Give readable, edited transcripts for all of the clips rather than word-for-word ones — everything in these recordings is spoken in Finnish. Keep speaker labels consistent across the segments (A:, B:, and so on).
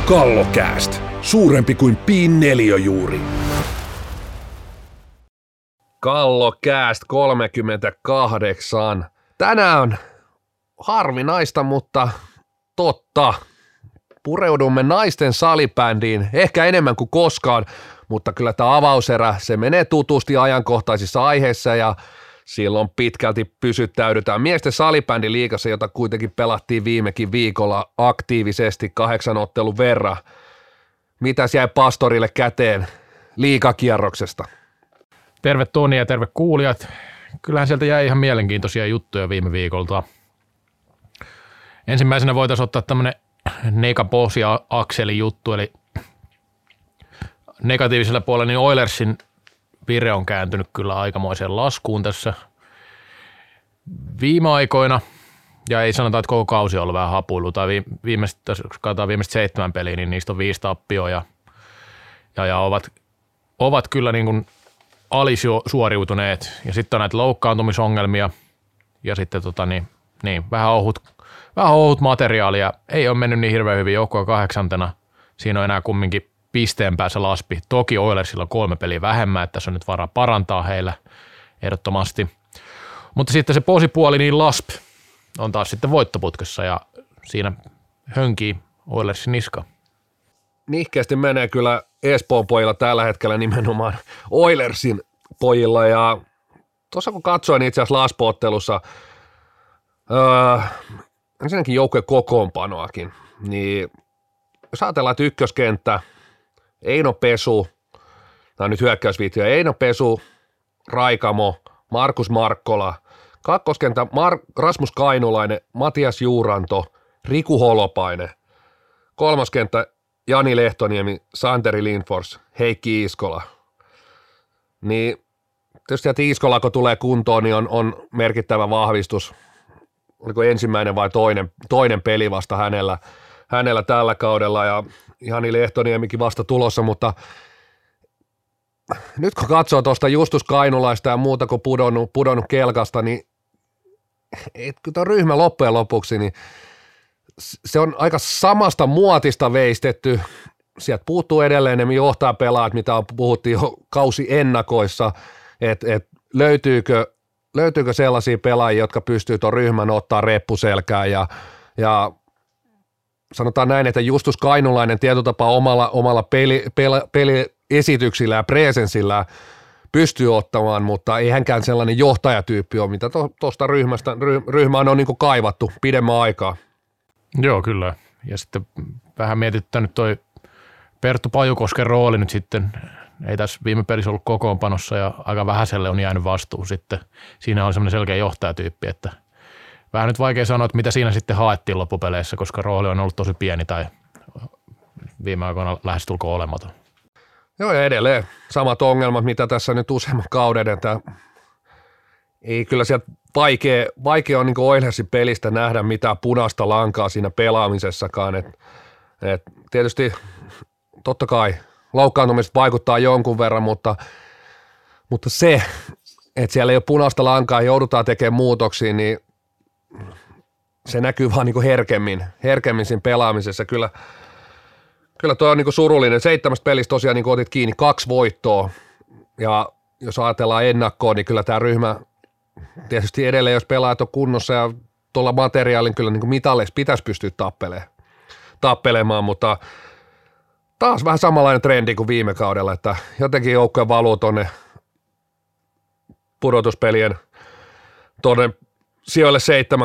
A: Kallokääst. Suurempi kuin Piin neliöjuuri.
B: Kallokääst 38. Tänään harvinaista, mutta totta. Pureudumme naisten salibändiin ehkä enemmän kuin koskaan, mutta kyllä tämä avauserä, se menee tutusti ajankohtaisissa aiheissa ja silloin pitkälti pysyttäydytään miesten salibändiliigassa, jota kuitenkin pelattiin viimekin viikolla aktiivisesti 8 ottelun verran. Mitäs jäi pastorille käteen liigakierroksesta?
C: Terve Toni ja terve kuulijat. Kyllähän sieltä jäi ihan mielenkiintoisia juttuja viime viikolta. Ensimmäisenä voitaisiin ottaa tämmöinen Neka-Posia-akselin juttu, eli negatiivisella puolella niin Oilersin vire on kääntynyt kyllä aikamoiseen laskuun tässä viime aikoina, ja ei sanota, että koko kausi on ollut vähän hapuilua, tai jos katsotaan viimeiset 7 peliä, niin niistä on 5 tappioa, ja ovat kyllä niin kuin alisuoriutuneet, ja sitten on näitä loukkaantumisongelmia, ja sitten vähän ohut materiaalia, ei ole mennyt niin hirveän hyvin, joukkoa 8. Siinä on enää kumminkin pisteen päässä laspi. Toki Oilersilla on 3 peliä vähemmän, että tässä on nyt varaa parantaa heillä ehdottomasti. Mutta sitten se posipuoli, niin LASP on taas sitten voittoputkessa ja siinä hönkii Oilersin niska.
B: Nihkeästi menee kyllä Espoon pojilla tällä hetkellä nimenomaan Oilersin pojilla ja tuossa kun katsoin itse asiassa LASP-ottelussa ensinnäkin joukkojen kokoonpanoakin, niin jos ajatellaan, että ykköskenttä, Eino Pesu, tämä on nyt hyökkäysviittiö, Eino Pesu, Raikamo, Markus Markkola, kakkoskenttä Rasmus Kainulainen, Matias Juuranto, Riku Holopainen, kolmoskenttä Jani Lehtoniemi, Santeri Lindfors, Heikki Iiskola. Niin tietysti, että Iiskola kun tulee kuntoon, niin on merkittävä vahvistus. Oliko ensimmäinen vai toinen peli vasta hänellä tällä kaudella ja Jani Lehtoniemikin vasta tulossa, mutta nyt kun katsoo tuosta Justus Kainulaista ja muuta kuin pudonnut kelkasta, niin kun tuo ryhmä loppujen lopuksi, niin se on aika samasta muotista veistetty. Sieltä puuttuu edelleen ne johtajapelaajat, mitä puhuttiin jo kausiennakoissa, että löytyykö sellaisia pelaajia, jotka pystyy tuon ryhmän ottaa reppuselkään ja sanotaan näin, että Justus Kainulainen tietotapa omalla peliesityksillä ja presenssillä pystyy ottamaan, mutta ei hänkään sellainen johtajatyyppi ole, mitä tuosta ryhmään on niin kuin kaivattu pidemmän aikaa.
C: Joo, kyllä. Ja sitten vähän mietittänyt toi Perttu Pajukosken rooli nyt sitten, ei tässä viime pelissä ollut kokoonpanossa ja aika vähäiselle on jäänyt vastuu sitten. Siinä on semmoinen selkeä johtajatyyppi, että vähän nyt vaikea sanoa, että mitä siinä sitten haettiin loppupeleissä, koska rooli on ollut tosi pieni tai viime aikoina lähestulkoon olematon.
B: Joo, ja edelleen samat ongelmat, mitä tässä nyt useamman kauden, että ei kyllä sieltä vaikea on niin kuin Oilersin pelistä nähdä mitään punaista lankaa siinä pelaamisessakaan. Et tietysti totta kai loukkaantumiset vaikuttaa jonkun verran, mutta se, että siellä ei ole punaista lankaa ja joudutaan tekemään muutoksia, niin se näkyy vaan niin kuin herkemmin siinä pelaamisessa. Kyllä toi on niin kuin surullinen. 7 pelistä tosiaan niin kuin otit kiinni 2 voittoa ja jos ajatellaan ennakkoon, niin kyllä tämä ryhmä tietysti edelleen, jos pelaajat on kunnossa ja tuolla materiaalin kyllä niin kuin mitalleissa pitäisi pystyä tappelemaan, mutta taas vähän samanlainen trendi kuin viime kaudella, että jotenkin joukkojen valuu tuonne pudotuspelien tuonne sijoille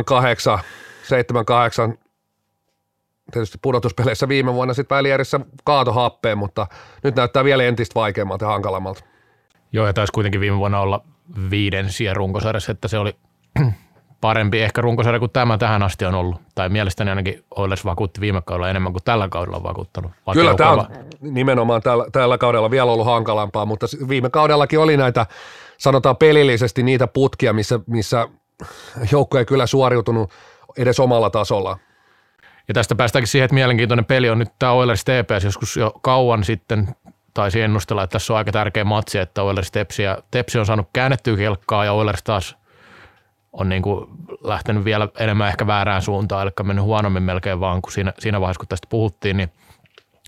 B: 7-8, tietysti pudotuspeleissä viime vuonna sitten välierissä kaato happeen, mutta nyt näyttää vielä entistä vaikeammalta ja hankalammalta.
C: Joo, ja taisi kuitenkin viime vuonna olla 5 siellä runkosarjassa, että se oli parempi ehkä runkosarja kuin tämä tähän asti on ollut. Tai mielestäni ainakin Oilers vakuutti viime kaudella enemmän kuin tällä kaudella on vakuuttanut.
B: Kyllä tämä on nimenomaan tällä kaudella vielä ollut hankalampaa, mutta viime kaudellakin oli näitä, sanotaan pelillisesti niitä putkia, missä joukko ei kyllä suoriutunut edes omalla tasolla.
C: Ja tästä päästäänkin siihen, että mielenkiintoinen peli on nyt tämä Oilers TPS joskus jo kauan sitten taisi ennustella, että tässä on aika tärkeä matsi, että Oilers Tepsi on saanut käännettyä kelkkaa ja Oilers taas on niin kuin lähtenyt vielä enemmän ehkä väärään suuntaan, eli mennyt huonommin melkein vaan kuin siinä vaiheessa, kun tästä puhuttiin, niin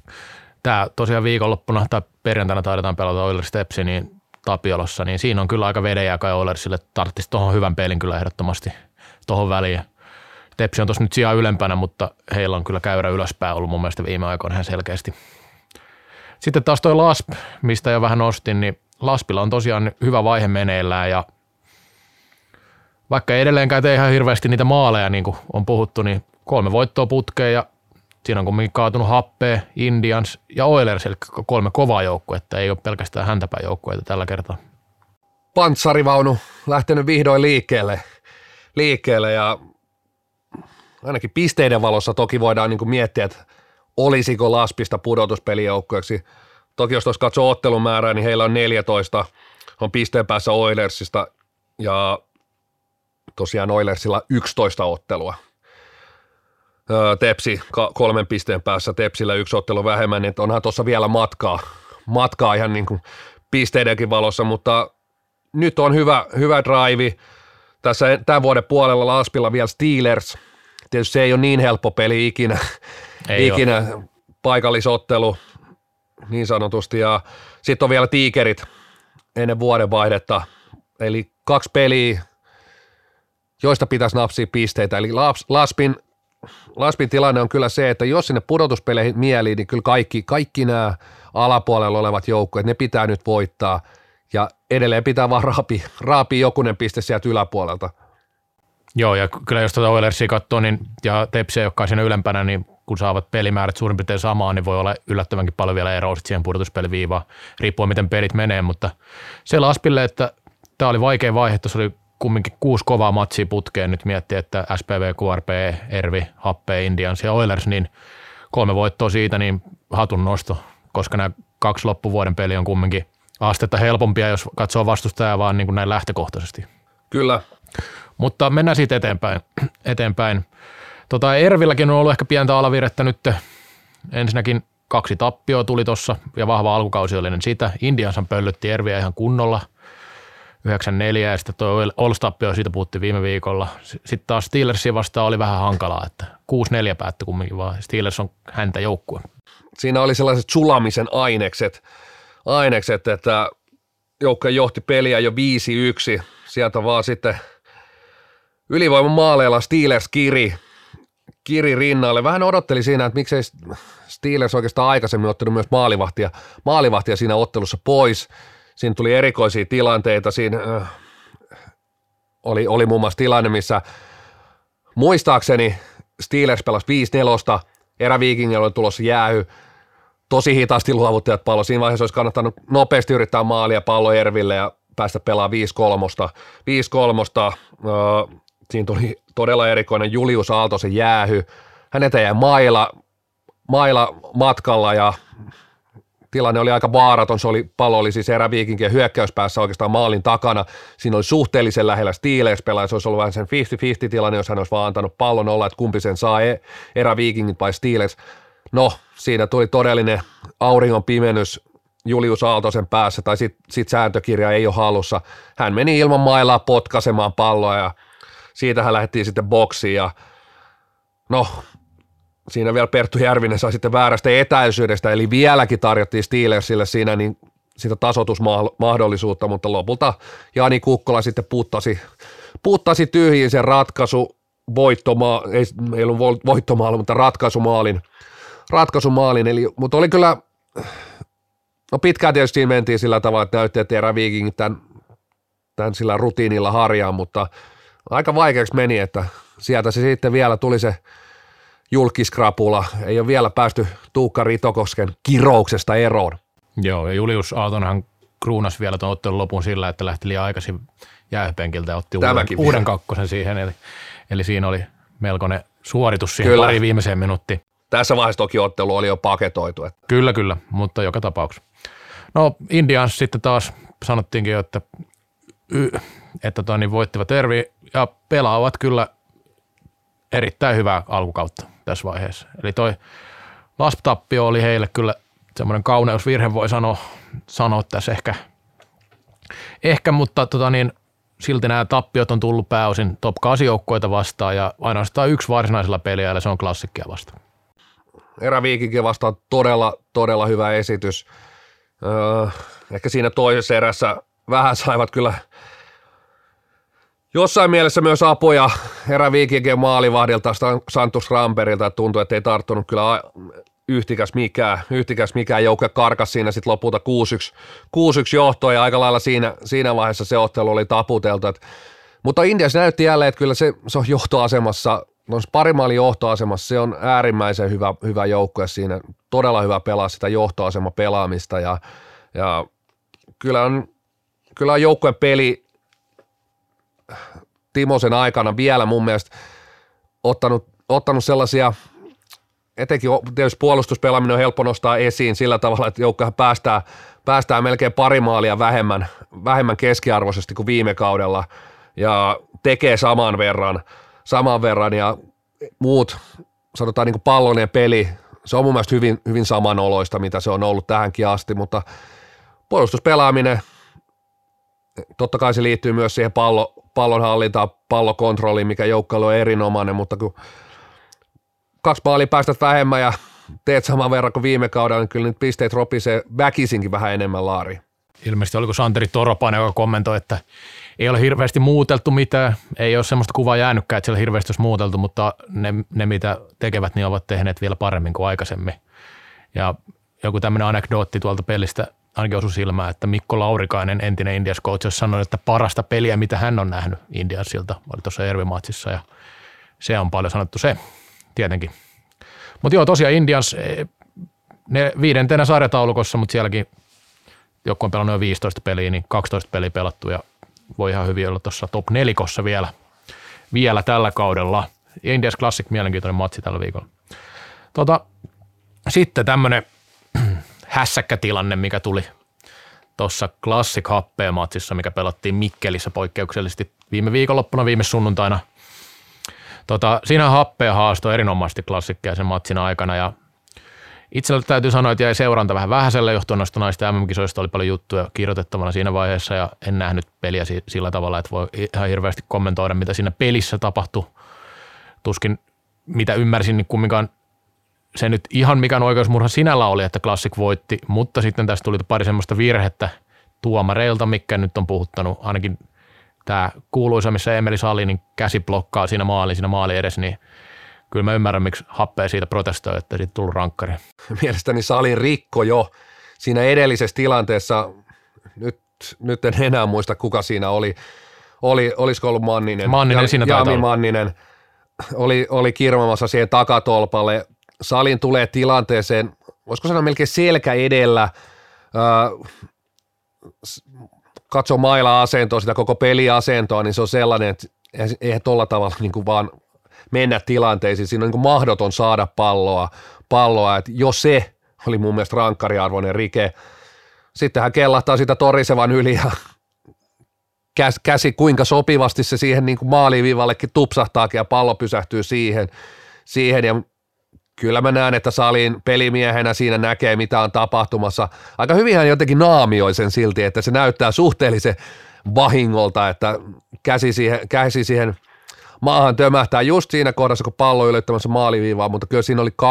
C: Tämä tosiaan viikonloppuna tai perjantaina taidetaan pelata Oilers Tepsi niin Tapiolassa, niin siinä on kyllä aika vedenjää kai Oilersille. Tarvitsisi tuohon hyvän pelin kyllä ehdottomasti tuohon väliin. Tepsi on tuossa nyt sijaan ylempänä, mutta heillä on kyllä käyrä ylöspäin ollut mun mielestä viime aikoina ihan selkeästi. Sitten taas toi LASP, mistä jo vähän nostin, niin LASPilla on tosiaan hyvä vaihe meneillään ja vaikka edelleenkään tee ihan hirveästi niitä maaleja, niin kuin on puhuttu, niin 3 voittoa putkeen ja siinä on kumminkin kaatunut Happea, Indians ja Oilers, eli 3 kovaa joukkuetta, ei ole pelkästään häntäpäin joukkueita tällä kertaa.
B: Panssarivaunu lähtenyt vihdoin liikkeelle ja ainakin pisteiden valossa toki voidaan niin kuin miettiä, että olisiko LASPista pudotuspelijoukkueeksi. Toki jos tuossa katsoo ottelun määrää, niin heillä on 14, on pisteen päässä Oilersista ja tosiaan Oilersilla 11 ottelua. Tepsi 3 pisteen päässä, Tepsillä 1 ottelu vähemmän, niin onhan tuossa vielä matkaa ihan niin kuin pisteidenkin valossa, mutta nyt on hyvä drive. Tässä tämän vuoden puolella LASPilla vielä Steelers. Tietysti se ei ole niin helppo peli ikinä paikallisottelu niin sanotusti. Ja sitten on vielä Tigerit ennen vuodenvaihdetta. Eli 2 peliä, joista pitäisi napsia pisteitä. Eli LASPin tilanne on kyllä se, että jos sinne pudotuspeleihin mieliin, niin kyllä kaikki nämä alapuolella olevat joukkueet, ne pitää nyt voittaa. Ja edelleen pitää vaan raapia jokunen piste sieltä yläpuolelta.
C: Joo, ja kyllä jos tuota Oilersia katsoo, niin, ja Tepsiä, jotka on siinä ylempänä, niin kun saavat pelimäärät suurin piirtein samaan, niin voi olla yllättävänkin paljon vielä eroa siihen pudotuspeliviivaan, riippuen miten pelit menee, mutta se LASPille, että tämä oli vaikea vaihe, tuossa oli kumminkin 6 kovaa matsia putkeen, nyt miettii, että SPV, QRP, Ervi, Happe, Indians ja Oilers, niin 3 voittoa siitä, niin hatun nosto, koska nämä 2 loppuvuoden peliä on kumminkin astetta helpompia, jos katsoo vastustajaa vaan niin kuin näin lähtökohtaisesti.
B: Kyllä.
C: Mutta mennään siitä eteenpäin. Ervilläkin on ollut ehkä pientä alavirettä nyt. Ensinnäkin 2 tappioa tuli tuossa ja vahva alkukausi oli sitä. Indiansan pöllytti Erviä ihan kunnolla 9-4 ja sitten tuo Ols-tappio, siitä puhuttiin viime viikolla. Sitten taas Steelersia vastaan oli vähän hankalaa, että 6-4 päättyi kumminkin vaan. Steelers on häntä joukkue.
B: Siinä oli sellaiset sulamisen ainekset, että joukkue johti peliä jo 5-1. Sieltä vaan sitten ylivoiman maaleilla Steelers kiri rinnalle. Vähän odotteli siinä, että miksei Steelers oikeastaan aikaisemmin ottanut myös maalivahtia siinä ottelussa pois. Siinä tuli erikoisia tilanteita. Siinä oli muun muassa tilanne, missä muistaakseni Steelers pelasi 5-4, eräviikingillä oli tulossa jäähy. Tosi hitaasti luovuttajat pallo. Siinä vaiheessa olisi kannattanut nopeasti yrittää maalia pallo Erville ja päästä pelaamaan 5-3. Siinä tuli todella erikoinen Julius Aaltosen jäähy. Häneltä jäi maila matkalla ja tilanne oli aika vaaraton. Pallo oli siis eräviikinkien hyökkäyspäässä oikeastaan maalin takana. Siinä oli suhteellisen lähellä Steelers-pelaaja. Se olisi ollut vähän sen 50-50 tilanne, jos hän olisi vaan antanut pallon olla, että kumpi sen saa, eräviikingit vai Steelers. No, siinä tuli todellinen auringon pimennys Julius Aaltosen päässä, tai sit sääntökirja ei ole hallussa. Hän meni ilman mailaa potkaisemaan palloa, ja siitä hän lähdettiin sitten boksiin, ja no, siinä vielä Perttu Järvinen sai sitten väärästä etäisyydestä, eli vieläkin tarjottiin Steelersille siinä niin sitä tasoitusmahdollisuutta, mutta lopulta Jani Kukkola sitten puttasi tyhjiin sen ei ollut voittomaali, mutta ratkaisumaalin, mutta oli kyllä, no pitkään tietysti siinä mentiin sillä tavalla, että näytti, että eräviikingit tämän sillä rutiinilla harjaan, mutta aika vaikeaksi meni, että sieltä se sitten vielä tuli se julkiskrapula, ei ole vielä päästy Tuukka Ritokosken kirouksesta eroon.
C: Joo, ja Julius Aaltonenhan kruunasi vielä tuon ottelun lopun sillä, että lähti liian aikaisin jäähypenkiltä ja otti uuden kakkosen siihen, eli siinä oli melkoinen suoritus siihen pari viimeiseen minuuttiin.
B: Tässä vaiheessa toki ottelu oli jo paketoitu. Että.
C: Kyllä, mutta joka tapauksessa. No Indians sitten taas sanottiinkin jo, että voittivat Ervi ja pelaavat kyllä erittäin hyvää alkukautta tässä vaiheessa. Eli toi LASP-tappio oli heille kyllä semmoinen kauneusvirhe, voi sanoa tässä ehkä mutta silti nämä tappiot on tullut pääosin top 8 joukkoita vastaan ja ainoastaan 1 varsinaisella peliä, eli se on Klassikkia vastaan.
B: eräviikinkin vastaan todella hyvä esitys. Ehkä siinä toisessa erässä vähän saivat kyllä jossain mielessä myös apuja eräviikinkien maalivahdilta Santus Ramperilta, että tuntui, että ei tarttunut kyllä yhtikäs mikään joukkue karkas siinä sitten lopulta 6-1 johtoa ja aika lailla siinä vaiheessa se ottelu oli taputeltu. Mutta Indians näytti jälleen, että kyllä se on johtoasemassa, pari maalin johtoasemassa, se on äärimmäisen hyvä joukkue siinä, todella hyvä pelaa sitä johtoasema pelaamista ja kyllä on joukkueen peli Timosen aikana vielä mun mielestä ottanut sellaisia, etenkin tietysti puolustuspelaaminen on helppo nostaa esiin sillä tavalla, että joukkohan päästään melkein pari maalia vähemmän keskiarvoisesti kuin viime kaudella ja tekee saman verran ja muut, sanotaan niin kuin pallollinen peli, se on mun mielestä hyvin samanoloista, mitä se on ollut tähänkin asti, mutta puolustuspelaaminen, totta kai se liittyy myös siihen pallonhallintaan, pallokontrolliin, mikä joukkueella on erinomainen, mutta kun 2 maalia päästät vähemmän ja teet saman verran kuin viime kaudella, niin kyllä nyt pisteet ropisee väkisinkin vähän enemmän laariin.
C: Ilmeisesti oliko Santeri Toropainen, joka kommentoi, että ei ole hirveästi muuteltu mitään, ei ole semmoista kuvaa jäänytkään, että siellä hirveästi olisi muuteltu, mutta ne mitä tekevät, niin ovat tehneet vielä paremmin kuin aikaisemmin. Ja joku tämmöinen anekdootti tuolta pelistä ainakin osui silmään, että Mikko Laurikainen, entinen Indians coach, sanoi, että parasta peliä, mitä hän on nähnyt Indiansilta, oli tuossa Ervi-matsissa ja se on paljon sanottu se, tietenkin. Mutta joo, tosiaan Indians, ne 5. sarjataulukossa, mutta sielläkin joku on pelannut jo 15 peliä, niin 12 peliä pelattu ja voi ihan hyvin olla tuossa top 4:ssa vielä tällä kaudella. Indians Classic, mielenkiintoinen matsi tällä viikolla. Sitten tämmöinen hässäkkätilanne, mikä tuli tuossa Classic Happea-matsissa, mikä pelattiin Mikkelissä poikkeuksellisesti viime viikonloppuna, viime sunnuntaina. Siinä Happea haastoi erinomaisesti Classicia sen matsin aikana ja itsellä täytyy sanoa, että jäi seuranta vähän vähäiselle johtuen noista naisten MM-kisoista, oli paljon juttuja kirjoitettavana siinä vaiheessa ja en nähnyt peliä sillä tavalla, että voi ihan hirveästi kommentoida, mitä siinä pelissä tapahtui. Tuskin mitä ymmärsin, niin kumminkaan se nyt ihan mikään oikeusmurha sinällä oli, että Classic voitti, mutta sitten tästä tuli pari semmoista virhettä tuomareilta, mikä nyt on puhuttanut, ainakin tämä kuuluisa, missä Emeli Salinin käsi blokkaa siinä maali edessä, niin kyllä mä ymmärrän, miksi Happea siitä protestoi, että siitä tullut rankkari.
B: Mielestäni Salin rikko jo siinä edellisessä tilanteessa, nyt en enää muista kuka siinä oli, olisiko ollut Manninen
C: siinä
B: Jami Manninen oli kirmamassa siihen takatolpalle. Salin tulee tilanteeseen, voisiko sanoa melkein selkä edellä, katsoo maila-asentoa, sitä koko peliasentoa, niin se on sellainen, että eihän tuolla tavalla niin kuin vaan mennä tilanteisiin. Siinä on niin kuin mahdoton saada palloa, että jo se oli mun mielestä rankkariarvoinen rike. Sitten hän kellahtaa sitä torisevan yli ja käsi kuinka sopivasti se siihen niin kuin maaliviivallekin tupsahtaakin ja pallo pysähtyy siihen ja kyllä mä näen, että Salin pelimiehenä siinä näkee, mitä on tapahtumassa. Aika hyvin hän jotenkin naamioi sen silti, että se näyttää suhteellisen vahingolta, että käsi siihen maahan tömähtää just siinä kohdassa, kun pallo ylittämässä maaliviivaa, mutta kyllä siinä oli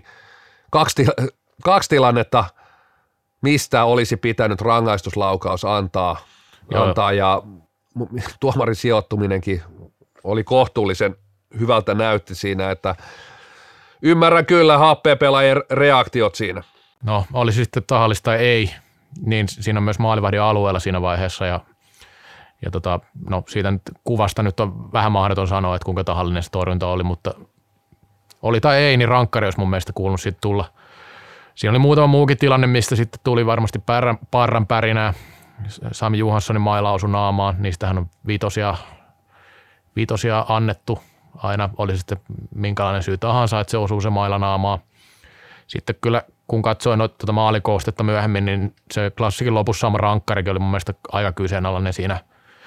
B: kaksi tilannetta, mistä olisi pitänyt rangaistuslaukaus antaa ja tuomarin sijoittuminenkin oli kohtuullisen hyvältä näytti siinä, että ymmärrän kyllä Happea-pelaajien reaktiot siinä.
C: No, oli sitten tahallista tai ei, niin siinä on myös maalivahdin alueella siinä vaiheessa ja no siitä nyt kuvasta nyt on vähän mahdoton sanoa, että kuinka tahallinen se torjunta oli, mutta oli tai ei, niin rankkari olisi mun mielestä kuulunut sitten tulla. Siinä oli muutama muukin tilanne, mistä sitten tuli varmasti parran pärinää. Sami Johanssonin maila osui naamaan, niistähän on viitosia annettu. Aina oli sitten minkälainen syy tahansa, että se osuu se maila naamaan. Sitten kyllä, kun katsoin tuota maalikoostetta myöhemmin, niin se Classicin lopussa sama rankkarikin oli mun mielestä aika kyseenalainen siinä.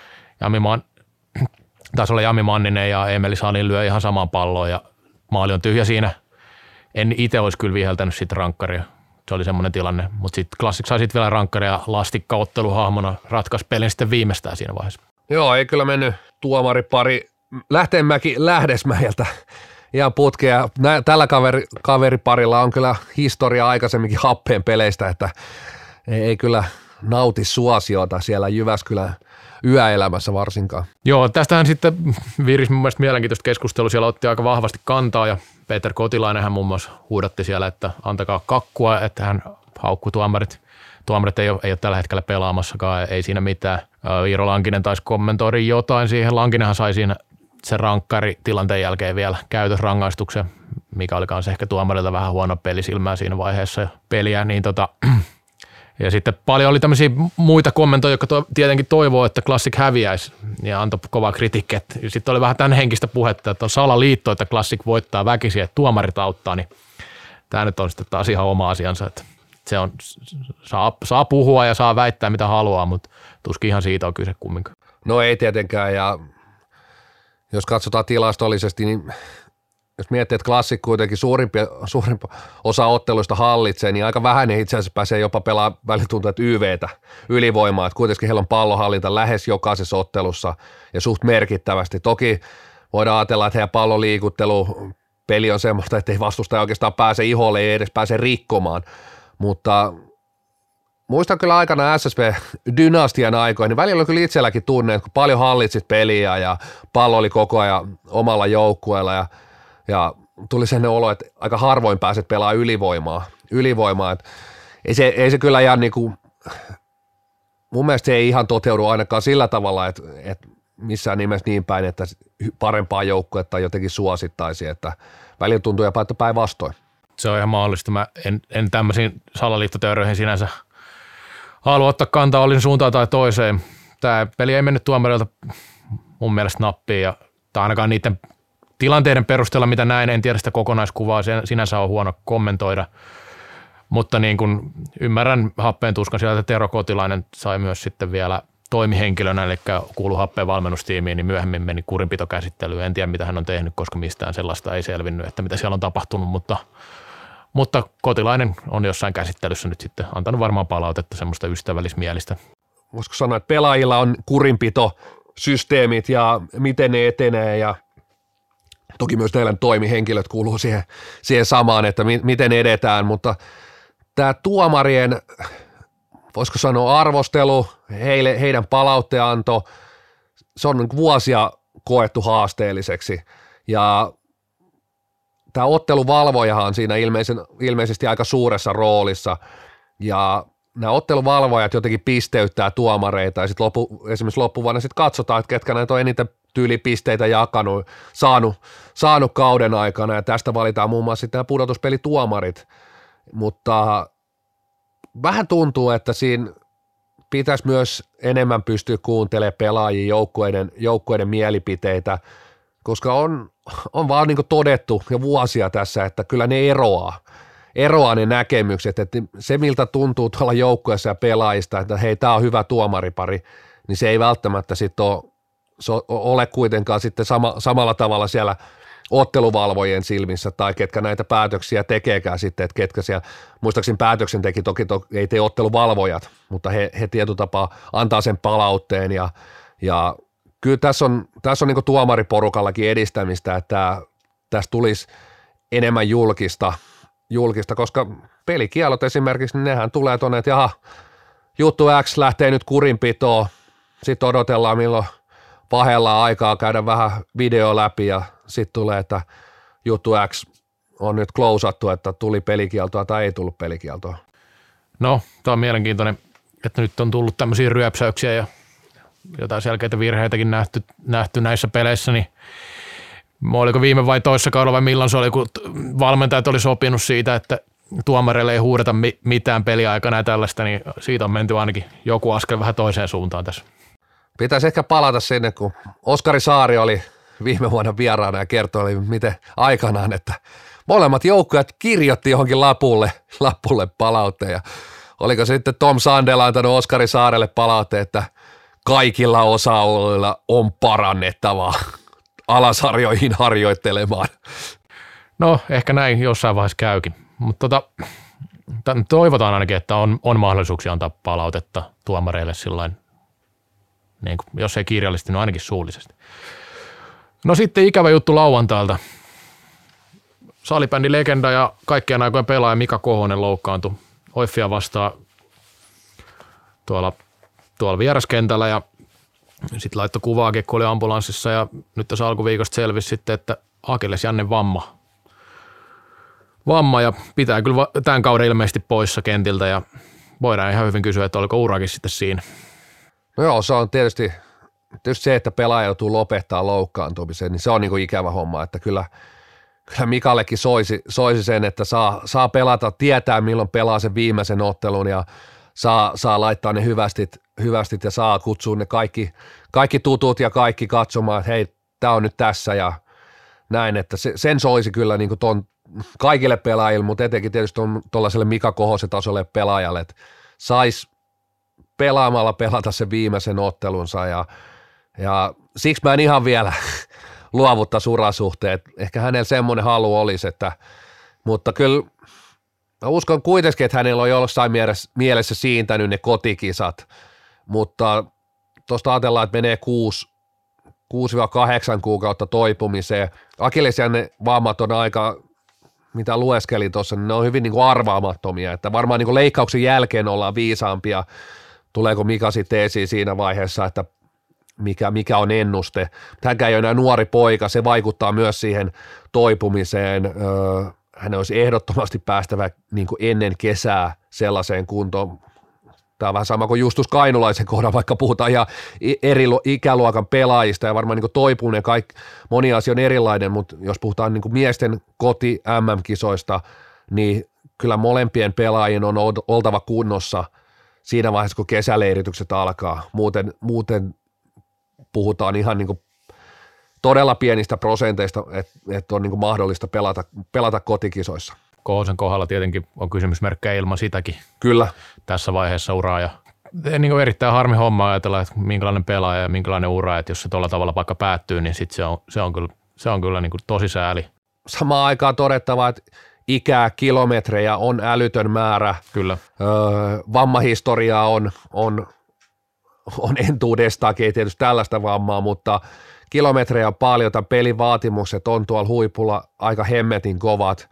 C: Taisi olla Jami Manninen ja Emeli Salin lyö ihan samaan palloon ja maali on tyhjä siinä. En itse olisi kyllä viheltänyt siitä rankkaria. Se oli semmoinen tilanne, mutta sitten Classic sai sitten vielä rankkaria ja lastikkaotteluhahmona ratkaisi pelin sitten viimeistään siinä vaiheessa.
B: Joo, ei kyllä mennyt tuomaripari Lähteenmäki Lähdesmäeltä ihan putkea. Tällä kaveriparilla on kyllä historia aikaisemminkin happeen peleistä, että ei kyllä nauti suosiota siellä Jyväskylän yöelämässä varsinkaan.
C: Joo, tästähän sitten virisi mun mielestä mielenkiintoista keskustelua. Siellä otti aika vahvasti kantaa ja Peter Kotilainenhan muun muassa huudatti siellä, että antakaa kakkua, että hän haukkui tuomarit. Tuomarit ei ole tällä hetkellä pelaamassakaan, ei siinä mitään. Iiro Lankinen taisi kommentoida jotain siihen. Lankinenhan sai siinä sen rankkari tilanteen jälkeen vielä käytösrangaistuksen, mikä oli kanssa ehkä tuomarilta vähän huono pelisilmää siinä vaiheessa peliä. Niin ja sitten paljon oli tämmöisiä muita kommentoja, jotka tietenkin toivoo, että Classic häviäisi ja antoi kovaa kritiikkiä. Sitten oli vähän tämän henkistä puhetta, että on salaliitto, että Classic voittaa väkisin, että tuomarit auttaa, niin tämä nyt on sitten taas ihan oma asiansa, että se on, saa puhua ja saa väittää mitä haluaa, mutta tuskin ihan siitä on kyse kumminkaan.
B: No ei tietenkään, ja jos katsotaan tilastollisesti, niin jos miettii, että Classic kuitenkin suurin osa otteluista hallitsee, niin aika vähän itse asiassa pääsee jopa pelaamaan välituntua YVtä ylivoimaa, että kuitenkin heillä on pallonhallinta lähes jokaisessa ottelussa ja suht merkittävästi. Toki voidaan ajatella, että heidän pallon liikuttelu peli on semmoista, että ei vastustaja oikeastaan pääse iholle, ei edes pääse rikkomaan, mutta muistan kyllä aikana SSV-dynastian aikoina, niin välillä oli kyllä itselläkin tunne, että kun paljon hallitsit peliä ja pallo oli koko ajan omalla joukkueella ja tuli sen olo, että aika harvoin pääset pelaa ylivoimaa. Että ei se kyllä ihan niin kuin, mun mielestä se ei ihan toteudu ainakaan sillä tavalla, että missään nimessä niin päin, että parempaa joukkuetta jotenkin suosittaisi, että välillä tuntuu jopa, että päinvastoin.
C: Se on ihan mahdollista. Mä en tämmöisiin salaliittoteorioihin sinänsä halua ottaa kantaa, olin suuntaan tai toiseen. Tämä peli ei mennyt tuomarilta mun mielestä nappiin, tai ainakaan niiden tilanteiden perusteella, mitä näin, en tiedä sitä kokonaiskuvaa, sinänsä on huono kommentoida, mutta niin kuin ymmärrän happeen tuskan sieltä, että Tero Kotilainen sai myös sitten vielä toimihenkilönä, eli kuului happeen valmennustiimiin, niin myöhemmin meni kurinpitokäsittelyyn. En tiedä, mitä hän on tehnyt, koska mistään sellaista ei selvinnyt, että mitä siellä on tapahtunut, mutta Kotilainen on jossain käsittelyssä nyt sitten antanut varmaan palautetta semmoista ystävällismielistä.
B: Voisiko sanoa, että pelaajilla on kurinpitosysteemit ja miten ne etenee ja toki myös teidän toimihenkilöt kuuluu siihen samaan, että miten edetään, mutta tämä tuomarien, voisiko sanoa arvostelu, heidän palautteenanto, se on vuosia koettu haasteelliseksi ja tämä otteluvalvojahan on siinä ilmeisesti aika suuressa roolissa ja nämä otteluvalvojat jotenkin pisteyttää tuomareita ja sitten esimerkiksi loppuvuonna sitten katsotaan, että ketkä näitä on eniten tyylipisteitä jakanut, saanut kauden aikana ja tästä valitaan muun muassa sitten nämä pudotuspelituomarit, mutta vähän tuntuu, että siinä pitäisi myös enemmän pystyä kuuntelemaan pelaajia joukkueiden mielipiteitä, koska on vaan niin kuin todettu jo vuosia tässä, että kyllä ne eroaa ne näkemykset, että se miltä tuntuu tuolla joukkueessa ja pelaajista, että hei, tämä on hyvä tuomaripari, niin se ei välttämättä sitten ole kuitenkaan sitten samalla tavalla siellä otteluvalvojien silmissä tai ketkä näitä päätöksiä tekeekään sitten, että ketkä siellä, muistaakseni päätöksen teki toki ei tee otteluvalvojat, mutta he tietyllä tapaa antaa sen palautteen ja kyllä tässä on niin kuin tuomariporukallakin edistämistä, että tässä tulisi enemmän julkista, koska pelikielot esimerkiksi, niin nehän tulee tuonne, että jaha, juttu X lähtee nyt kurinpitoon, sitten odotellaan milloin pahellaan aikaa käydä vähän video läpi ja sitten tulee, että juttu X on nyt klousattu, että tuli pelikieltoa tai ei tullut pelikieltoa.
C: No, tämä on mielenkiintoinen, että nyt on tullut tämmöisiä ryöpsäyksiä ja jotain selkeitä virheitäkin nähty näissä peleissä, niin oliko viime vai toissa kaudella vai milloin se oli, kun valmentajat oli sopinut siitä, että tuomareille ei huudeta mitään peliaikana ja tällaista, niin siitä on menty ainakin joku askel vähän toiseen suuntaan tässä.
B: Pitäisi ehkä palata sinne, kun Oskari Saari oli viime vuonna vieraana ja kertoi, miten aikanaan, että molemmat joukkueet kirjoitti johonkin lapulle palautteen ja oliko se sitten Tom Sandel antanut Oskari Saarelle palautteen, että kaikilla osa-alueilla on parannettavaa alasarjoihin harjoittelemaan.
C: No, ehkä näin jossain vaiheessa käykin, mutta toivotaan ainakin, että on mahdollisuuksia antaa palautetta tuomareille sillain, niin kuin, jos ei kirjallisesti, niin ainakin suullisesti. No sitten ikävä juttu lauantailta. salibändin legenda ja kaikkien aikojen pelaaja Mika Kohonen loukkaantui Oiffia vastaan tuolla vieraskentällä ja sitten laittoi kuvaakin, kun oli ambulanssissa ja nyt tässä alkuviikosta selvisi sitten, että akillesjännen vamma ja pitää kyllä tämän kauden ilmeisesti poissa kentiltä ja voidaan ihan hyvin kysyä, että oliko urakin sitten siinä.
B: No joo, se on tietysti se, että pelaaja joutuu lopettaa loukkaantumisen, niin se on niin kuin ikävä homma, että kyllä Mikallekin soisi sen, että saa pelata, tietää milloin pelaa sen viimeisen ottelun ja saa laittaa ne hyvästit ja saa kutsua ne kaikki tutut ja kaikki katsomaan, että hei, tämä on nyt tässä ja näin, että sen soisi kyllä niin kuin ton kaikille pelaajille, mutta etenkin tietysti tuollaiselle Mika Kohosen tasolle pelaajalle, että saisi pelaamalla pelata sen viimeisen ottelunsa ja siksi mä en ihan vielä luovuttaisi urasuhteet. Ehkä hänellä semmoinen halu olisi, mutta kyllä mä uskon kuitenkin, että hänellä on jossain mielessä siintänyt ne kotikisat, mutta tuosta ajatellaan, että menee 6-8 kuukautta toipumiseen. Akillesjänne vammat on aika, mitä lueskelin tuossa, niin ne on hyvin niin kuin arvaamattomia, että varmaan niin kuin leikkauksen jälkeen ollaan viisaampia, tuleeko Mika sitten esiin siinä vaiheessa, että mikä on ennuste. Hänkään ei ole enää nuori poika, se vaikuttaa myös siihen toipumiseen. Hän olisi ehdottomasti päästävä niin kuin ennen kesää sellaiseen kuntoon. Tämä on vähän sama kuin Justus Kainulaisen kohdalla, vaikka puhutaan ihan eri ikäluokan pelaajista ja varmaan niin kuin toipuminen, moni asia on erilainen, mutta jos puhutaan niin kuin miesten koti MM-kisoista, niin kyllä molempien pelaajien on oltava kunnossa siinä vaiheessa, kun kesäleiritykset alkaa. Muuten puhutaan ihan niin kuin todella pienistä prosenteista, että on niin kuin mahdollista pelata kotikisoissa.
C: Kohosen kohdalla tietenkin on kysymysmerkkejä ilman sitäkin. Kyllä. Tässä vaiheessa uraa ja niin kuin erittäin harmi homma ajatella, että minkälainen pelaaja ja minkälainen ura, että jos se tuolla tavalla vaikka päättyy, niin sit se on kyllä niin kuin tosi sääli. Samaan
B: aikaan todettava, että ikää, kilometrejä on älytön määrä.
C: Kyllä.
B: Vammahistoriaa on entuudestaankin, ei tietysti tällaista vammaa, mutta kilometrejä on paljon, tämän pelin vaatimukset on tuolla huipulla aika hemmetin kovat,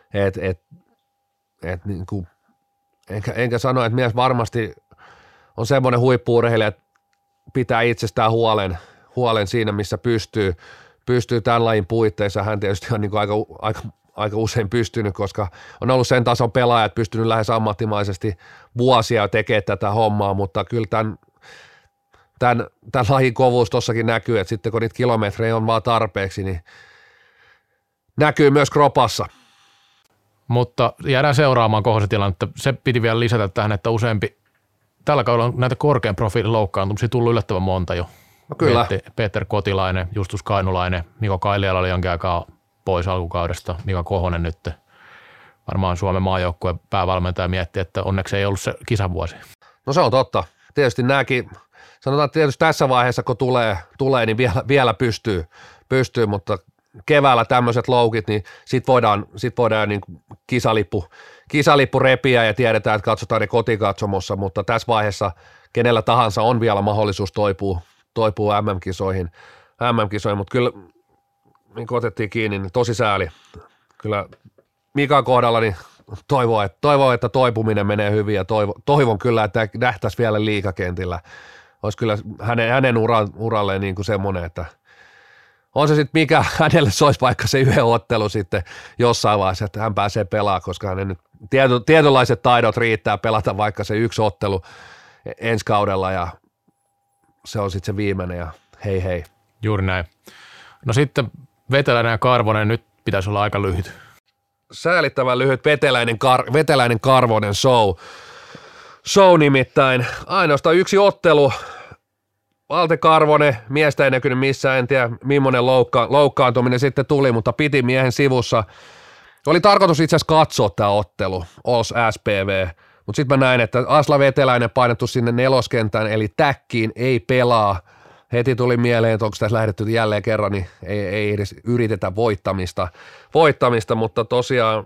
B: niin kuin, enkä sano, että mies varmasti on semmoinen huippu-urheilija, että pitää itsestään huolen siinä, missä pystyy tämän lajin puitteissa. Hän tietysti on niin kuin aika usein pystynyt, koska on ollut sen tason pelaaja, että pystynyt lähes ammattimaisesti vuosia tekemään tätä hommaa, mutta kyllä tämän lajin kovuus tuossakin näkyy, että sitten kun niitä kilometrejä on vaan tarpeeksi, niin näkyy myös kropassa.
C: Mutta jäädään seuraamaan Kohosen tilannetta. Se piti vielä lisätä tähän, että useampi, tällä kaudella on näitä korkean profiilin loukkaantumisia tullut yllättävän monta jo.
B: No kyllä.
C: Peter Kotilainen, Justus Kainulainen, Miko Kailiala oli jonkin aikaa pois alkukaudesta, Mika Kohonen nyt. Varmaan Suomen maajoukkueen päävalmentaja miettii, että onneksi ei ollut se kisavuosi.
B: No se on totta. Tietysti nämäkin, sanotaan, että tietysti tässä vaiheessa kun tulee niin vielä pystyy, mutta keväällä tämmöiset loukit, niin sit voidaan niin kisalippu repiä ja tiedetään, että katsotaan ne kotikatsomossa, mutta tässä vaiheessa kenellä tahansa on vielä mahdollisuus toipuu MM-kisoihin, mutta kyllä niin kun otettiin kiinni, niin tosi sääli. Kyllä Mikan kohdalla niin toivoo, että toipuminen menee hyvin ja toivon kyllä, että nähtäisi vielä liigakentillä. Olisi kyllä hänen uralleen niin kuin semmoinen, että on se sitten mikä, hänelle se olisi vaikka se yhden ottelu sitten jossain vaiheessa, että hän pääsee pelaamaan, koska hänen nyt tietynlaiset taidot riittää pelata vaikka se yksi ottelu ensi kaudella ja se on sitten se viimeinen ja hei hei.
C: Juuri näin. No sitten Veteläinen ja Karvonen, nyt pitäisi olla aika lyhyt.
B: Säälittävän lyhyt Veteläinen Karvonen show nimittäin. Ainoastaan yksi ottelu. Valte Karvonen, miestä ei näkynyt missään, en tiedä millainen loukkaantuminen sitten tuli, mutta piti miehen sivussa. Oli tarkoitus itse asiassa katsoa tämä ottelu, OS SPV, mutta sitten mä näin, että Asla Veteläinen painettu sinne neloskentään, eli täkkiin ei pelaa. Heti tuli mieleen, että onko tässä lähdetty jälleen kerran, niin ei edes yritetä voittamista, mutta tosiaan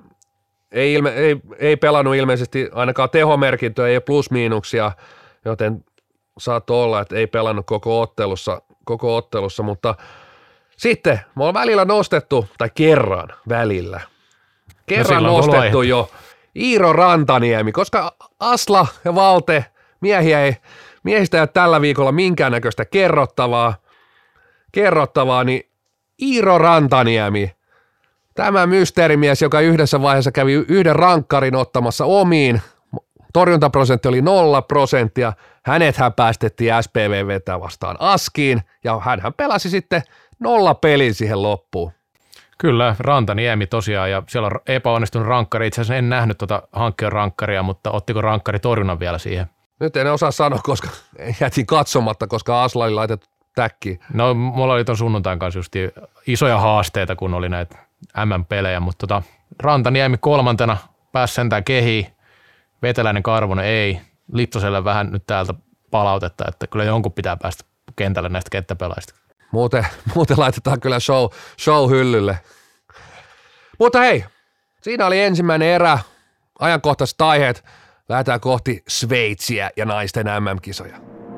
B: ei pelannut ilmeisesti ainakaan tehomerkintöjä, ei plus-miinuksia, joten saattoi olla, että ei pelannut koko ottelussa, mutta sitten me on välillä nostettu, tai kerran välillä, kerran nostettu jo. Iiro Rantaniemi, koska Asla ja Valte, miehistä ei ole tällä viikolla minkäännäköistä kerrottavaa, niin Iiro Rantaniemi, tämä mysteerimies, joka yhdessä vaiheessa kävi yhden rankkarin ottamassa omiin, torjuntaprosentti oli 0%, hänethän päästettiin SPV:tä vastaan Askiin, ja hänhän pelasi sitten 0 pelin siihen loppuun.
C: Kyllä, Rantaniemi tosiaan, ja siellä on epäonnistunut rankkari. Itse asiassa en nähnyt hankkeen rankkaria, mutta ottiko rankkari torjunnan vielä siihen?
B: Nyt en osaa sanoa, koska jätin katsomatta, koska Asla oli laitettu täkkiin.
C: No, mulla oli ton sunnuntain kanssa just isoja haasteita, kun oli näitä MM-pelejä, mutta Rantaniemi 3. pääsi sentään kehiin, Veteläinen Karvonen ei, Lipsoselle vähän nyt täältä palautetta, että kyllä jonkun pitää päästä kentälle näistä kenttäpelaajista.
B: Muuten laitetaan kyllä show hyllylle. Mutta hei, siinä oli ensimmäinen erä, ajankohtaiset aiheet. Lähdetään kohti Sveitsiä ja naisten MM-kisoja.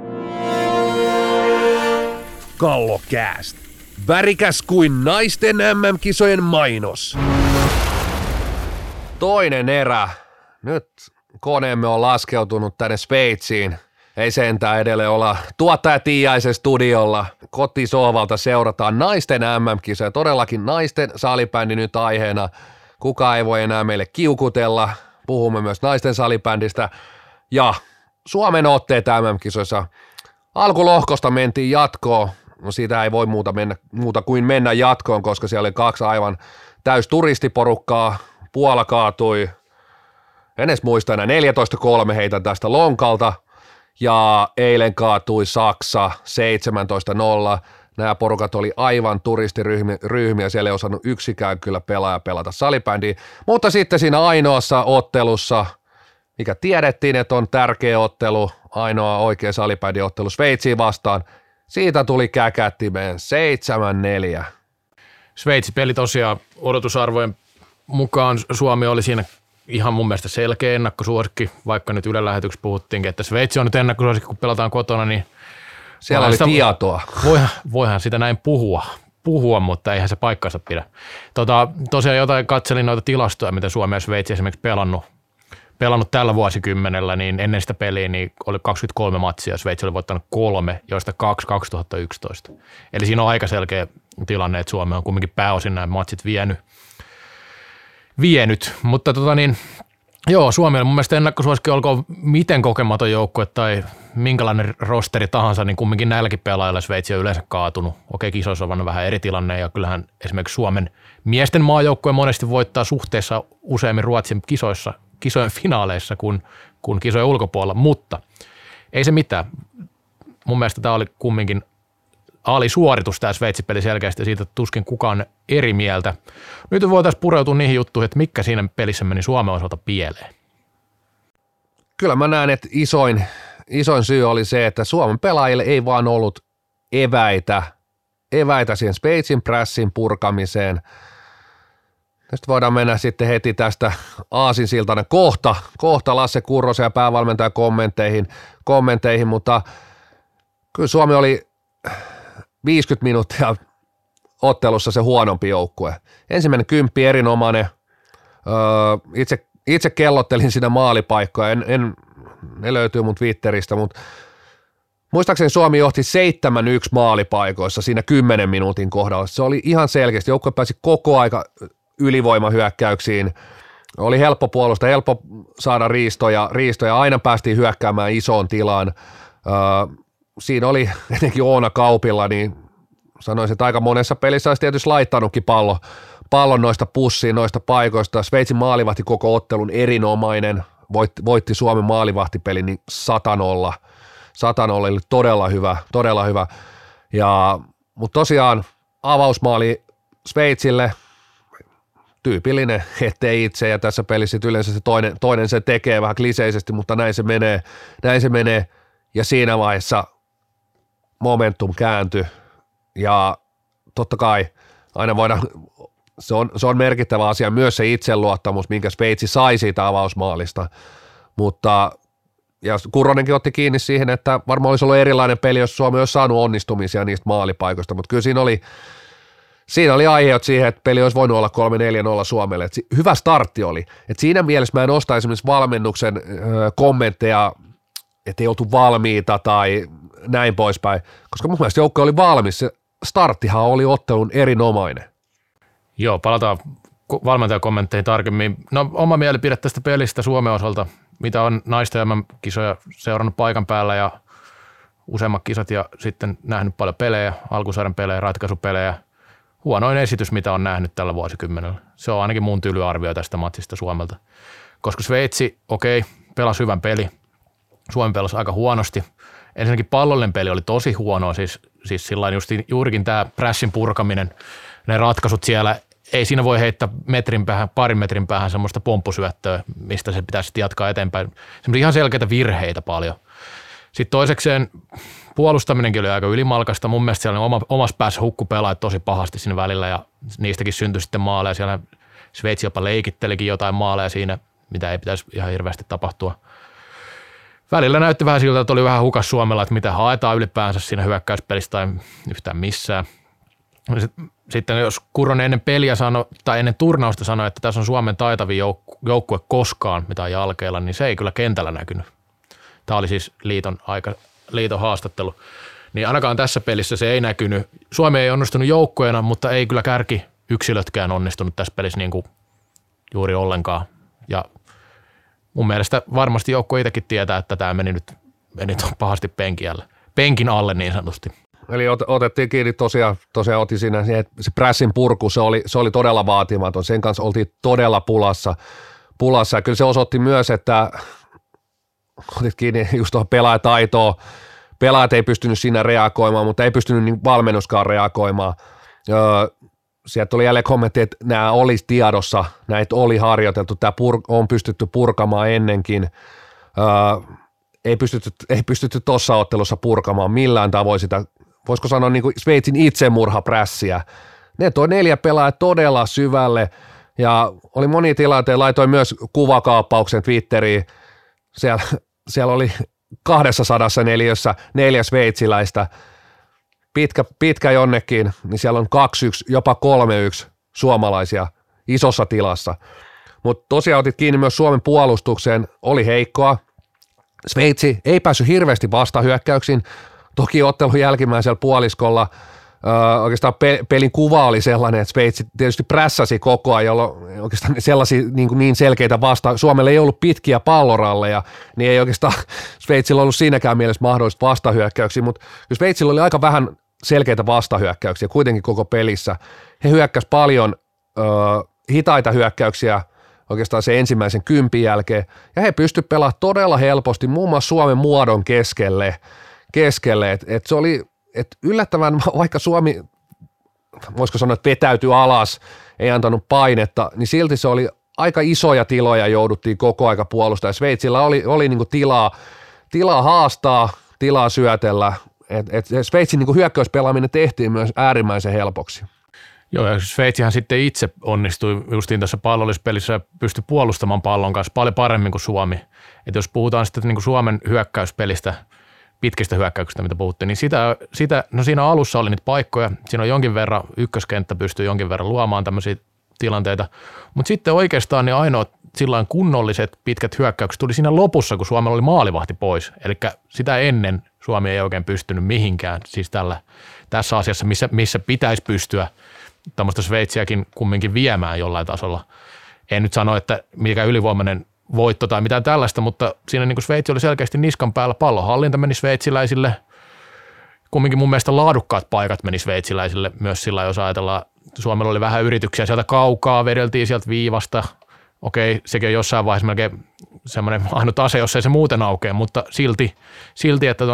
A: Kallokääst. Värikäs kuin naisten MM-kisojen mainos.
B: Toinen erä. Nyt koneemme on laskeutunut tänne Sveitsiin. Ei sentään edelleen olla tuottaja Tiiaisen studiolla. Kotisohvalta seurataan naisten MM-kisoja. Todellakin naisten salibändi nyt aiheena. Kukaan ei voi enää meille kiukutella. Puhumme myös naisten salibändistä. Ja Suomen otteet MM-kisoissa. Alkulohkosta mentiin jatkoon. No siitä ei voi muuta kuin mennä jatkoon, koska siellä oli 2 aivan täys turistiporukkaa. Puola kaatui. En edes muista enää 14-3 heitä tästä lonkalta. Ja eilen kaatui Saksa 17-0. Nämä porukat oli aivan turistiryhmiä, siellä ei osannut yksikään kyllä pelaaja pelata salibändiä. Mutta sitten siinä ainoassa ottelussa, mikä tiedettiin, että on tärkeä ottelu, ainoa oikea salibändiottelu Sveitsiin vastaan, siitä tuli käkättimeen 7-4.
C: Sveitsi peli tosiaan odotusarvojen mukaan Suomi oli siinä ihan mun mielestä selkeä ennakkosuosikki, vaikka nyt Ylen lähetyksessä puhuttiinkin, että Sveitsi on nyt ennakkosuosikki, kun pelataan kotona, niin
B: siellä oli tietoa.
C: Voihan sitä näin puhua, mutta eihän se paikkansa pidä. Tosiaan jotain katselin noita tilastoja, mitä Suomi ja Sveitsi esimerkiksi pelannut tällä vuosikymmenellä, niin ennen sitä peliä niin oli 23 matsia, Sveitsi oli voittanut 3, joista 2 2011. Eli siinä on aika selkeä tilanne, että Suomi on kumminkin pääosin nämä matsit vienyt. Mutta joo, Suomi on mun mielestä ennakkosuosikki, olkoon miten kokematon joukkue tai minkälainen rosteri tahansa, niin kumminkin näilläkin pelaajilla Sveitsi on yleensä kaatunut. Okei, kisoissa on vähän eri tilanne ja kyllähän esimerkiksi Suomen miesten maajoukkue monesti voittaa suhteessa useammin Ruotsin kisojen finaaleissa kuin kisojen ulkopuolella, mutta ei se mitään. Mun mielestä tämä oli kumminkin alisuoritus tämä Sveitsi-peli selkeästi ja siitä tuskin kukaan eri mieltä. Nyt voitaisiin pureutua niihin juttuihin, että mikä siinä pelissä meni Suomen osalta pieleen.
B: Kyllä mä näen, että isoin syy oli se, että Suomen pelaajille ei vaan ollut eväitä siihen Sveitsin prässin purkamiseen. Tästä voidaan mennä sitten heti tästä aasinsiltana kohta Lasse Kurrosen ja päävalmentajan kommentteihin, mutta kyllä Suomi oli 50 minuuttia ottelussa se huonompi joukkue. Ensimmäinen 10 erinomainen. Itse kellottelin siinä maalipaikkoja. Ne löytyy mun Twitteristä, mutta muistaakseni Suomi johti 7-1 maalipaikoissa siinä 10 minuutin kohdalla. Se oli ihan selkeästi. Joukkue pääsi koko aika ylivoimahyökkäyksiin. Oli helppo puolustaa, helppo saada riistoja. Aina päästiin hyökkäämään isoon tilaan. Siinä oli etenkin Oona Kaupilla, niin sanoisin, että aika monessa pelissä olisi tietysti laittanutkin pallon noista pussiin, noista paikoista. Sveitsin maalivahti koko ottelun erinomainen, voitti Suomen maalivahtipeli niin 100-0. 100-0 oli todella hyvä. Mutta tosiaan avausmaali Sveitsille, tyypillinen, ettei itse, ja tässä pelissä yleensä se toinen se tekee vähän kliseisesti, mutta näin se menee, ja siinä vaiheessa momentum kääntyi, ja totta kai aina voidaan, se on merkittävä asia myös se itseluottamus, minkä Sveitsi sai siitä avausmaalista, mutta ja Kurronenkin otti kiinni siihen, että varmaan olisi ollut erilainen peli, jos Suomi olisi saanut onnistumisia niistä maalipaikoista, mutta kyllä siinä siinä oli aiheut siihen, että peli olisi voinut olla 3-4-0 Suomelle. Et hyvä startti oli. Et siinä mielessä mä en osta esimerkiksi valmennuksen kommentteja, että ei oltu valmiita tai näin poispäin, koska mun mielestä joukko oli valmis. Se starttihan oli ottelun erinomainen.
C: Joo, palataan valmentajakommentteihin tarkemmin. No oma mielipide tästä pelistä Suomen osalta, mitä on naisten MM-kisoja seurannut paikan päällä ja useammat kisat ja sitten nähnyt paljon pelejä, alkusarjan pelejä, ratkaisupelejä. Huonoin esitys, mitä on nähnyt tällä vuosikymmenellä. Se on ainakin mun tylyarvio tästä matsista Suomelta. Koska Sveitsi, pelasi hyvän peli. Suomi pelasi aika huonosti. Ensinnäkin pallollinen peli oli tosi huono, siis sillain juurikin tämä prässin purkaminen, ne ratkaisut siellä, ei siinä voi heittää parin metrin päähän semmoista pomppusyöttöä, mistä se pitäisi jatkaa eteenpäin. Semmoisia ihan selkeitä virheitä paljon. Sitten toisekseen puolustaminenkin oli aika ylimalkaista. Mun mielestä siellä omassa päässä hukku pelaajat tosi pahasti siinä välillä ja niistäkin syntyi sitten maaleja. Siellä Sveitsi jopa leikittelikin jotain maaleja siinä, mitä ei pitäisi ihan hirveästi tapahtua. Välillä näytti vähän siltä, että oli vähän hukas Suomella, että mitä haetaan ylipäänsä siinä hyökkäyspelissä tai yhtään missään. Sitten jos Kuronen ennen peliä tai ennen turnausta sanoi, että tässä on Suomen taitavin joukkue koskaan, mitä on jalkeilla, niin se ei kyllä kentällä näkynyt. Tämä oli siis liiton haastattelu. Niin ainakaan tässä pelissä se ei näkynyt. Suomi ei onnistunut joukkueena, mutta ei kyllä kärkiyksilötkään onnistunut tässä pelissä niin kuin juuri ollenkaan. Mun mielestä varmasti joukko itsekin tietää, että tämä meni pahasti penkin alle niin sanotusti.
B: Eli otettiin kiinni tosiaan otin siinä se pressin purku, se oli todella vaatimaton. Sen kanssa oltiin todella pulassa. Ja kyllä se osoitti myös, että otit kiinni just tuohon pelaajataitoon. Pelaajat ei pystynyt siinä reagoimaan, mutta ei pystynyt niin valmennuskaan reagoimaan. Sieltä tuli jälleen kommentti, että nämä olisi tiedossa, näitä oli harjoiteltu, tämä on pystytty purkamaan ennenkin. Ei pystytty tuossa ottelussa purkamaan millään tavoin sitä, voisiko sanoa niin kuin Sveitsin itsemurhaprässiä. Ne toi 4 pelaajaa todella syvälle ja oli monia tilanteita, laitoin myös kuvakaappauksen Twitteriin. Siellä oli 204 4 sveitsiläistä. Pitkä jonnekin, niin siellä on 2-1, jopa 3-1 suomalaisia isossa tilassa. Mutta tosiaan otit kiinni myös Suomen puolustukseen, oli heikkoa. Sveitsi ei päässyt hirveästi vastahyökkäyksiin, toki ottelun jälkimmäisellä puoliskolla oikeastaan pelin kuva oli sellainen, että Sveitsi tietysti prässäsi koko ajan, jolloin oikeastaan sellaisia niin selkeitä Suomella ei ollut pitkiä palloralleja, niin ei oikeastaan Sveitsillä ollut siinäkään mielessä mahdollista vastahyökkäyksiä, mutta Sveitsillä oli aika vähän selkeitä vastahyökkäyksiä kuitenkin koko pelissä. He hyökkäsivät paljon hitaita hyökkäyksiä oikeastaan se ensimmäisen 10 jälkeen, ja he pystyivät pelaamaan todella helposti muun muassa Suomen muodon keskelle. Et se oli yllättävän, vaikka Suomi, voisiko sanoa, että vetäytyi alas, ei antanut painetta, niin silti se oli aika isoja tiloja jouduttiin koko aika puolustaa, ja Sveitsillä oli niinku tilaa haastaa, tilaa syötellä, et Sveitsin niinku hyökkäyspelaaminen tehtiin myös äärimmäisen helpoksi.
C: Joo, ja Sveitsihän sitten itse onnistui justiin tässä pallollispelissä ja pystyi puolustamaan pallon kanssa paljon paremmin kuin Suomi. Et jos puhutaan sitten niin kuin Suomen hyökkäyspelistä, pitkistä hyökkäyksistä, mitä puhuttiin, niin siinä alussa oli niitä paikkoja, siinä on jonkin verran, ykköskenttä pystyy jonkin verran luomaan tämmöisiä tilanteita, mutta sitten oikeastaan niin ainoat sillain kunnolliset pitkät hyökkäykset tuli siinä lopussa, kun Suomella oli maalivahti pois, eli sitä ennen Suomi ei oikein pystynyt mihinkään, siis tässä asiassa, missä pitäisi pystyä tämmöistä Sveitsiäkin kumminkin viemään jollain tasolla. En nyt sano, että mikä ylivoimainen voitto tai mitään tällaista, mutta siinä niin kuin Sveitsi oli selkeästi niskan päällä, pallonhallinta meni sveitsiläisille, kumminkin mun mielestä laadukkaat paikat meni sveitsiläisille myös sillä, jos ajatellaan, Suomella oli vähän yrityksiä sieltä kaukaa, vedeltiin sieltä viivasta, okei, sekin on jossain vaiheessa melkein semmoinen ainut ase, jos ei se muuten aukea, mutta silti että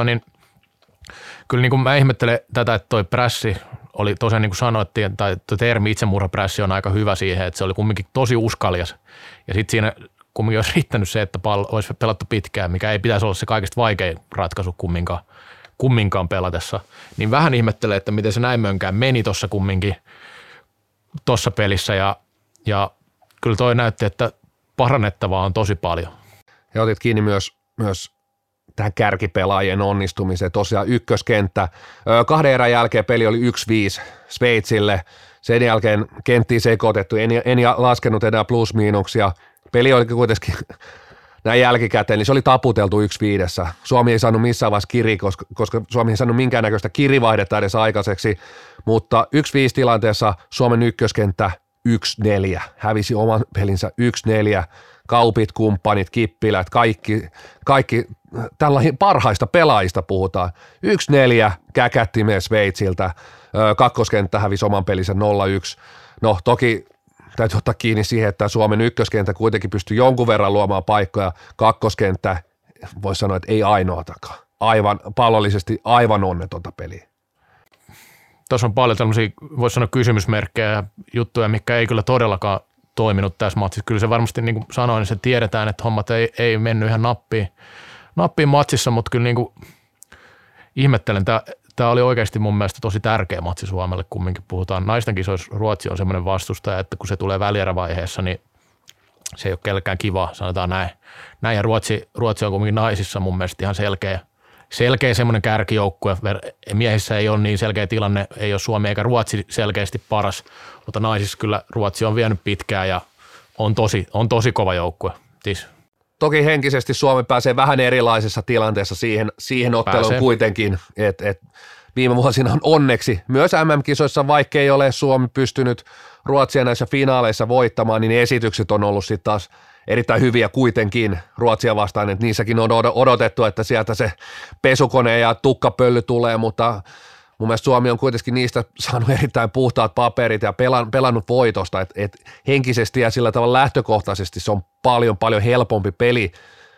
C: kyllä niin kuin mä ihmettelen tätä, että toi prässi oli tosiaan niin kuin sanoittiin, tai termi itsemurhaprässi on aika hyvä siihen, että se oli kumminkin tosi uskaljas ja sitten siinä kumminkin olisi riittänyt se, että pallo olisi pelattu pitkään, mikä ei pitäisi olla se kaikista vaikein ratkaisu kumminkaan pelatessa. Niin vähän ihmettelee, että miten se näin mönkään meni tuossa kumminkin tuossa pelissä ja kyllä toi näytti, että parannettavaa on tosi paljon.
B: Ja otit kiinni myös tähän kärkipelaajien onnistumiseen. Tosiaan ykköskenttä. 2 erän jälkeen peli oli 1-5 Sveitsille. Sen jälkeen kenttiin sekoitettu, en laskenut enää plus-miinuksia. Peli oli kuitenkin näin jälkikäteen, niin se oli taputeltu 1-5. Suomi ei saanut missään vaiheessa koska Suomi ei saanut minkäännäköistä kirivaihdetta edes aikaiseksi, mutta 1-5 tilanteessa Suomen ykköskenttä 1-4, hävisi oman pelinsä 1-4, Kaupit, kumppanit, Kippilät, kaikki tällainen parhaista pelaajista puhutaan. 1-4 käkättimeen Sveitsiltä, kakkoskenttä hävisi oman pelinsä 0-1. No toki täytyy ottaa kiinni siihen, että Suomen ykköskenttä kuitenkin pystyi jonkun verran luomaan paikkoja, kakkoskenttä voisi sanoa, että ei ainoatakaan. Aivan pallollisesti aivan onnetonta peliä.
C: Tuossa on paljon tällaisia, voisi sanoa kysymysmerkkejä ja juttuja, mitkä ei kyllä todellakaan toiminut tässä matsissa. Kyllä se varmasti, niin kuin sanoin, niin se tiedetään, että hommat ei mennyt ihan nappiin matsissa, mutta kyllä niin kuin ihmettelen, tämä oli oikeasti mun mielestä tosi tärkeä matsi Suomelle, kumminkin puhutaan. Naisten kisoissa Ruotsi on semmoinen vastustaja, että kun se tulee välierävaiheessa, niin se ei ole kellekään kivaa, sanotaan näin. Ja Ruotsi on kumminkin naisissa mun mielestä ihan selkeä semmoinen kärkijoukkue. Miehissä ei ole niin selkeä tilanne, ei ole Suomi eikä Ruotsi selkeästi paras, mutta naisissa kyllä Ruotsi on vienyt pitkään ja on tosi kova joukkue.
B: Toki henkisesti Suomi pääsee vähän erilaisessa tilanteessa siihen otteluun kuitenkin, että viime vuosina on onneksi myös MM-kisoissa, vaikka ei ole Suomi pystynyt Ruotsia näissä finaaleissa voittamaan, niin esitykset on ollut sitten taas erittäin hyviä kuitenkin Ruotsia vastaan, että niissäkin on odotettu, että sieltä se pesukone ja tukkapölly tulee, mutta mun mielestä Suomi on kuitenkin niistä saanut erittäin puhtaat paperit ja pelannut voitosta, että henkisesti ja sillä tavalla lähtökohtaisesti se on paljon helpompi peli.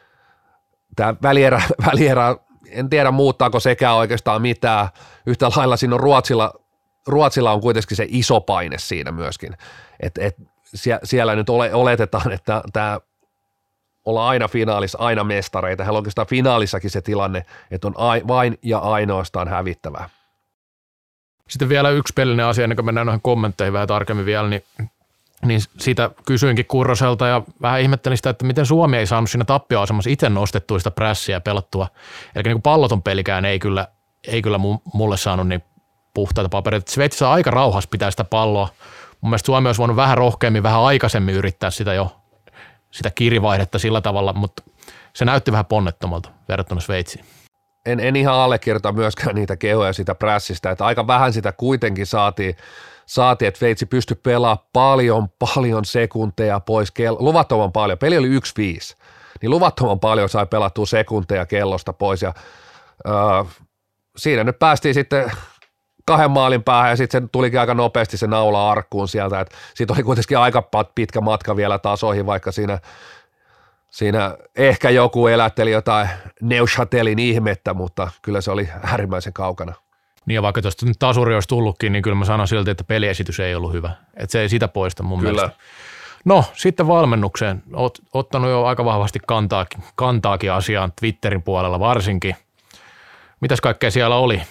B: Tämä välierä, en tiedä muuttaako sekään oikeastaan mitään, yhtä lailla siinä on Ruotsilla on kuitenkin se iso paine siinä myöskin, että siellä nyt oletetaan, että tämä ollaan aina finaalissa, aina mestareita. Heillä on oikeastaan finaalissakin se tilanne, että on vain ja ainoastaan hävittävää.
C: Sitten vielä yksi pelinen asia, ennen kuin mennään noihin kommentteihin vähän tarkemmin vielä, niin sitä kysyinkin Kurroselta ja vähän ihmettelin sitä, että miten Suomi ei saanut siinä tappioasemassa itse nostettua sitä prässiä ja pelattua. Eli niin kuin palloton pelikään ei kyllä mulle saanut niin puhtaita papereita. Sveitsissä aika rauhassa pitää sitä palloa. Mun mielestä Suomi olisi voinut vähän rohkeammin, vähän aikaisemmin yrittää sitä kirivaihdetta sillä tavalla, mutta se näytti vähän ponnettomalta verrattuna Sveitsiin.
B: En ihan allekirjoita myöskään niitä kehoja siitä prässistä, että aika vähän sitä kuitenkin saatiin, että Sveitsi pystyi pelaamaan paljon sekunteja pois, luvattoman paljon, peli oli 1-5, niin luvattoman paljon sai pelattua sekunteja kellosta pois ja siinä nyt päästiin sitten 2 maalin päähän ja sitten se tulikin aika nopeasti se naula arkkuun sieltä, että siitä oli kuitenkin aika pitkä matka vielä tasoihin, vaikka siinä ehkä joku elätteli jotain Neuchâtelin ihmettä, mutta kyllä se oli äärimmäisen kaukana.
C: Niin ja vaikka tuosta nyt tasuri olisi tullutkin, niin kyllä mä sanon silti, että peliesitys ei ollut hyvä. Että se ei sitä poista mun mielestä. No sitten valmennukseen. Oot ottanut jo aika vahvasti kantaakin asiaan Twitterin puolella varsinkin. Mitäs kaikkea siellä oli?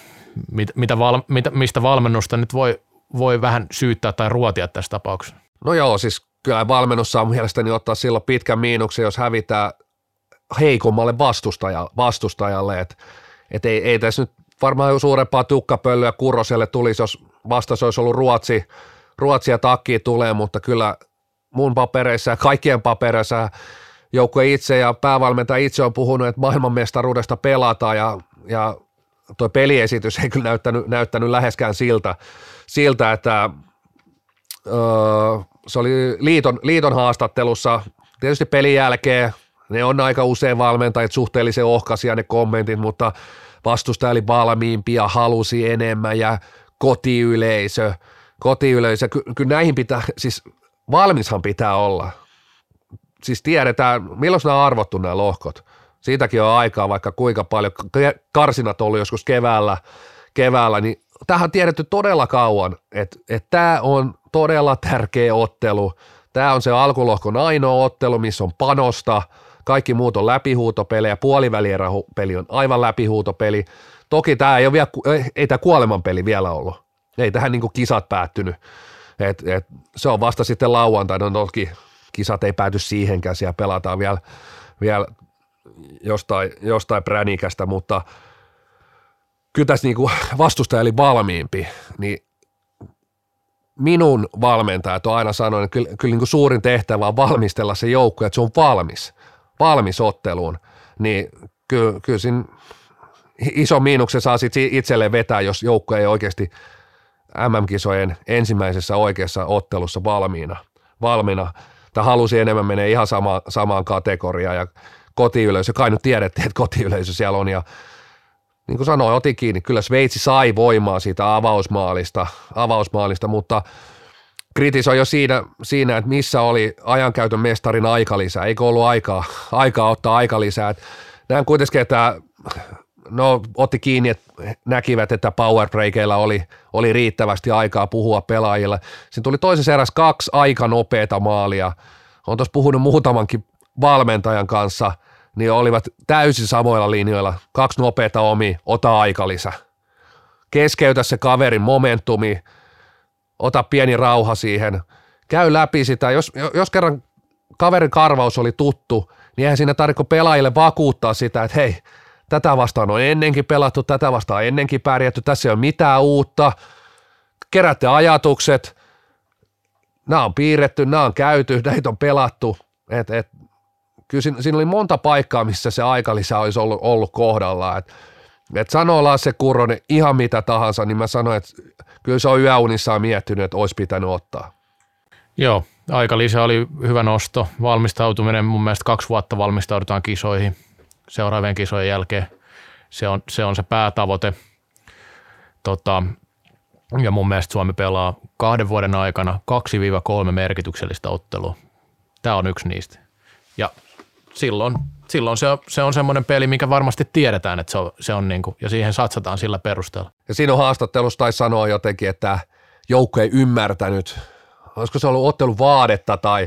C: Mistä valmennusta nyt voi vähän syyttää tai ruotia tässä tapauksessa?
B: No joo, siis kyllä valmennus saa mielestäni ottaa silloin pitkän miinuksen, jos hävitään heikommalle vastustajalle, että ei tässä nyt varmaan suurempaa tukkapölyä Kurroselle tulisi, jos vastaus olisi ollut Ruotsia takkiin tulee, mutta kyllä mun papereissa ja kaikkien papereissa joukkue itse ja päävalmentaja itse on puhunut, että maailmanmestaruudesta pelataan ja tuo peliesitys ei kyllä näyttänyt läheskään siltä että se oli liiton haastattelussa, tietysti pelin jälkeen, ne on aika usein valmentajat suhteellisen ohkaisia ne kommentit, mutta vastustaja oli valmiimpia, halusi enemmän ja kotiyleisö, kyllä näihin pitää, siis valmishan pitää olla. Siis tiedetään, milloin nämä on arvottu nämä lohkot. Siitäkin on aikaa vaikka kuinka paljon, karsinat on ollut joskus keväällä, niin tämähän on tiedetty todella kauan, että tämä on todella tärkeä ottelu. Tämä on se alkulohkon ainoa ottelu, missä on panosta, kaikki muut on läpihuutopelejä, puolivälieräpeli on aivan läpihuutopeli. Toki tämä ei ole vielä, ei tämä kuolemanpeli vielä ollut, ei tähän niin kuin kisat päättynyt. Se on vasta sitten lauantaina, no toki kisat ei pääty siihenkään, siellä pelataan vielä jostain pränikästä, mutta kyllä tässä niin kuin vastustaja oli valmiimpi, niin minun valmentajat on aina sanonut, että kyllä niin kuin suurin tehtävä on valmistella se joukkue, että se on valmis otteluun, niin kyllä siinä iso miinuksen saa sitten itselleen vetää, jos joukkue ei oikeasti MM-kisojen ensimmäisessä oikeassa ottelussa valmiina. Tai halusi enemmän mennä ihan samaan kategoriaan ja kotiyleisö, kai nyt tiedettiin, että kotiyleisö siellä on ja niin kuin sanoin, otin kiinni, kyllä Sveitsi sai voimaa siitä avausmaalista, mutta kritisoi jo siinä, että missä oli ajankäytön mestarin aikalisä, eikö ollut aikaa ottaa aikalisää. Näen kuitenkin, että otti kiinni, että näkivät, että powerbreakeilla oli riittävästi aikaa puhua pelaajille. Siinä tuli toisessa erässä 2 aika nopeata maalia. Olen tuossa puhunut muutamankin valmentajan kanssa, niin olivat täysin samoilla linjoilla. 2 nopeata ota aikalisä. Keskeytä se kaverin momentumi, ota pieni rauha siihen, käy läpi sitä. Jos kerran kaverin karvaus oli tuttu, niin eihän siinä tarvitse pelaajille vakuuttaa sitä, että hei, tätä vastaan on ennenkin pelattu, tätä vastaan ennenkin pärjätty, tässä ei ole mitään uutta. Keräätte ajatukset, nämä on piirretty, nämä on käyty, näitä on pelattu. Kyllä siinä oli monta paikkaa, missä se aikalisä olisi ollut kohdallaan. Et sanoo Lasse Kurronen ihan mitä tahansa, niin mä sanoin, että kyllä se on yöunissaan miettinyt, että olisi pitänyt ottaa.
C: Joo, aikalisä oli hyvä nosto. Valmistautuminen, mun mielestä 2 vuotta valmistaudutaan kisoihin. Seuraavien kisojen jälkeen se on se päätavoite. Ja mun mielestä Suomi pelaa 2 vuoden aikana 2-3 merkityksellistä ottelua. Tämä on yksi niistä. Ja silloin se on semmoinen peli, mikä varmasti tiedetään, että se on niin kuin, ja siihen satsataan sillä perusteella.
B: Ja siinä on haastattelussa taisi sanoa jotenkin, että joukko ei ymmärtänyt, olisiko se ollut ottelun vaadetta tai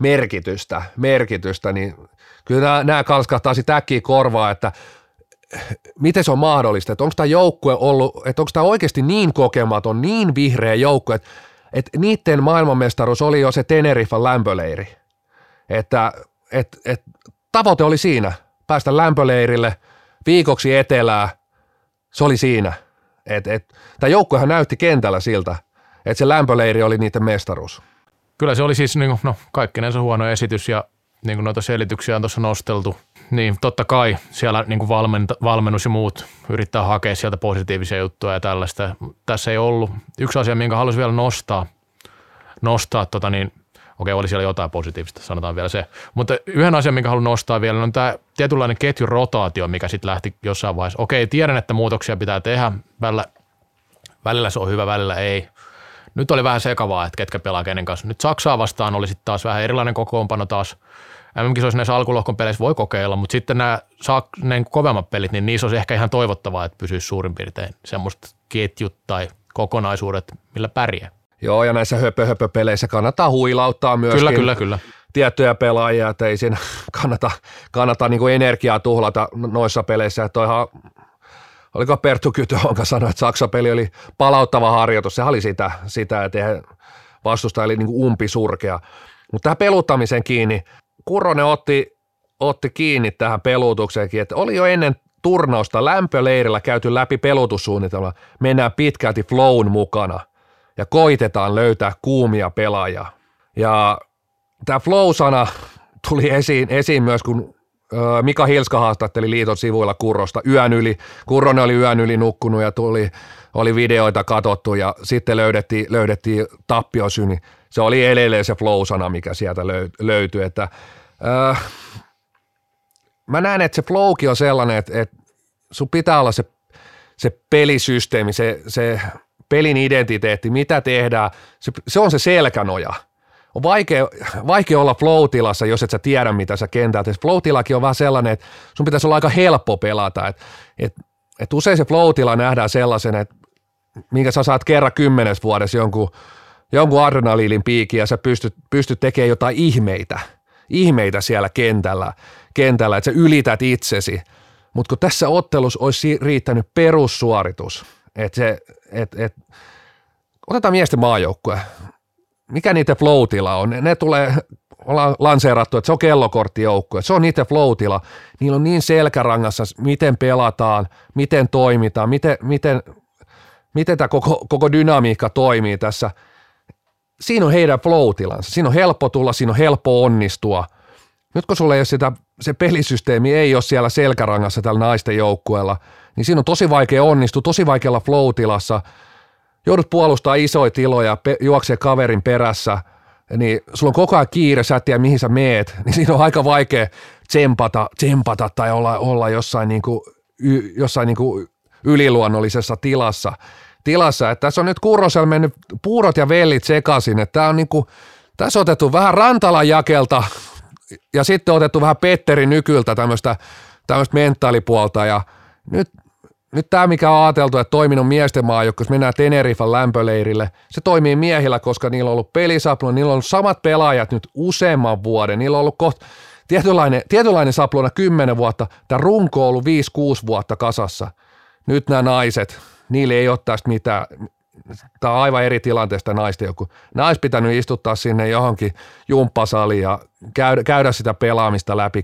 B: merkitystä, niin kyllä nämä kalskahtaa sitten äkkiä korvaa, että miten se on mahdollista, että onko tämä joukkue ollut, että onko tämä oikeasti niin kokematon, niin vihreä joukkue, että niiden maailmanmestaruus oli jo se Teneriffan lämpöleiri, että tavoite oli siinä, päästä lämpöleirille viikoksi etelää, se oli siinä, tämä joukkuehan näytti kentällä siltä, että se lämpöleiri oli niiden mestaruus.
C: Kyllä se oli siis kaikkinensa huono esitys ja niin kuin noita selityksiä on tuossa nosteltu, niin totta kai siellä niin kuin valmennus ja muut yrittää hakea sieltä positiivisia juttuja ja tällaista. Tässä ei ollut. Yksi asia, minkä haluaisin vielä nostaa okei, oli siellä jotain positiivista, sanotaan vielä se. Mutta yhden asian, minkä haluan nostaa vielä, on tämä tietynlainen ketjurotaatio, mikä sitten lähti jossain vaiheessa. Okei, tiedän, että muutoksia pitää tehdä. Välillä se on hyvä, välillä ei. Nyt oli vähän sekavaa, että ketkä pelaa kenen kanssa. Nyt Saksaa vastaan oli sitten taas vähän erilainen kokoonpano taas. MM-kisoissa näissä alkulohkon peleissä voi kokeilla, mutta sitten nämä kovemmat pelit, niin niissä olisi ehkä ihan toivottavaa, että pysyisi suurin piirtein semmoista ketjut tai kokonaisuudet, millä pärjää.
B: Joo, ja näissä höpö-höpö-peleissä kannattaa huilauttaa myöskin
C: Kyllä.
B: Tiettyjä pelaajia, että ei siinä kannata niin kuin energiaa tuhlata noissa peleissä. Että oliko Perttu Kytö, jonka sanoi, että Saksa-peli oli palauttava harjoitus. Sehän oli sitä että vastustaja oli niin kuin umpisurkea. Mutta tähän peluttamiseen kiinni, Kurronen otti kiinni tähän pelutukseenkin, että oli jo ennen turnausta lämpöleirillä käyty läpi pelutussuunnitelma. Mennään pitkälti flown mukana ja koitetaan löytää kuumia pelaajia. Ja tämä flow-sana tuli esiin myös, kun Mika Hilska haastatteli liiton sivuilla Kurrosta yön yli. Kurronen oli yön yli nukkunut ja oli videoita katsottu ja sitten löydettiin tappiosyni. Se oli edelleen se flow-sana, mikä sieltä löytyi. Että, mä näen, että se flowkin on sellainen, että sun pitää olla se pelisysteemi, se pelin identiteetti, mitä tehdään. Se on se selkänoja. On vaikea olla flow-tilassa, jos et sä tiedä, mitä sä kentältä. Flow-tilakin on vähän sellainen, että sun pitäisi olla aika helppo pelata. Et usein se flow-tila nähdään sellaisen, että minkä sä saat kerran 10 vuodessa jonkun adrenaliinin piikin ja sä pystyt tekemään jotain ihmeitä siellä kentällä, että sä ylität itsesi. Mutta kun tässä ottelussa olisi riittänyt perussuoritus, otetaan miesten maajoukkue. Mikä niiden flow-tila on? Ne ollaan lanseerattu, että se on kellokorttijoukkue, se on niiden flow-tila. Niillä on niin selkärangassa, miten pelataan, miten toimitaan, miten tämä koko dynamiikka toimii tässä. siinä on heidän flow-tilansa. Siinä on helppo tulla, siinä on helppo onnistua. Nyt kun sulla ei ole se pelisysteemi ei ole siellä selkärangassa tällä naisten joukkueella, niin siinä on tosi vaikea onnistua, tosi vaikealla flow-tilassa. Joudut puolustaa isoja tiloja, juoksee kaverin perässä, niin sulla on koko ajan kiire, sä et tiedä mihin sä meet, niin siinä on aika vaikea tsempata tai olla jossain yliluonnollisessa tilassa. Että tässä on nyt Kurrosella mennyt puurot ja vellit sekaisin, että tää on tässä on otettu vähän Rantalan Jakelta ja sitten otettu vähän Petteri Nykyltä tämmöistä mentaalipuolta ja nyt tämä, mikä on ajateltu, että toiminut miesten maajoukko, jos mennään Tenerifan lämpöleirille, se toimii miehillä, koska niillä on ollut pelisapluuna, niillä on ollut samat pelaajat nyt useamman vuoden, niillä on ollut tietynlainen sapluuna 10 vuotta, tämä runko on ollut 5-6 vuotta kasassa. Nyt nämä naiset, niille ei ole tästä mitään, tämä on aivan eri tilanteesta naisten joku. Nämä olisi pitänyt istuttaa sinne johonkin jumppasaliin ja käydä sitä pelaamista läpi,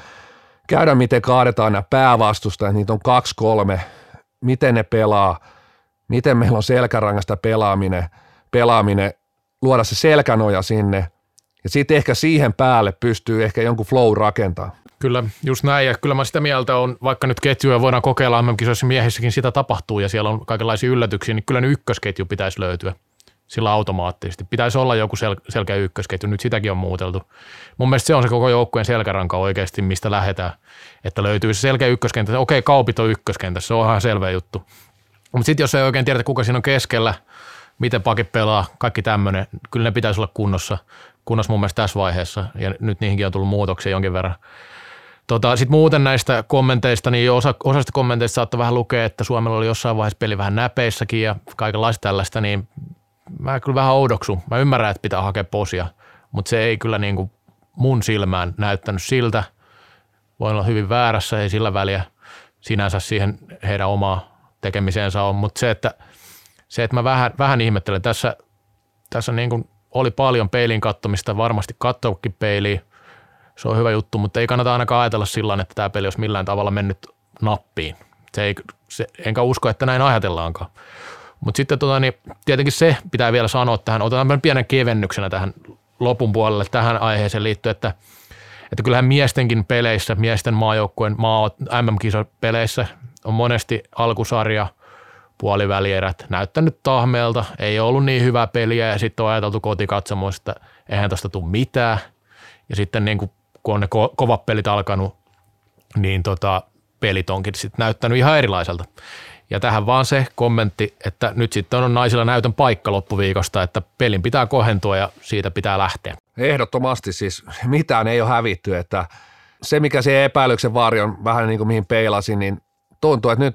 B: käydä miten kaadetaan nämä päävastustajat, niitä on 2-3, miten ne pelaa, miten meillä on selkärangasta pelaaminen, luoda se selkänoja sinne ja sitten ehkä siihen päälle pystyy ehkä jonkun flow rakentamaan.
C: Kyllä, just näin ja kyllä mä sitä mieltä on, vaikka nyt ketjuja voidaan kokeilla MM-kisoissa miehissäkin sitä tapahtuu ja siellä on kaikenlaisia yllätyksiä, niin kyllä ne ykkösketju pitäisi löytyä sillä automaattisesti. Pitäisi olla joku selkeä ykkösketju, nyt sitäkin on muuteltu. Mun mielestä se on se koko joukkueen selkäranka oikeasti, mistä lähdetään, että löytyy se selkeä ykköskenttä. Okei, Kaupit on ykköskentässä, se on ihan selvä juttu. Mutta sitten jos ei oikein tiedä, kuka siinä on keskellä, miten pakit pelaa, kaikki tämmöinen, kyllä ne pitäisi olla kunnossa mun mielestä tässä vaiheessa ja nyt niihinkin on tullut muutoksia jonkin verran. Sitten muuten näistä kommenteista, niin osasta kommenteista saattoi vähän lukea, että Suomella oli jossain vaiheessa peli vähän näpeissäkin ja kaikenlaista tällaista, niin mä kyllä vähän oudoksun. Mä ymmärrän, että pitää hakea posia, mutta se ei kyllä niin kuin mun silmään näyttänyt siltä. Voin olla hyvin väärässä, ei sillä väliä sinänsä siihen heidän omaa tekemiseensä on, mutta se, että mä vähän ihmettelen, tässä niin kuin oli paljon peilin kattomista, varmasti katsoakin peiliin, se on hyvä juttu, mutta ei kannata ainakaan ajatella sillä että tämä peli olisi millään tavalla mennyt nappiin. Enkä usko, että näin ajatellaankaan. Mutta sitten niin tietenkin se pitää vielä sanoa tähän, otetaan pienen kevennyksenä tähän lopun puolelle tähän aiheeseen liittyen, että kyllähän miestenkin peleissä, miesten maajoukkueen MM-kisapeleissä on monesti alkusarja, puolivälierät näyttänyt tahmeelta, ei ollut niin hyvää peliä ja sitten on ajateltu kotikatsomoista, että eihän tästä tule mitään. Ja sitten niin kun on ne kovat pelit alkanut, niin pelit onkin sitten näyttänyt ihan erilaiselta. Ja tähän vaan se kommentti, että nyt sitten on naisilla näytön paikka loppuviikosta, että pelin pitää kohentua ja siitä pitää lähteä.
B: Ehdottomasti siis mitään ei ole hävitty, että se mikä se epäilyksen varjon vähän niin kuin mihin peilasin, niin tuntuu, että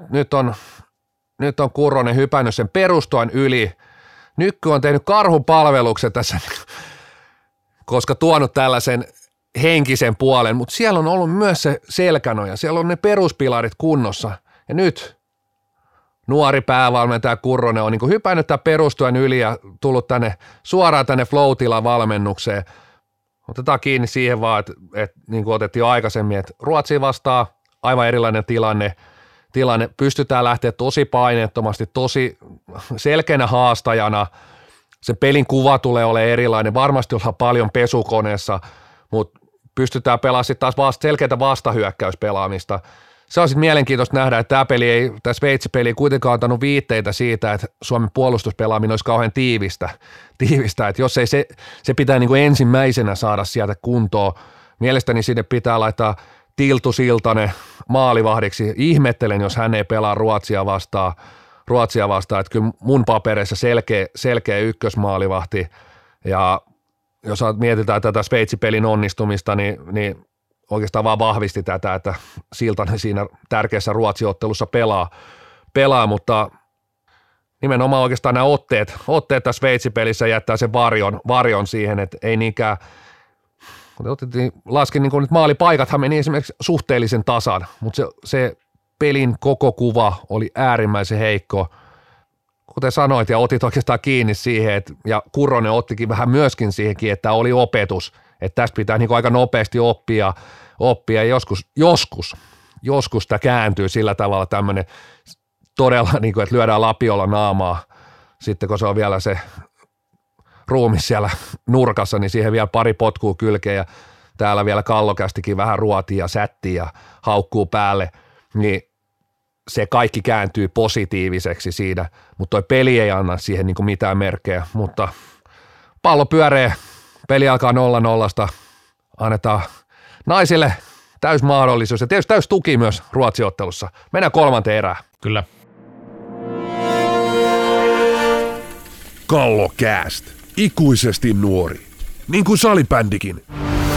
B: nyt on Kurronen hypännyt sen perustoin yli. Nykky on tehnyt karhun palveluksen tässä, koska tuonut tällaisen henkisen puolen, mutta siellä on ollut myös se selkänoja, siellä on ne peruspilarit kunnossa ja nyt nuori päävalmentaja Kurronen on niin hypännyt tämän perustoin yli ja tullut suoraan tänne flow-tilan valmennukseen. Otetaan kiinni siihen vaan, että niin kuin otettiin jo aikaisemmin, että Ruotsi vastaa aivan erilainen tilanne. Pystytään lähteä tosi paineettomasti, tosi selkeänä haastajana. Sen pelin kuva tulee olemaan erilainen. Varmasti ollaan paljon pesukoneessa, mutta pystytään pelaamaan sitten taas selkeätä vastahyökkäyspelaamista. Se on sitten mielenkiintoista nähdä, että tämä Sveitsi-peli ei kuitenkaan antanut viitteitä siitä, että Suomen puolustuspelaaminen olisi kauhean tiivistä. Että jos ei se pitää niin kuin ensimmäisenä saada sieltä kuntoon. Mielestäni sinne pitää laittaa Tiltu Siltanen maalivahdiksi. Ihmettelen, jos hän ei pelaa Ruotsia vastaan. Että kyllä mun papereissa selkeä ykkösmaalivahti. Ja jos mietitään tätä Sveitsi-pelin onnistumista, niin oikeastaan vaan vahvisti tätä, että Siltanen siinä tärkeässä Ruotsi-ottelussa pelaa, mutta nimenomaan oikeastaan nämä otteet tässä Sveitsi-pelissä jättää sen varjon siihen, että ei niinkään, laskin niin nyt maalipaikathan meni esimerkiksi suhteellisen tasan, mutta se pelin koko kuva oli äärimmäisen heikko, kuten sanoit ja otit oikeastaan kiinni siihen, ja Kurronen ottikin vähän myöskin siihenkin, että oli opetus, että tästä pitää niin aika nopeasti oppia ja joskus tämä kääntyy sillä tavalla tämmöinen todella, niin kuin, että lyödään lapiolla naamaa, sitten kun se on vielä se ruumis siellä nurkassa, niin siihen vielä pari potkuu kylkeen ja täällä vielä Kallokästikin vähän ruotii ja sättii ja haukkuu päälle, niin se kaikki kääntyy positiiviseksi siinä, mutta toi peli ei anna siihen niin kuin mitään merkkejä, mutta pallo pyöree, peli alkaa 0-0, annetaan naisille täys mahdollisuus ja tietysti täys tuki myös Ruotsi-ottelussa. Mennään 3. erään.
C: Kyllä.
A: Kallokääst. Ikuisesti nuori. Niin kuin salibändikin.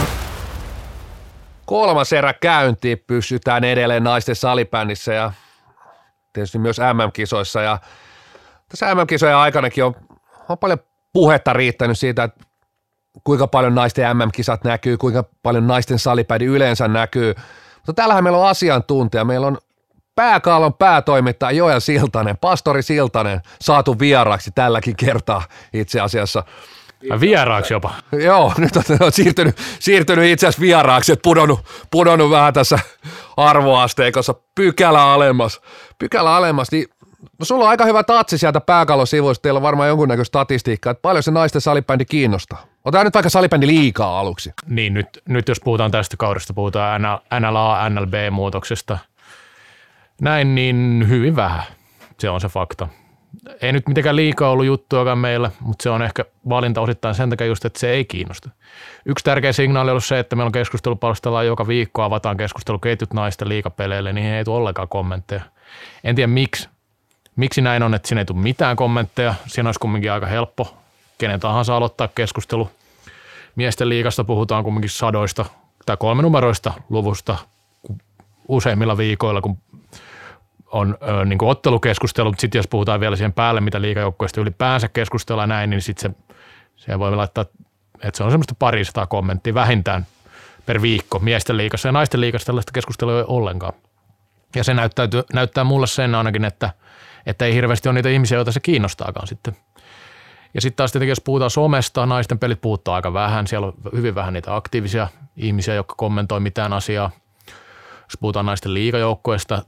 B: 3. erä käyntiin, pysytään edelleen naisten salibändissä ja tietysti myös MM-kisoissa. Ja tässä MM-kisojen aikanakin on paljon puhetta riittänyt siitä, että kuinka paljon naisten MM-kisat näkyy, kuinka paljon naisten salibändi yleensä näkyy. Mutta täällähän meillä on asiantuntija, meillä on Pääkallon päätoimittaja Joel Siltanen, pastori Siltanen, saatu vieraaksi tälläkin kertaa itse asiassa.
C: Vieraaksi jopa.
B: Joo, nyt on siirtynyt itse asiassa vieraaksi, että pudonnut vähän tässä arvoasteikossa pykälä alemmas, niin no sulla on aika hyvä tatsi sieltä Pääkallon sivuista, teillä on varmaan jonkunnäköistä statistiikkaa, että paljon se naisten salibändi kiinnostaa. Otetaan nyt vaikka salibändi liigaa aluksi.
C: Niin, nyt jos puhutaan tästä kaudesta, puhutaan NLA, NLB-muutoksesta, näin niin hyvin vähän, se on se fakta. Ei nyt mitenkään liikaa ollut juttuakaan meillä, mutta se on ehkä valinta osittain sen takia just, että se ei kiinnosta. Yksi tärkeä signaali on ollut se, että meillä on keskustelupalstalla joka viikko, avataan keskusteluketjut naisten liigapeleille, niin ei tule ollenkaan kommentteja. En tiedä miksi näin on, että siinä ei tule mitään kommentteja. Siinä olisi kumminkin aika helppo kenen tahansa aloittaa keskustelu. Miesten liigasta puhutaan kumminkin sadoista tai 3-numeroista luvusta useimmilla viikoilla, kun on niin kuin ottelukeskustelu, mutta sitten jos puhutaan vielä siihen päälle, mitä liigajoukkoista ylipäänsä keskustellaan näin, niin sitten se voi laittaa, että se on semmoista 200 kommenttia vähintään per viikko miesten liigassa ja naisten liigassa tällaista keskustelua ei ole ollenkaan. Ja se näyttää mulle sen ainakin, että ei hirveästi ole niitä ihmisiä, joita se kiinnostaakaan sitten. Ja sitten taas tietenkin, jos puhutaan somesta, naisten pelit puhuttaa aika vähän, siellä on hyvin vähän niitä aktiivisia ihmisiä, jotka kommentoi mitään asiaa. Jos puhutaan naisten liigajoukkoista,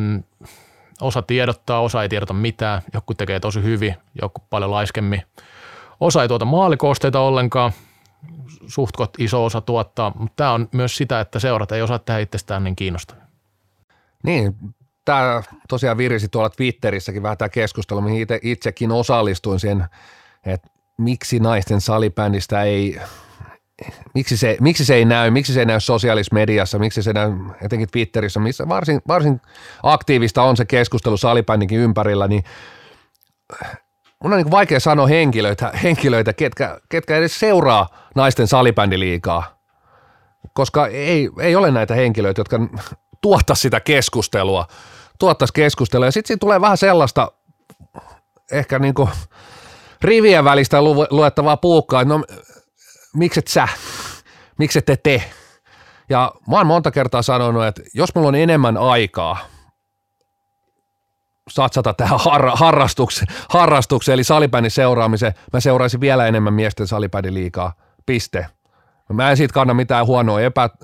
C: osa tiedottaa, osa ei tiedota mitään, joku tekee tosi hyvin, joku paljon laiskemmin. Osa ei tuota maalikoosteita ollenkaan, suhtkot iso osa tuottaa, mutta tämä on myös sitä, että seurat ei osaa tehdä itsestään niin kiinnostavia.
B: Niin, tämä tosiaan virisi tuolla Twitterissäkin vähän tämä keskustelu, mihin itsekin osallistuin sen, että miksi naisten salibändistä ei, miksi se ei näy sosiaalisessa mediassa, miksi se näy etenkin Twitterissä, missä varsin aktiivista on se keskustelu salibändinkin ympärillä, niin mun on niin vaikea sanoa henkilöitä ketkä edes seuraa naisten salibändiliigaa, koska ei ole näitä henkilöitä, jotka tuottaisi sitä keskustelua, ja sitten siinä tulee vähän sellaista ehkä niinku rivien välistä luettavaa puukkaa, että no mikset te te? Ja mä oon monta kertaa sanonut, että jos mulla on enemmän aikaa satsata tähän harrastukseen, eli salibändin seuraamiseen, mä seuraisin vielä enemmän miesten salibändiliigaa, piste. Mä en siitä kanna mitään huonoa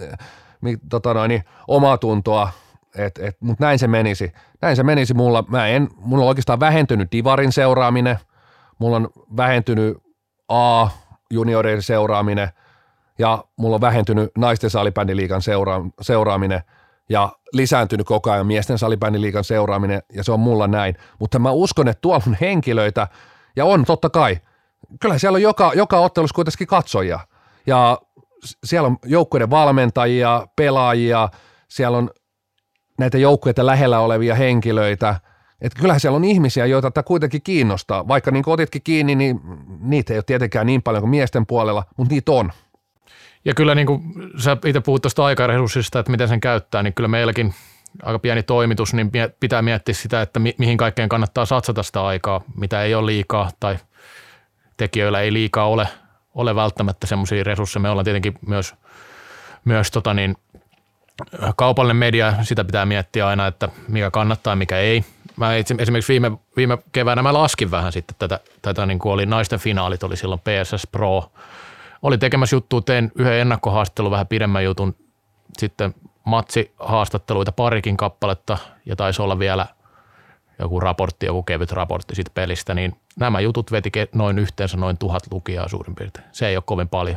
B: omaa tuntoa, mutta näin se menisi mulla. Mulla on oikeastaan vähentynyt Divarin seuraaminen, mulla on vähentynyt A-junioreiden seuraaminen ja mulla on vähentynyt naisten salibändiliigan seuraaminen ja lisääntynyt koko ajan miesten salibändiliigan seuraaminen ja se on mulla näin. Mutta mä uskon, että tuolla on henkilöitä ja on totta kai. Kyllä siellä on joka ottelussa kuitenkin katsojia ja siellä on joukkueiden valmentajia, pelaajia, siellä on näitä joukkueita lähellä olevia henkilöitä. Että kyllähän siellä on ihmisiä, joita tämä kuitenkin kiinnostaa. Vaikka niin kuin otitkin kiinni, niin niitä ei ole tietenkään niin paljon kuin miesten puolella, mutta niitä on.
C: Ja kyllä niin kuin sä itse puhut tuosta aikaresurssista, että miten sen käyttää, niin kyllä meilläkin aika pieni toimitus, niin pitää miettiä sitä, että mihin kaikkeen kannattaa satsata sitä aikaa, mitä ei ole liikaa tai tekijöillä ei liikaa ole välttämättä semmoisia resursseja. Me ollaan tietenkin myös kaupallinen media, sitä pitää miettiä aina, että mikä kannattaa ja mikä ei. Mä esimerkiksi viime keväänä mä laskin vähän sitten tätä niin kuin oli naisten finaalit, oli silloin PSS Pro. Oli tekemässä juttua, tein yhden ennakkohaastattelun, vähän pidemmän jutun, sitten matsihaastatteluita parikin kappaletta ja taisi olla vielä joku raportti, joku kevyt raportti siitä pelistä, niin nämä jutut veti yhteensä noin 1000 lukijaa suurin piirtein. Se ei ole kovin paljon.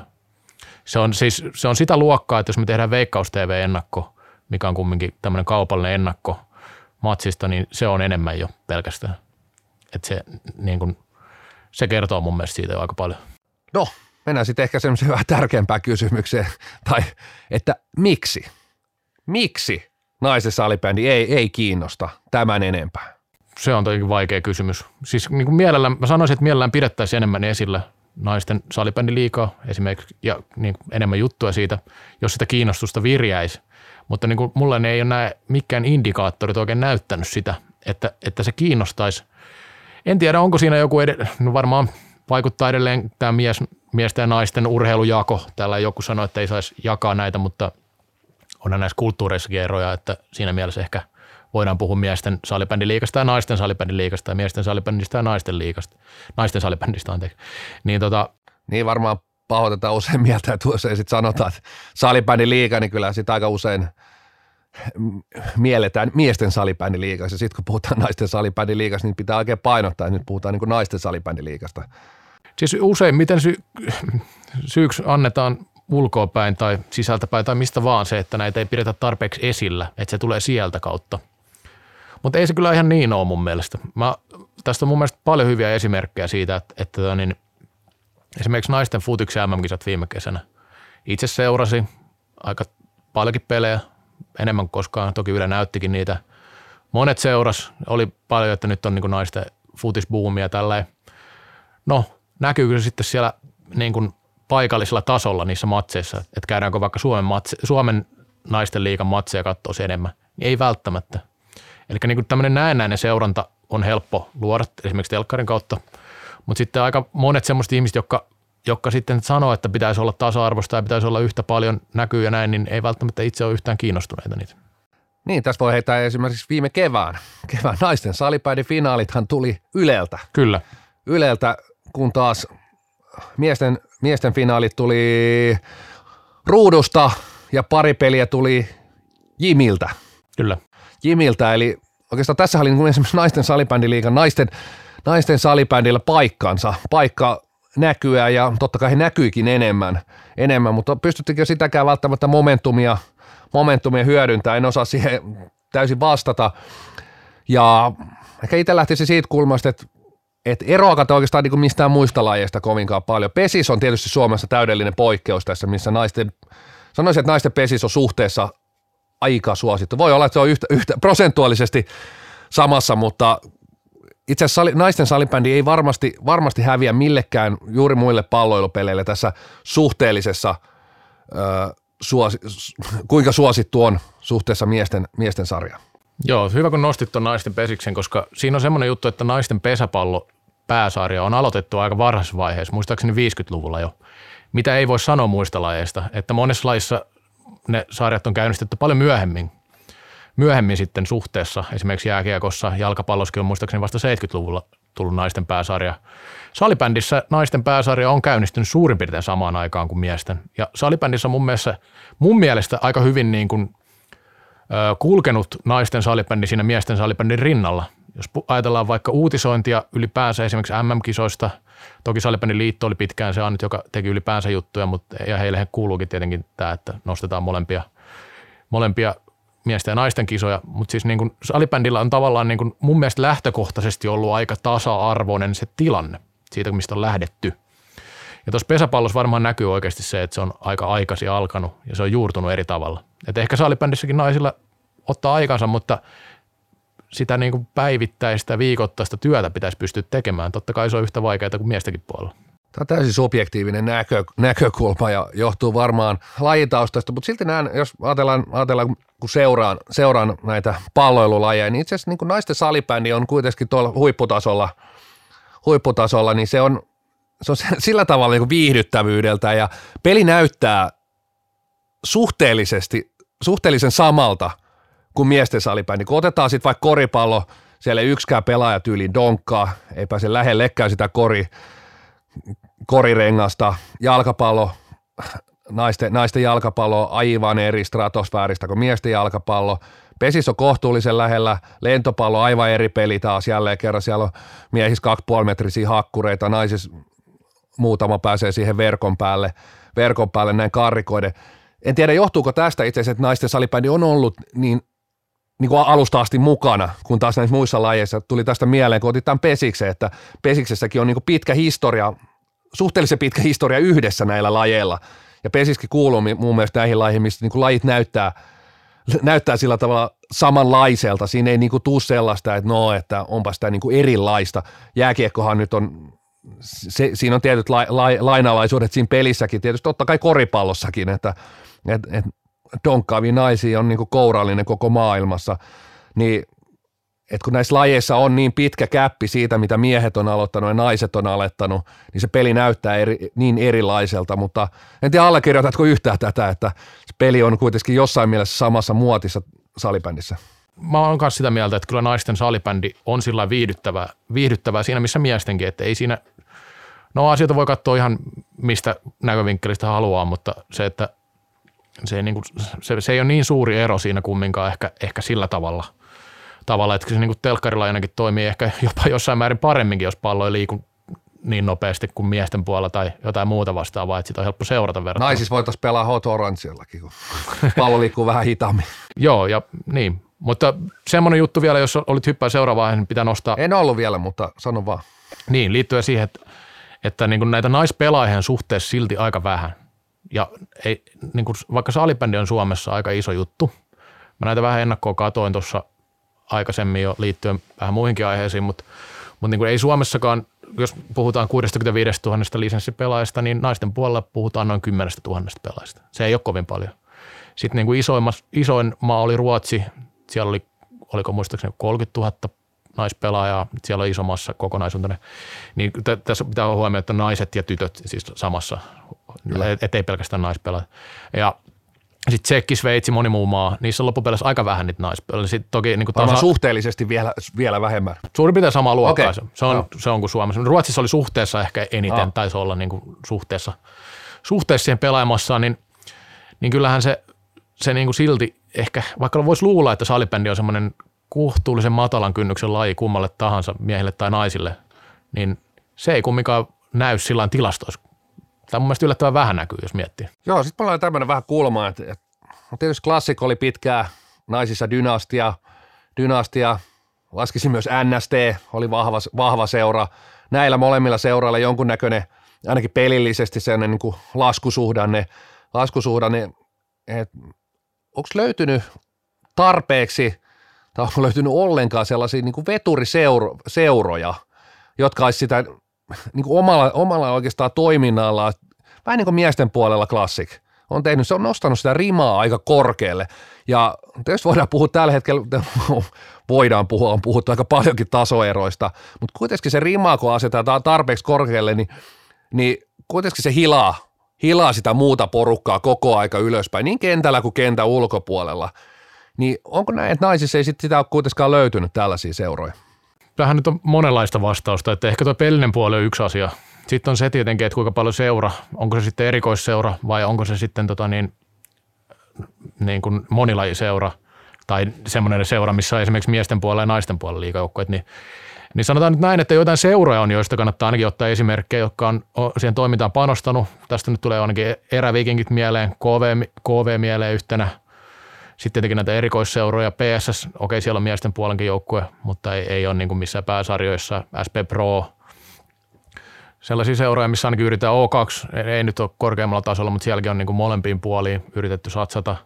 C: Se on sitä luokkaa, että jos me tehdään Veikkaus TV-ennakko, mikä on kumminkin tämmöinen kaupallinen ennakko matsista, niin se on enemmän jo pelkästään. Että se, niin kun, se kertoo mun mielestä siitä jo aika paljon.
B: No, mennään sitten ehkä semmoiseen vähän tärkeämpään kysymykseen, tai että miksi? Miksi naisen salibändi ei kiinnosta tämän enempää?
C: Se on toki vaikea kysymys. Siis niin kuin mä sanoisin, että mielellään pidettäisiin enemmän esillä naisten salibändiliigaa esimerkiksi ja niin kuin enemmän juttuja siitä, jos sitä kiinnostusta virjäisi. Mutta niin kuin mulla ei ole mikään indikaattorit oikein näyttänyt sitä, että se kiinnostaisi. En tiedä, onko siinä joku, no varmaan vaikuttaa edelleen tämä miesten ja naisten urheilujako. Täällä joku sanoi, että ei saisi jakaa näitä, mutta onhan näissä kulttuureissakin eroja, että siinä mielessä ehkä voidaan puhua miesten salibändiliigasta ja naisten salibändiliigasta ja miesten salibändistä ja naisten liigasta. Naisten salibändistä, anteeksi.
B: Niin varmaan pahoitetaan usein mieltä, että usein sitten sanotaan, että salibändiliiga, niin kyllä sitä aika usein mielletään miesten salibändiliigassa. Ja sitten kun puhutaan naisten salibändiliigasta, niin pitää oikein painottaa, että nyt puhutaan niin kuin naisten salibändiliigasta.
C: Siis useimmiten syyksi annetaan ulkoapäin tai sisältäpäin tai mistä vaan se, että näitä ei pidetä tarpeeksi esillä, että se tulee sieltä kautta. Mutta ei se kyllä ihan niin ole mun mielestä. Tästä on mun mielestä paljon hyviä esimerkkejä siitä, että niin, esimerkiksi naisten futiksen MM-kisat viime kesänä. Itse seurasi aika paljonkin pelejä, enemmän kuin koskaan, toki Yle näyttikin niitä. Monet seuras, oli paljon, että nyt on niin kuin naisten futisbuumia tälleen. No, näkyykö se sitten siellä niin kuin paikallisella tasolla niissä matseissa, että käydäänkö vaikka Suomen naisten liigan matseja katsoa se enemmän, niin ei välttämättä. Eli niin kuin tämmöinen näennäinen seuranta on helppo luoda esimerkiksi telkkarin kautta, mutta sitten aika monet semmoiset ihmiset, jotka sitten sanoo, että pitäisi olla tasa-arvosta ja pitäisi olla yhtä paljon näkyy ja näin, niin ei välttämättä itse ole yhtään kiinnostuneita niitä.
B: Niin, tässä voi heittää esimerkiksi viime kevään naisten salibändin finaalithan tuli Yleltä.
C: Kyllä.
B: Yleltä, kun taas miesten finaalit tuli Ruudusta ja pari peliä tuli Jimiltä.
C: Kyllä.
B: Jimiltä, eli oikeastaan tässä oli niin esimerkiksi naisten salibändiliigan naisten salibändillä paikka näkyä ja totta kai he näkyikin enemmän, mutta pystyttikö sitäkään välttämättä momentumia hyödyntää, en osaa siihen täysin vastata. Ja ehkä itse lähtisi siitä kulmasta, että eroakaan oikeastaan niin kuin mistään muista lajeista kovinkaan paljon. Pesis on tietysti Suomessa täydellinen poikkeus tässä, missä sanoisin, että naisten pesis on suhteessa aika suosittu. Voi olla, että se on yhtä prosentuaalisesti samassa, mutta itse asiassa naisten salibändi ei varmasti häviä millekään juuri muille palloilupeleille tässä suhteellisessa, kuinka suosittu on suhteessa miesten sarjaan.
C: Joo, hyvä kun nostit tuon naisten pesiksen, koska siinä on semmoinen juttu, että naisten pesäpallo pääsarja on aloitettu aika varhaisessa vaiheessa, muistaakseni 50-luvulla jo, mitä ei voi sanoa muista lajeista, että monessa lajissa ne sarjat on käynnistetty paljon myöhemmin sitten suhteessa, esimerkiksi jääkiekossa, jalkapallossakin on muistaakseni vasta 70-luvulla tullut naisten pääsarja. Salibändissä naisten pääsarja on käynnistynyt suurin piirtein samaan aikaan kuin miesten, ja salibändissä on mun mielestä aika hyvin niin kuin kulkenut naisten salibändi siinä miesten salibändin rinnalla. Jos ajatellaan vaikka uutisointia ylipäänsä esimerkiksi MM-kisoista, toki Salibändin liitto oli pitkään se ainut, joka teki ylipäänsä juttuja, ja heille kuuluukin tietenkin tämä, että nostetaan molempia miesten ja naisten kisoja, mutta siis niin kuin salibändillä on tavallaan niin kuin mun mielestä lähtökohtaisesti ollut aika tasa-arvoinen se tilanne siitä, mistä on lähdetty. Ja tuossa pesäpallossa varmaan näkyy oikeasti se, että se on aika aikaisin alkanut ja se on juurtunut eri tavalla. Et ehkä salibändissäkin naisilla ottaa aikansa, mutta sitä niin kuin päivittäistä, viikoittaista työtä pitäisi pystyä tekemään. Totta kai se on yhtä vaikeaa kuin miestenkin puolella.
B: Tämä on täysin subjektiivinen näkökulma ja johtuu varmaan lajitaustasta, mutta silti jos ajatellaan kun seuraan näitä palloilulajeja, niin itse asiassa niin kuin naisten salibändi on kuitenkin tuolla huipputasolla, niin se on sillä tavalla niin kuin viihdyttävyydeltä ja peli näyttää suhteellisen samalta kuin miesten salibändi. Kun otetaan sitten vaikka koripallo, siellä ei yksikään pelaaja tyyliin donkkaa, ei pääse lähellekään sitä korirengasta, jalkapallo, naisten jalkapallo aivan eri stratosfääristä kuin miesten jalkapallo. Pesis on kohtuullisen lähellä, lentopallo aivan eri peli taas jälleen kerran, siellä on miehissä 2,5 metrisiä hakkureita, naisissa muutama pääsee siihen verkon päälle näin karrikoiden. En tiedä, johtuuko tästä itse asiassa, että naisten salibändi on ollut niin kuin alusta asti mukana, kun taas näissä muissa lajeissa tuli tästä mieleen, kun otit tämän Pesiksen, että Pesiksessäkin on niin kuin pitkä historia, suhteellisen pitkä historia yhdessä näillä lajeilla. Ja Pesiskin kuuluu mun mielestä näihin lajeihin, missä niin kuin lajit näyttää sillä tavalla samanlaiselta. Siinä ei niin kuin tule sellaista, että onpa sitä niin kuin erilaista. Jääkiekkohan nyt on, siinä on tietyt lainalaisuudet siinä pelissäkin, tietysti totta kai koripallossakin, että donkkaavia naisia on niin kuin kourallinen koko maailmassa, niin että kun näissä lajeissa on niin pitkä käppi siitä, mitä miehet on aloittanut ja naiset on aloittanut, niin se peli näyttää niin erilaiselta, mutta en tiedä allekirjoitatko yhtään tätä, että se peli on kuitenkin jossain mielessä samassa muotissa salibändissä.
C: Mä oon myös sitä mieltä, että kyllä naisten salibändi on sillä viihdyttävää siinä, missä miestenkin, että ei siinä, no asioita voi katsoa ihan mistä näkövinkkelistä haluaa, mutta se, että se ei ole niin suuri ero siinä kumminkaan ehkä sillä tavalla, että se niin kuin telkkarilla ainakin toimii ehkä jopa jossain määrin paremminkin, jos pallo ei liiku niin nopeasti kuin miesten puolella tai jotain muuta vastaavaa, että sitä on helppo seurata verrattuna.
B: Naisissa voitaisiin pelaa Hot Orangellakin, kun pallo liikkuu vähän hitaammin.
C: Joo, ja niin. Mutta semmoinen juttu vielä, jos olit hyppää seuraavaan, niin pitää nostaa.
B: En ollut vielä, mutta sano vaan.
C: Niin, liittyen siihen, että niin kuin näitä naispelaajien suhteessa silti aika vähän. Ja ei, niin kuin, vaikka salibändi on Suomessa aika iso juttu, mä näitä vähän ennakkoa katoin tuossa aikaisemmin jo liittyen vähän muihinkin aiheisiin, mutta niin kuin ei Suomessakaan, jos puhutaan 65 000 lisenssipelaajista, niin naisten puolella puhutaan noin 10 000 pelaajista. Se ei ole kovin paljon. Sitten niin kuin isoin maa oli Ruotsi, siellä oliko muistaakseni 30 000 naispelaajaa, siellä on iso massa kokonaisuutena. Niin tässä pitää huomioida, että naiset ja tytöt siis samassa, ettei pelkästään naispelaajat. Ja sitten Tsekki, Sveitsi, moni muu maa, niissä on loppupeleissä aika vähän niitä naispelaajia. Sitten toki niin kuin
B: suhteellisesti vielä vähemmän.
C: Suurin piirtein samaa luokkaa.
B: Okay.
C: Se on kuin Suomessa. Ruotsissa oli suhteessa ehkä eniten, taisi olla niin kuin suhteessa siihen pelaajamassaan, niin kyllähän se niin kuin silti ehkä, vaikka voisi luulla, että salibändi on semmoinen kohtuullisen matalan kynnyksen laji kummalle tahansa, miehille tai naisille, niin se ei kumminkaan näy sillä tilastoissa. Tämä mun mielestä yllättävän vähän näkyy, jos miettii.
B: Joo, sitten mulla on tämmöinen vähän kulma, että tietysti klassikko oli pitkää, naisissa dynastia, laskisin myös NST, oli vahva seura. Näillä molemmilla seuroilla jonkunnäköinen, ainakin pelillisesti sellainen niin kuin laskusuhdanne, että onko löytynyt tarpeeksi, tai onko löytynyt ollenkaan sellaisia niin kuin veturiseuroja, jotka olisi sitä niin kuin omalla oikeastaan toiminnallaan, vähän niin kuin miesten puolella Classic on tehnyt, se on nostanut sitä rimaa aika korkealle, ja jos voidaan puhua tällä hetkellä, on puhuttu aika paljonkin tasoeroista, mutta kuitenkin se rima, kun asetetaan tarpeeksi korkealle, niin kuitenkin se hilaa sitä muuta porukkaa koko aika ylöspäin, niin kentällä kuin kentän ulkopuolella, niin onko näin, että naisissa ei sitä ole kuitenkaan löytynyt tällaisia seuroja?
C: Tähän nyt on monenlaista vastausta, että ehkä tuo pelinen puoli on yksi asia. Sitten on se tietenkin, että kuinka paljon seura, onko se sitten erikoisseura vai onko se sitten niin kuin monilajiseura tai semmoinen seura, missä on esimerkiksi miesten puolella ja naisten puolella liigajoukkueet, niin sanotaan nyt näin, että joitain seuroja on, joista kannattaa ainakin ottaa esimerkkejä, jotka on siihen toimintaan panostanut. Tästä nyt tulee ainakin eräviikinkit mieleen, KV mieleen yhtenä. Sitten tietenkin näitä erikoisseuroja, PSS, okei siellä on miesten puolenkin joukkue, mutta ei ole niin kuin missään pääsarjoissa, SP Pro. Sellaisia seuroja, missä ainakin yritetään O2, ei nyt ole korkeammalla tasolla, mutta sielläkin on niin kuin molempiin puoliin yritetty satsata.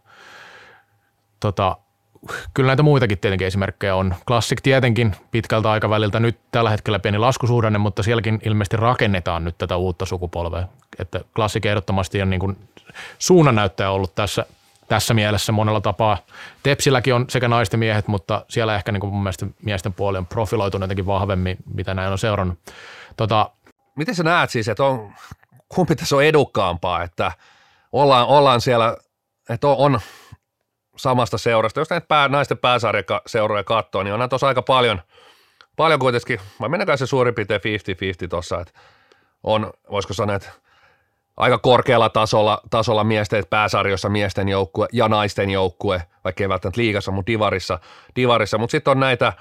C: Kyllä näitä muitakin tietenkin esimerkkejä on. Classic tietenkin pitkältä aikaväliltä, nyt tällä hetkellä pieni laskusuhdanne, mutta sielläkin ilmeisesti rakennetaan nyt tätä uutta sukupolvea. Että Classic ehdottomasti on niin kuin suunnannäyttäjä ollut tässä mielessä monella tapaa. Tepsilläkin on sekä naisten miehet, mutta siellä ehkä niin kuin mun mielestä miesten puoli on profiloitunut jotenkin vahvemmin, mitä näin on seurannut.
B: Miten sä näet siis, että kumpi tässä on edukkaampaa, että ollaan siellä, että on samasta seurasta. Jos näitä naisten pääsarjakaseuroja katsoo, niin onhan tuossa aika paljon kuitenkin, vai mennäänkö se suurin piirtein 50-50 tuossa, että on, voisiko sanoa, että aika korkealla tasolla miesten pääsarjossa miesten joukkue ja naisten joukkue, vaikka ei välttämättä liigassa, mutta divarissa. Mutta sitten on näitä,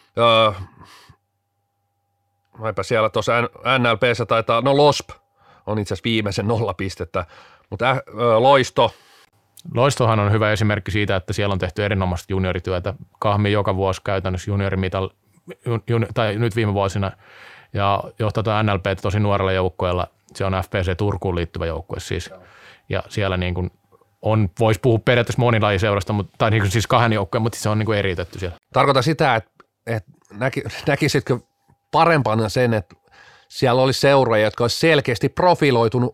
B: eipä siellä tuossa NLP:ssä taitaa, LOSP on itse asiassa viimeisen 0 pistettä, mutta Loisto.
C: Loistohan on hyvä esimerkki siitä, että siellä on tehty erinomaista juniorityötä. Kahmi joka vuosi käytännössä tai nyt viime vuosina, ja johtaa NLP tosi nuorella joukkueella. Se on FPC Turkuun liittyvä joukkue siis. Ja siellä niin kuin voisi puhua periaatteessa monilajiseurasta, tai niin kuin siis 2 joukkueen, mutta se on niin kuin eriytetty siellä.
B: Tarkoitan sitä, että näkisitkö parempana sen, että siellä olisi seuroja, jotka olisi selkeästi profiloitunut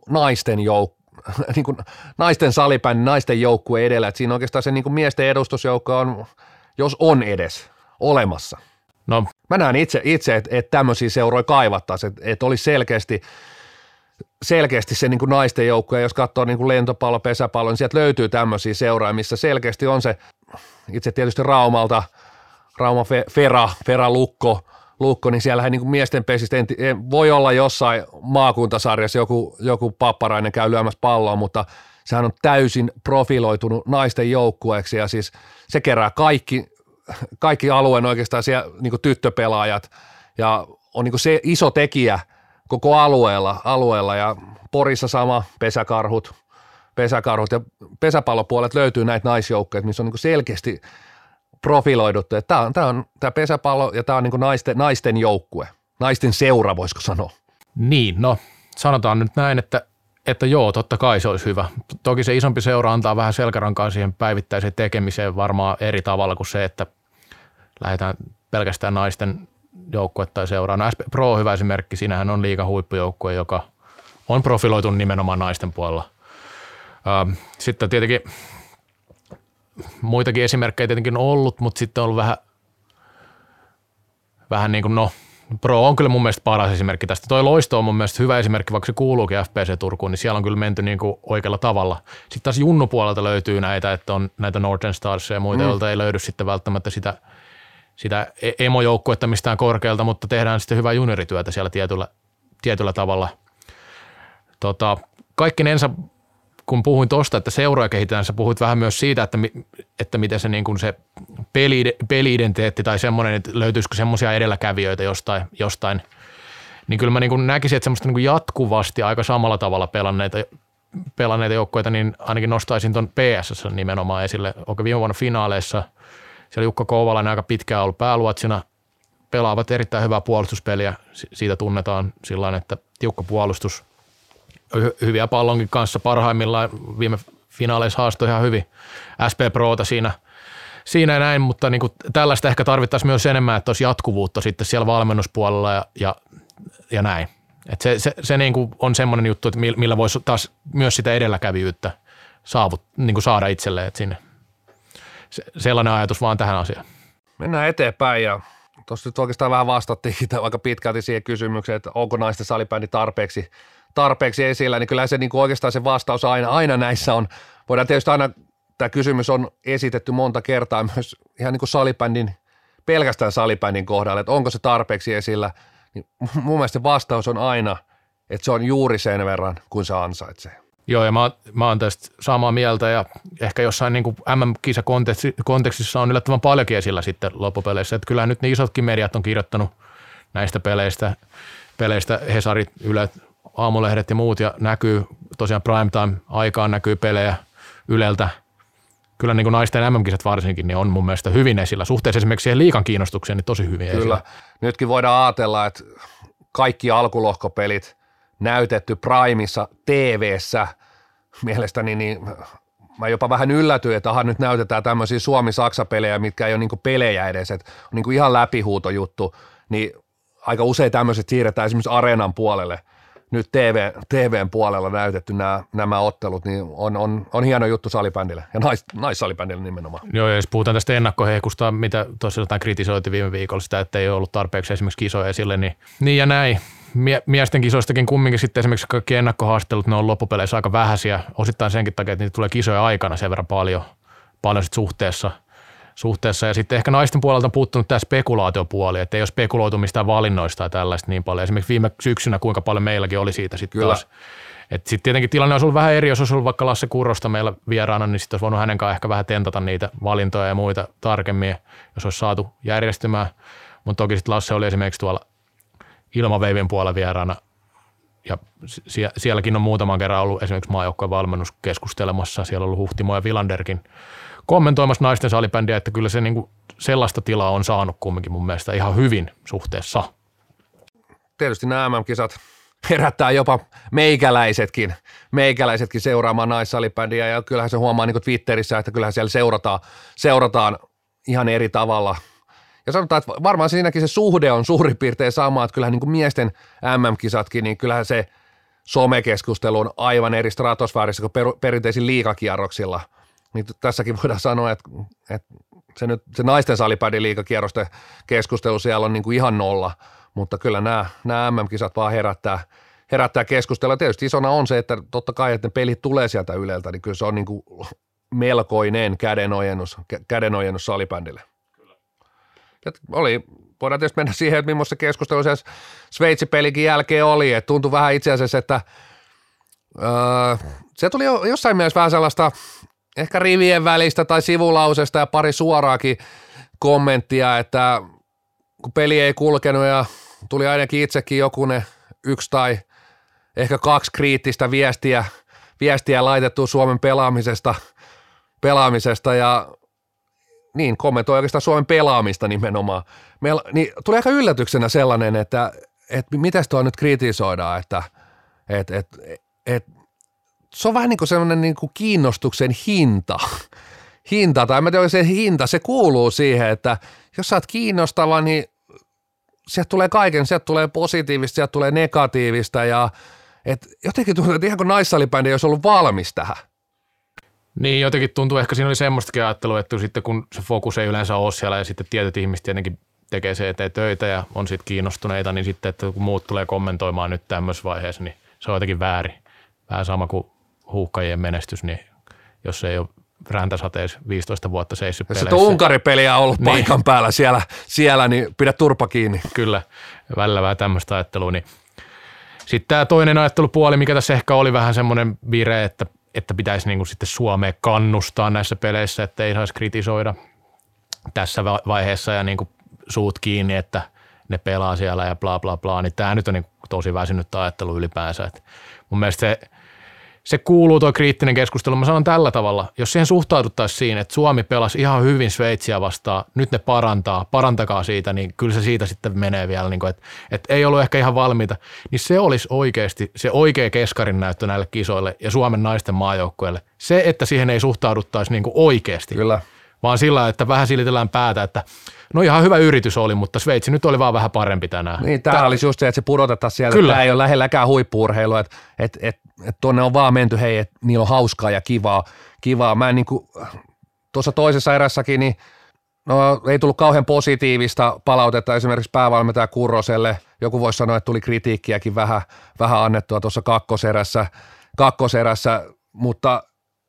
B: naisten salibändin, naisten joukkueen edellä. Että siinä oikeastaan se niin kuin miesten edustusjoukko on, jos on edes olemassa.
C: No.
B: Mä näen itse että tämmöisiä seuroja kaivattaisiin, että olisi selkeästi se niin kuin naisten joukkue, jos katsoo niin kuin lentopallo, pesäpallo, niin sieltä löytyy tämmöisiä seuroja, missä selkeästi on se, itse tietysti Rauma Fera Lukko, niin siellähän niin kuin miesten pesistä voi olla jossain maakuntasarjassa joku papparainen käy lyömässä palloa, mutta sehän on täysin profiloitunut naisten joukkueeksi ja siis se kerää kaikki alueen oikeastaan siellä niin kuin tyttöpelaajat ja on niin kuin se iso tekijä koko alueella ja Porissa sama pesäkarhut ja pesäpallopuolet löytyy näitä naisjoukkoja, missä on niin kuin selkeästi profiloiduttu, että tämä pesäpallo ja tämä on niin kuin naisten joukkue, naisten seura voisiko sanoa.
C: Niin, no sanotaan nyt näin, että joo, totta kai se olisi hyvä. Toki se isompi seura antaa vähän selkärankaa siihen päivittäiseen tekemiseen varmaan eri tavalla kuin se, että lähdetään pelkästään naisten joukkue tai seuraa. No SP Pro on hyvä esimerkki, siinähän on liigan huippujoukkue, joka on profiloitunut nimenomaan naisten puolella. Sitten tietenkin muitakin esimerkkejä tietenkin on ollut, mutta sitten on ollut vähän niin kuin Pro on kyllä mun mielestä paras esimerkki tästä. Toi Loisto on mun mielestä hyvä esimerkki, vaikka se kuuluukin FPC Turkuun, niin siellä on kyllä menty niin kuin oikealla tavalla. Sitten taas Junnu-puolelta löytyy näitä, että on näitä Northern Stars ja muita, joilta ei löydy sitten välttämättä sitä emojoukkuetta mistään korkealta, mutta tehdään sitten hyvää juniorityötä siellä tietyllä tavalla. Kaikkinensa, kun puhuin tuosta, että seuroja kehitetään, sä puhuit vähän myös siitä, että miten se, niin kuin se peli-identiteetti tai semmoinen, että löytyisikö semmoisia edelläkävijöitä jostain, niin kyllä mä niin kuin näkisin, että semmoista niin kuin jatkuvasti aika samalla tavalla pelanneita joukkueita, niin ainakin nostaisin tuon PSS nimenomaan esille. Oikein viime vuonna finaaleissa siellä Jukka Kouvalainen aika pitkään ollut pääluotsina, pelaavat erittäin hyvää puolustuspeliä, siitä tunnetaan sillain, että tiukka puolustus, hyviä pallonkin kanssa parhaimmillaan, viime finaaleissa haastoi ihan hyvin SP Proota siinä ja näin, mutta niin kuin tällaista ehkä tarvittaisiin myös enemmän, että olisi jatkuvuutta sitten siellä valmennuspuolella ja näin. Että se niin kuin on semmoinen juttu, että millä voisi taas myös sitä edelläkävijyyttä niin kuin saada itselleen, että sinne. Sellainen ajatus vaan tähän asiaan.
B: Mennään eteenpäin ja tuossa nyt oikeastaan vähän vastattiin aika pitkälti siihen kysymykseen, että onko naisten salibändi tarpeeksi esillä, niin kyllä se niin kuin oikeastaan se vastaus aina näissä on. Voidaan tietysti aina, tämä kysymys on esitetty monta kertaa myös ihan niin kuin pelkästään salibändin kohdalla, että onko se tarpeeksi esillä, niin mun mielestä se vastaus on aina, että se on juuri sen verran, kun se ansaitsee.
C: Joo, ja mä oon tästä samaa mieltä, ja ehkä jossain niin kuin MM-kisakontekstissa on yllättävän paljonkin esillä sitten loppupeleissä, että kyllähän nyt niin isotkin mediat on kirjoittanut näistä peleistä Hesarit, Yle, Aamulehdet ja muut, ja näkyy tosiaan primetime-aikaan näkyy pelejä Yleltä. Kyllä niin kuin naisten MM-kisat varsinkin niin on mun mielestä hyvin esillä. Suhteessa esimerkiksi siihen liigan kiinnostukseen niin tosi hyvin esillä. Kyllä.
B: Nytkin voidaan ajatella, että kaikki alkulohkopelit näytetty Primessa TV:ssä mielestäni, niin mä jopa vähän yllätyin, että nyt näytetään tämmöisiä Suomi-Saksa-pelejä, mitkä ei ole niinku pelejä edes, että on niinku ihan läpihuutojuttu, niin aika usein tämmöiset siirretään esimerkiksi Areenan puolelle. Nyt TVn puolella näytetty nämä ottelut, niin on hieno juttu salibändille ja naissalibändille nimenomaan.
C: Joo, ja jos puhutaan tästä ennakkohehkusta, mitä tosiaan jotain kritisoitiin viime viikolla, sitä, että ei ole ollut tarpeeksi esimerkiksi kisoja esille, niin ja näin. Miesten kisoistakin kumminkin sitten esimerkiksi kaikki ennakkohaastelut, ne on loppupeleissä aika vähäisiä, osittain senkin takia, että niitä tulee kisoja aikana sen verran paljon sit suhteessa. Ja sitten ehkä naisten puolelta on puuttunut tämä spekulaatiopuoli, että ei ole spekuloitu mistään valinnoista tai tällaista niin paljon. Esimerkiksi viime syksynä kuinka paljon meilläkin oli siitä sitten taas Sitten tietenkin tilanne olisi ollut vähän eri, jos olisi ollut vaikka Lasse Kurrosta meillä vieraana, niin sitten olisi voinut hänen kanssa ehkä vähän tentata niitä valintoja ja muita tarkemmin, jos olisi saatu järjestymään. Mutta toki sitten Lasse oli esimerkiksi tuolla Ilmaveivin puolella vieraana, ja sielläkin on muutaman kerran ollut esimerkiksi maajoukkojen valmennus keskustelemassa. Siellä on ollut Huhtimo ja Vilanderkin kommentoimassa naisten salibändiä, että kyllä se niinku sellaista tilaa on saanut kumminkin mun mielestä ihan hyvin suhteessa.
B: Tietysti nämä MM-kisat herättää jopa meikäläisetkin seuraamaan naissalibändiä, ja kyllähän se huomaa niin kuin Twitterissä, että kyllähän siellä seurataan ihan eri tavalla. Ja sanotaan, että varmaan siinäkin se suhde on suurin piirtein sama, että kyllähän niin kuin miesten MM-kisatkin, niin kyllähän se somekeskustelu on aivan eri stratosfäärissä kuin perinteisillä liigakierroksilla. Niin tässäkin voidaan sanoa, että se naisten salibändin liigakierrosten keskustelu siellä on niin kuin ihan nolla, mutta kyllä nämä MM-kisat vaan herättää keskustelua. Tietysti isona on se, että totta kai, että ne pelit tulee sieltä Yleltä, niin kyllä se on niin kuin melkoinen kädenojennus salibändille. Voidaan tietysti mennä siihen, että millaista keskustelu se Sveitsi-pelikin jälkeen oli, että tuntui vähän itse asiassa, että se tuli jossain mielessä vähän sellaista ehkä rivien välistä tai sivulausesta ja pari suoraakin kommenttia, että kun peli ei kulkenut ja tuli ainakin itsekin jokunen yksi tai ehkä kaksi kriittistä viestiä laitettua Suomen pelaamisesta ja niin kommentoi oikeastaan Suomen pelaamista nimenomaan. Niin tuli aika yllätyksenä sellainen, että mitäs tuo nyt kritisoidaan, että se on vähän niin kuin sellainen niin kuin kiinnostuksen hinta, tai mä tiedän, se hinta, se kuuluu siihen, että jos sä oot kiinnostava, niin sieltä tulee kaiken, sieltä tulee positiivista, sieltä tulee negatiivista, ja jotenkin tuntuu, että ihan kuin naissalibändi ei olisi ollut valmis tähän.
C: Niin, jotenkin tuntuu, ehkä siinä oli semmoistakin ajattelua, että sitten kun se fokus ei yleensä ole siellä, ja sitten tietyt ihmiset tietenkin tekee se eteen töitä ja on sitten kiinnostuneita, niin sitten, että kun muut tulee kommentoimaan nyt tämmöisessä vaiheessa, niin se on jotenkin väärin. Vähän sama kuin huuhkajien menestys, niin jos ei ole räntäsateessa 15 vuotta seissyt peleissä.
B: Jos on Unkari-peliä ollut paikan päällä siellä, niin pidä turpa kiinni.
C: Kyllä, välillä vähän tämmöistä ajattelua. Niin. Sitten tämä toinen ajattelupuoli, mikä tässä ehkä oli vähän semmoinen vire, että pitäisi niinku sitten Suomea kannustaa näissä peleissä, että ei saisi kritisoida tässä vaiheessa ja niinku suut kiinni, että ne pelaa siellä ja bla bla bla, niin tämä nyt on niinku tosi väsynyt ajattelu ylipäänsä. Et mun mielestä se kuuluu tuo kriittinen keskustelu. Mä sanon tällä tavalla, jos siihen suhtauduttaisiin siinä, että Suomi pelasi ihan hyvin Sveitsiä vastaan, nyt ne parantakaa siitä, niin kyllä se siitä sitten menee vielä, niin että ei ollut ehkä ihan valmiita, niin se olisi oikeasti se oikea keskarin näyttö näille kisoille ja Suomen naisten maajoukkueelle. Se, että siihen ei suhtauduttaisi niin kuin oikeasti,
B: kyllä.
C: Vaan sillä, että vähän silitellään päätä, että no ihan hyvä yritys oli, mutta Sveitsi nyt oli vaan vähän parempi tänään.
B: Niin, tämä olisi just se, että se pudotetaan sieltä, kyllä. Tämä ei ole lähelläkään huippu-urheilua, että tuonne on vaan menty, hei, että niillä on hauskaa ja kivaa. Mä en niin kuin, tuossa toisessa erässäkin, niin no, ei tullut kauhean positiivista palautetta esimerkiksi päävalmentaja Kurroselle. Joku voisi sanoa, että tuli kritiikkiäkin vähän annettua tuossa kakkoserässä, mutta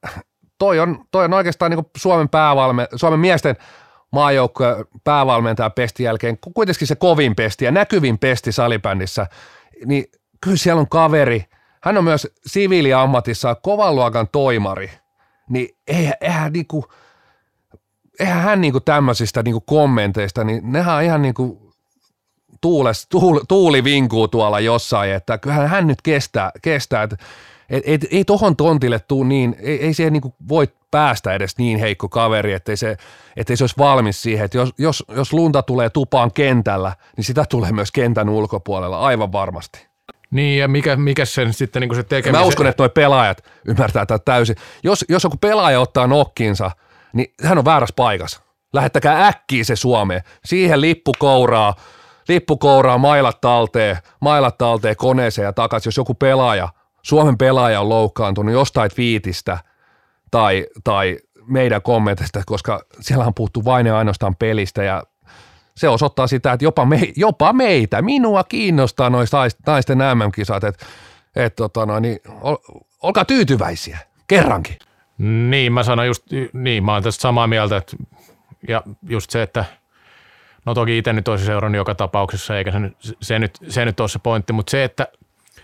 B: toi on oikeastaan niin kuin Suomen miesten maajoukkueen päävalmentajan pestin jälkeen kuitenkin se kovin pesti ja näkyvin pesti salibändissä, niin kyllä siellä on kaveri. Hän on myös siviiliammatissa kovan luokan toimari, niin eihän hän niinku tämmöisistä niinku kommenteista, niin nehän on ihan niinku tuuli vinkuu tuolla jossain, että kyllähän hän nyt kestää että ei tohon tontille tuu niin, ei siihen niinku voi päästä edes niin heikko kaveri, ettei se olisi valmis siihen, että jos lunta tulee tupaan kentällä, niin sitä tulee myös kentän ulkopuolella aivan varmasti.
C: Niin, ja mikä sen sitten niin se tekeminen?
B: Mä uskon, että nuo pelaajat ymmärtää tätä täysin. Jos joku pelaaja ottaa nokkinsa, niin hän on väärässä paikassa. Lähettäkää äkkiä se Suomeen. Siihen lippukouraa, mailat talteen koneeseen ja takaisin. Jos joku Suomen pelaaja on loukkaantunut jostain twiitistä tai meidän kommenteista, koska siellä on puhuttu vain ja ainoastaan pelistä ja se osoittaa sitä, että jopa meitä, minua kiinnostaa noista naisten MM-kisat, niin olkaa tyytyväisiä, kerrankin.
C: Niin, mä sanon mä oon tästä samaa mieltä, ja just se, että no toki itse nyt olisi seurannut joka tapauksessa, eikä se nyt ole se pointti, mutta se, että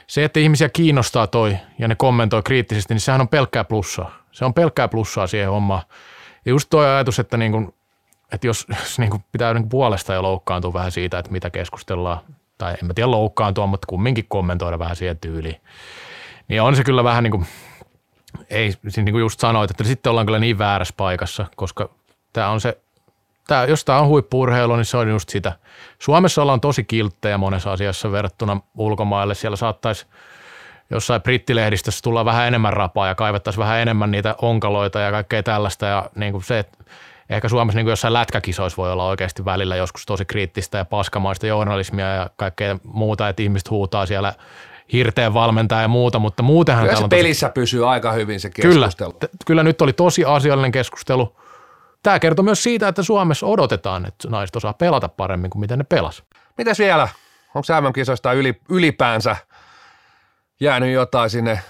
C: se, että ihmisiä kiinnostaa toi ja ne kommentoi kriittisesti, niin sehän on pelkkää plussaa. Se on pelkkää plussaa siihen hommaan. Ja just toi ajatus, että, niin kuin, että jos niin kuin pitää niin kuin puolesta jo loukkaantua vähän siitä, että mitä keskustellaan, tai en mä tiedä loukkaantua, mutta kumminkin kommentoida vähän siihen tyyliin, niin on se kyllä vähän niin kuin, ei, niin kuin just sanoit, että sitten ollaan kyllä niin väärässä paikassa, koska jos tämä on huippu-urheilu, niin se on just sitä. Suomessa ollaan tosi kilttejä monessa asiassa verrattuna ulkomaille. Siellä saattaisi jossain brittilehdistössä tulla vähän enemmän rapaa ja kaivettaisiin vähän enemmän niitä onkaloita ja kaikkea tällaista. Ja niin kuin se, että ehkä Suomessa niin kuin jossain lätkäkisoissa voi olla oikeasti välillä joskus tosi kriittistä ja paskamaista journalismia ja kaikkea muuta, että ihmiset huutaa siellä hirteen valmentaa ja muuta, mutta muutenhan
B: kyllä
C: täällä on
B: pelissä pysyy aika hyvin se keskustelu.
C: Kyllä nyt oli tosi asiallinen keskustelu. Tämä kertoo myös siitä, että Suomessa odotetaan, että naiset osaa pelata paremmin kuin miten ne pelas.
B: Mitäs vielä? Onko MM-kisoista ylipäänsä jäänyt jotain sinne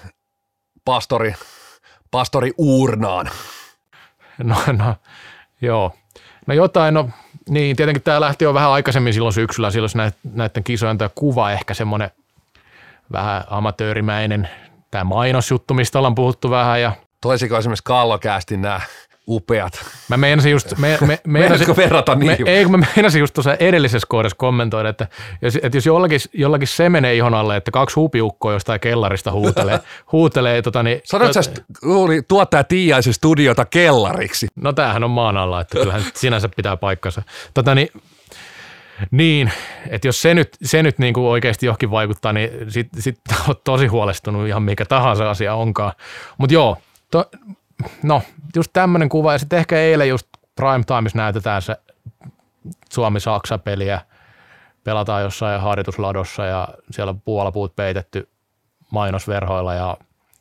B: pastori uurnaan?
C: No, joo. No jotain, niin tietenkin tämä lähti jo vähän aikaisemmin silloin syksyllä, silloin näiden kisojen tämä kuva ehkä semmoinen vähän amatöörimäinen, tämä mainosjuttu, mistä ollaan puhuttu vähän. Ja
B: toisiko esimerkiksi Kallokäästin nämä upeat.
C: Mä meinasin just,
B: verrata niin?
C: Mä meinasin just tuossa edellisessä kohdassa kommentoida, että jos jollakin se menee ihon alle, että 2 huupiukkoa jostain kellarista huutelee niin.
B: Sanoitko sä tuottaja Tiiaisen studiota kellariksi?
C: No tämähän on maan alla, että kyllähän sinänsä pitää paikkansa. Niin, että jos se nyt niin kuin oikeasti johonkin vaikuttaa, niin sit on tosi huolestunut ihan mikä tahansa asia onkaan. Mutta joo, no just tämmöinen kuva, ja sitten ehkä eilen just prime times näytetään se Suomi-Saksa-peliä, pelataan jossain harjoitusladossa ja siellä on puolapuut peitetty mainosverhoilla ja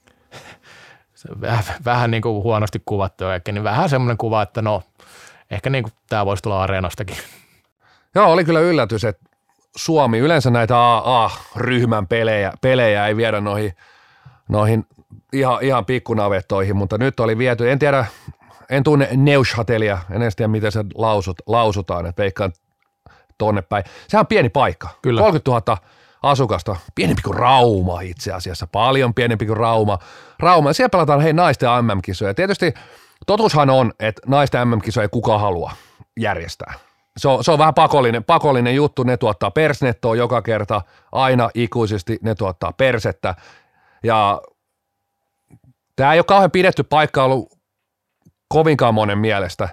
C: vähän niin kuin huonosti kuvattu oikein, niin vähän semmoinen kuva, että no ehkä niin kuin tämä voisi tulla Areenastakin.
B: Joo, oli kyllä yllätys, että Suomi yleensä näitä AA-ryhmän pelejä ei viedä noihin ihan pikkunavettoihin, mutta nyt oli viety, en tunne Neuchâtelia, en edes tiedä miten se lausutaan, että veikkaan tonne päin. Sehän on pieni paikka, kyllä. 30 000 asukasta, pienempi kuin Rauma itse asiassa, paljon pienempi kuin Rauma. Siellä pelataan naisten MM-kisoja. Tietysti totuushan on, että naisten MM-kisoja ei kukaan halua järjestää. Se on vähän pakollinen juttu, ne tuottaa persnettoa joka kerta, aina ikuisesti ne tuottaa persettä ja tämä ei ole kauhean pidetty paikka ollut kovinkaan monen mielestä.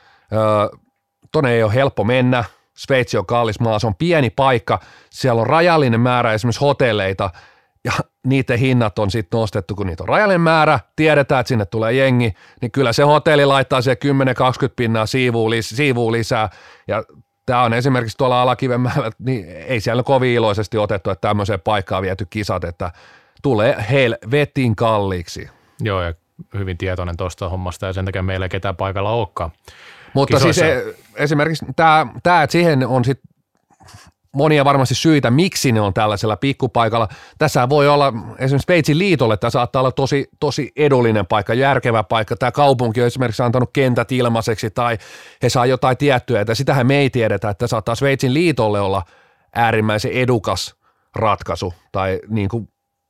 B: Tonne ei ole helppo mennä. Sveitsi on kallis maa, se on pieni paikka. Siellä on rajallinen määrä esimerkiksi hotelleita ja niiden hinnat on sitten nostettu, kun niitä on rajallinen määrä. Tiedetään, että sinne tulee jengi, niin kyllä se hotelli laittaa siihen 10-20 pinnaa siivuu lisää. Ja tämä on esimerkiksi tuolla Alakivenmäellä, niin ei siellä kovin iloisesti otettu, että tämmöiseen paikkaan viety kisat, että tulee helvetin kalliiksi.
C: Joo, ja hyvin tietoinen tuosta hommasta, ja sen takia meillä ei ketään paikalla olekaan.
B: Mutta kisoissa. Siis esimerkiksi tämä, että siihen on sitten monia varmasti syitä, miksi ne on tällaisella pikkupaikalla. Tässä voi olla esimerkiksi Sveitsin liitolle, tämä saattaa olla tosi edullinen paikka, järkevä paikka. Tämä kaupunki on esimerkiksi antanut kentät ilmaiseksi, tai he saa jotain tiettyä, että sitähän me ei tiedetä, että saattaa Sveitsin liitolle olla äärimmäisen edukas ratkaisu, tai niin kuin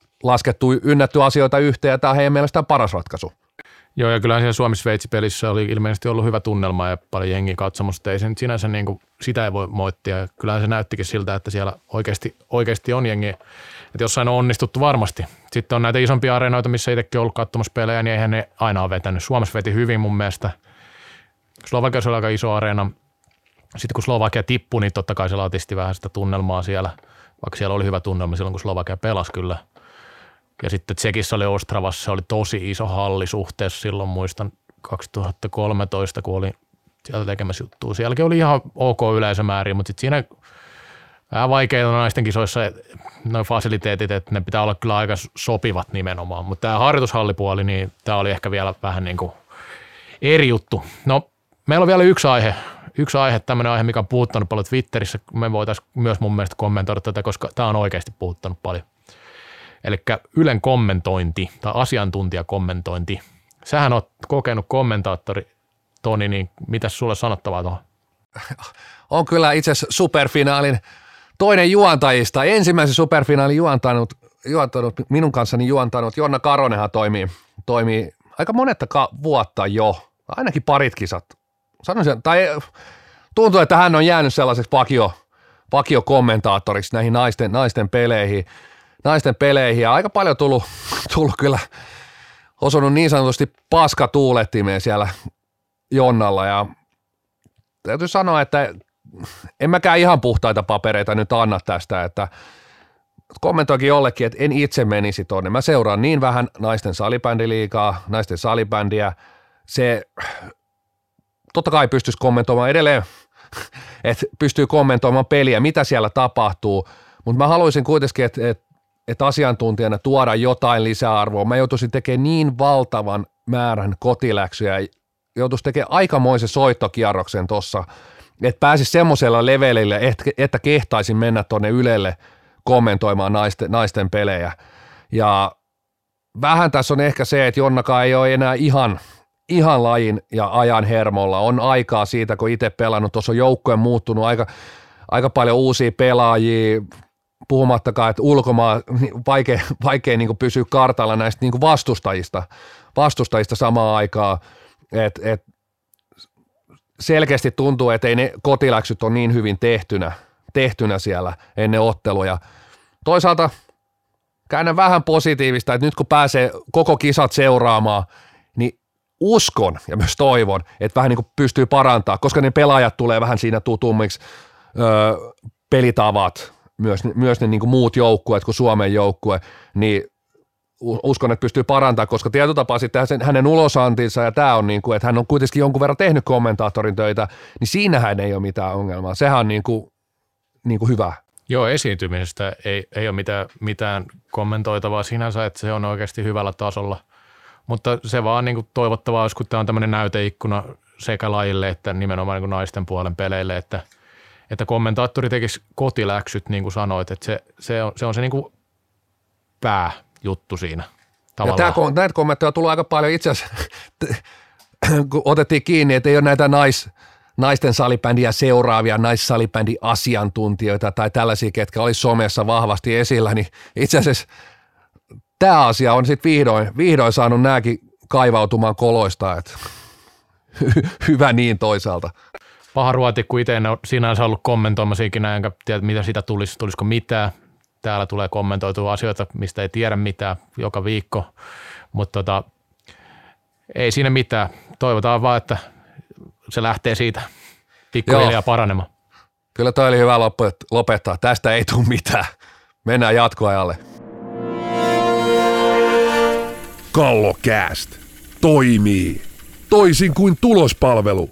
B: ynnätty asioita yhteen, ja tämä on heidän mielestään paras ratkaisu.
C: Joo, ja kyllähän siellä Suomi-Sveitsi-pelissä oli ilmeisesti ollut hyvä tunnelma ja paljon jengiä katsomusta. Ei se nyt sinänsä, niin kuin, sitä ei voi moittia. Kyllähän se näyttikin siltä, että siellä oikeasti on jengiä. Että jossain on onnistuttu varmasti. Sitten on näitä isompia areenoita, missä itsekin on ollut katsomassa pelejä, niin eihän ne aina ole vetänyt. Suomessa veti hyvin mun mielestä. Slovakiassa oli aika iso areena. Sitten kun Slovakia tippui, niin totta kai se latisti vähän sitä tunnelmaa siellä. Vaikka siellä oli hyvä tunnelma silloin, kun Slovakia pelasi kyllä. Ja sitten Tsekissä oli Ostravassa, se oli tosi iso halli suhteessa silloin, muistan 2013, kun olin sieltä tekemässä juttua. Sielläkin oli ihan ok yleisömääriä, mutta sitten siinä vähän vaikeita naisten kisoissa noin fasiliteetit, että ne pitää olla kyllä aika sopivat nimenomaan. Mutta tämä harjoitushallipuoli, niin tämä oli ehkä vielä vähän niin kuin eri juttu. No, meillä on vielä yksi aihe, tämmöinen aihe, mikä on puhuttanut paljon Twitterissä. Me voitaisiin myös mun mielestä kommentoida tätä, koska tämä on oikeasti puhuttanut paljon. Eli Ylen kommentointi tai asiantuntijakommentointi. Sähän oot kokenut kommentaattori, Toni, niin mitäs sulle sanottavaa tuohon?
B: On kyllä itse asiassa superfinaalin toinen juontajista, ensimmäisen superfinaalin juontanut minun kanssani juontanut. Jonna Karonenhan toimii aika monetta vuotta jo, ainakin parit kisat. Sanoisin, tai tuntuu, että hän on jäänyt sellaiseksi vakiokommentaattoriksi näihin naisten peleihin ja aika paljon tullut kyllä osunut niin sanotusti paskatuulettimeen siellä Jonnalla ja täytyy sanoa, että en mäkään ihan puhtaita papereita nyt anna tästä, että kommentoikin jollekin, että en itse menisi tonne. Mä seuraan niin vähän naisten salibändiliigaa, naisten salibändiä. Se totta kai pystyisi kommentoimaan edelleen, että pystyy kommentoimaan peliä, mitä siellä tapahtuu, mutta mä haluaisin kuitenkin, että asiantuntijana tuoda jotain lisäarvoa. Mä joutuisin tekemään niin valtavan määrän kotiläksyjä, joutuisi tekemään aikamoisen soittokierroksen tossa, että pääsisi semmoisella levelille, että kehtaisin mennä tonne Ylelle kommentoimaan naisten pelejä. Ja vähän tässä on ehkä se, että Jonnakaan ei ole enää ihan lajin ja ajan hermolla. On aikaa siitä, kun itse pelannut, tuossa on joukkojen muuttunut aika paljon uusia pelaajia, puhumattakaan, että ulkomaan vaikea niin kuin pysyä kartalla näistä niin kuin vastustajista samaan aikaan. Et selkeästi tuntuu, että ei ne kotiläksyt ole niin hyvin tehtynä siellä ennen otteluja. Toisaalta käännän vähän positiivista, että nyt kun pääsee koko kisat seuraamaan, niin uskon ja myös toivon, että vähän niin kuin pystyy parantamaan, koska ne pelaajat tulee vähän siinä tutummiksi, pelitavat, myös ne niin kuin muut joukkueet kuin Suomen joukkue, niin uskon, että pystyy parantamaan, koska tietyllä tapaa sitten hänen ulosantinsa ja tämä on niin kuin, että hän on kuitenkin jonkun verran tehnyt kommentaattorin töitä, niin siinähän ei ole mitään ongelmaa. Sehän on niin kuin hyvä.
C: Joo, esiintymisestä ei ole mitään kommentoitavaa sinänsä, että se on oikeasti hyvällä tasolla, mutta se vaan niin kuin toivottavaa olisi, kun tämä on tämmöinen näyteikkuna sekä lajille että nimenomaan niin kuin naisten puolen peleille, että kommentaattori tekisi kotiläksyt, niin kuin sanoit, että se on se niin kuin pääjuttu siinä tavallaan. Ja
B: näitä kommentteja on tullut aika paljon itse asiassa, kun otettiin kiinni, että ei ole näitä naisten salibändiä seuraavia naissalibändiasiantuntijoita tai tällaisia, ketkä olisi somessa vahvasti esillä, niin itse asiassa tämä asia on sitten vihdoin saanut nämäkin kaivautumaan koloista, että hyvä niin toisaalta.
C: Paha ruoti, kun itse en ole sinänsä ollut kommentoimassa ikinä, enkä tiedä, mitä siitä tulisiko mitään. Täällä tulee kommentoitua asioita, mistä ei tiedä mitään joka viikko, mutta ei siinä mitään. Toivotaan vaan, että se lähtee siitä pikkuhiljaa paranemaan.
B: Kyllä toi oli hyvä lopettaa. Tästä ei tule mitään. Mennään jatkoajalle.
A: Kallokääst toimii toisin kuin tulospalvelu.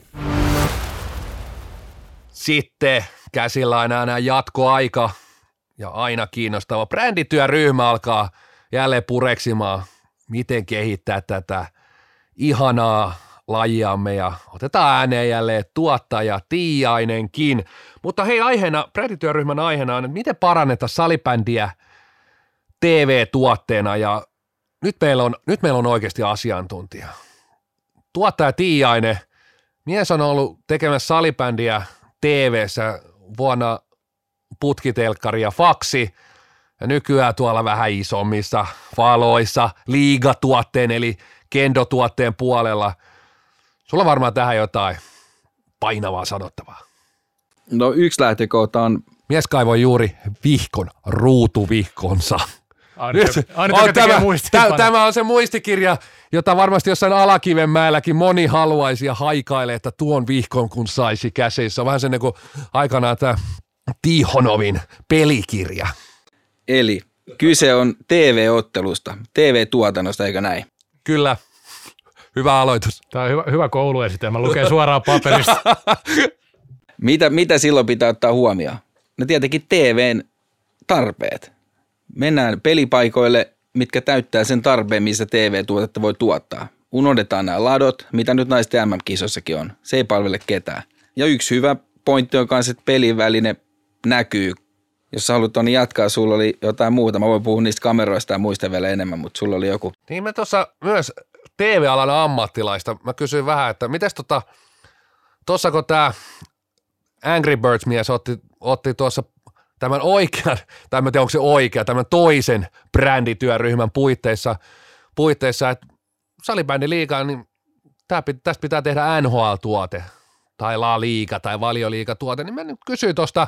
B: Sitten käsillä on enää jatkoaika ja aina kiinnostava brändityöryhmä alkaa jälleen pureksimaan, miten kehittää tätä ihanaa lajiamme ja otetaan ääneen jälleen tuottaja Tiiainenkin. Mutta hei, brändityöryhmän aiheena on, että miten parannetaan salibändiä TV-tuotteena ja nyt meillä on oikeasti asiantuntija. Tuottaja Tiiainen, mies on ollut tekemässä salibändiä TV:ssä vuonna Putkitelkkari ja Faksi ja nykyään tuolla vähän isommissa valoissa liigatuotteen eli kendotuotteen puolella. Sulla varmaan tähän jotain painavaa sanottavaa.
D: No yksi lähtökohta on...
B: Mies kaivoi juuri ruutuvihkonsa. Tämä on se muistikirja, jota varmasti jossain Alakivenmäelläkin moni haluaisi ja haikailee, että tuon vihkon kun saisi käsissä. On vähän sen kuin aikanaan tämä Tihonovin pelikirja.
D: Eli kyse on TV-ottelusta, TV-tuotannosta, eikö näin?
B: Kyllä. Hyvä aloitus.
C: Tämä on hyvä kouluesitelmä, lukee suoraan paperista.
D: Mitä silloin pitää ottaa huomioon? No tietenkin TVn tarpeet. Mennään pelipaikoille, mitkä täyttää sen tarpeen, missä TV-tuotetta voi tuottaa. Unohdetaan nämä ladot, mitä nyt naisten MM-kisossakin on. Se ei palvele ketään. Ja yksi hyvä pointti on myös, että pelin väline näkyy. Jos sä haluat jatkaa, sulla oli jotain muuta. Mä voin puhua niistä kameroista ja muista vielä enemmän, mutta sulla oli joku.
B: Niin me tuossa myös TV-alan ammattilaista, mä kysyin vähän, että mites tuossa kun tämä Angry Birds-mies otti tuossa tämän oikean, tai en tiedä onko se oikea, tämän toisen brändityöryhmän puitteissa että salibändiliigaan, niin tästä pitää tehdä NHL-tuote, tai La Liga, tai Valioliiga-tuote, niin mä nyt kysyin tuosta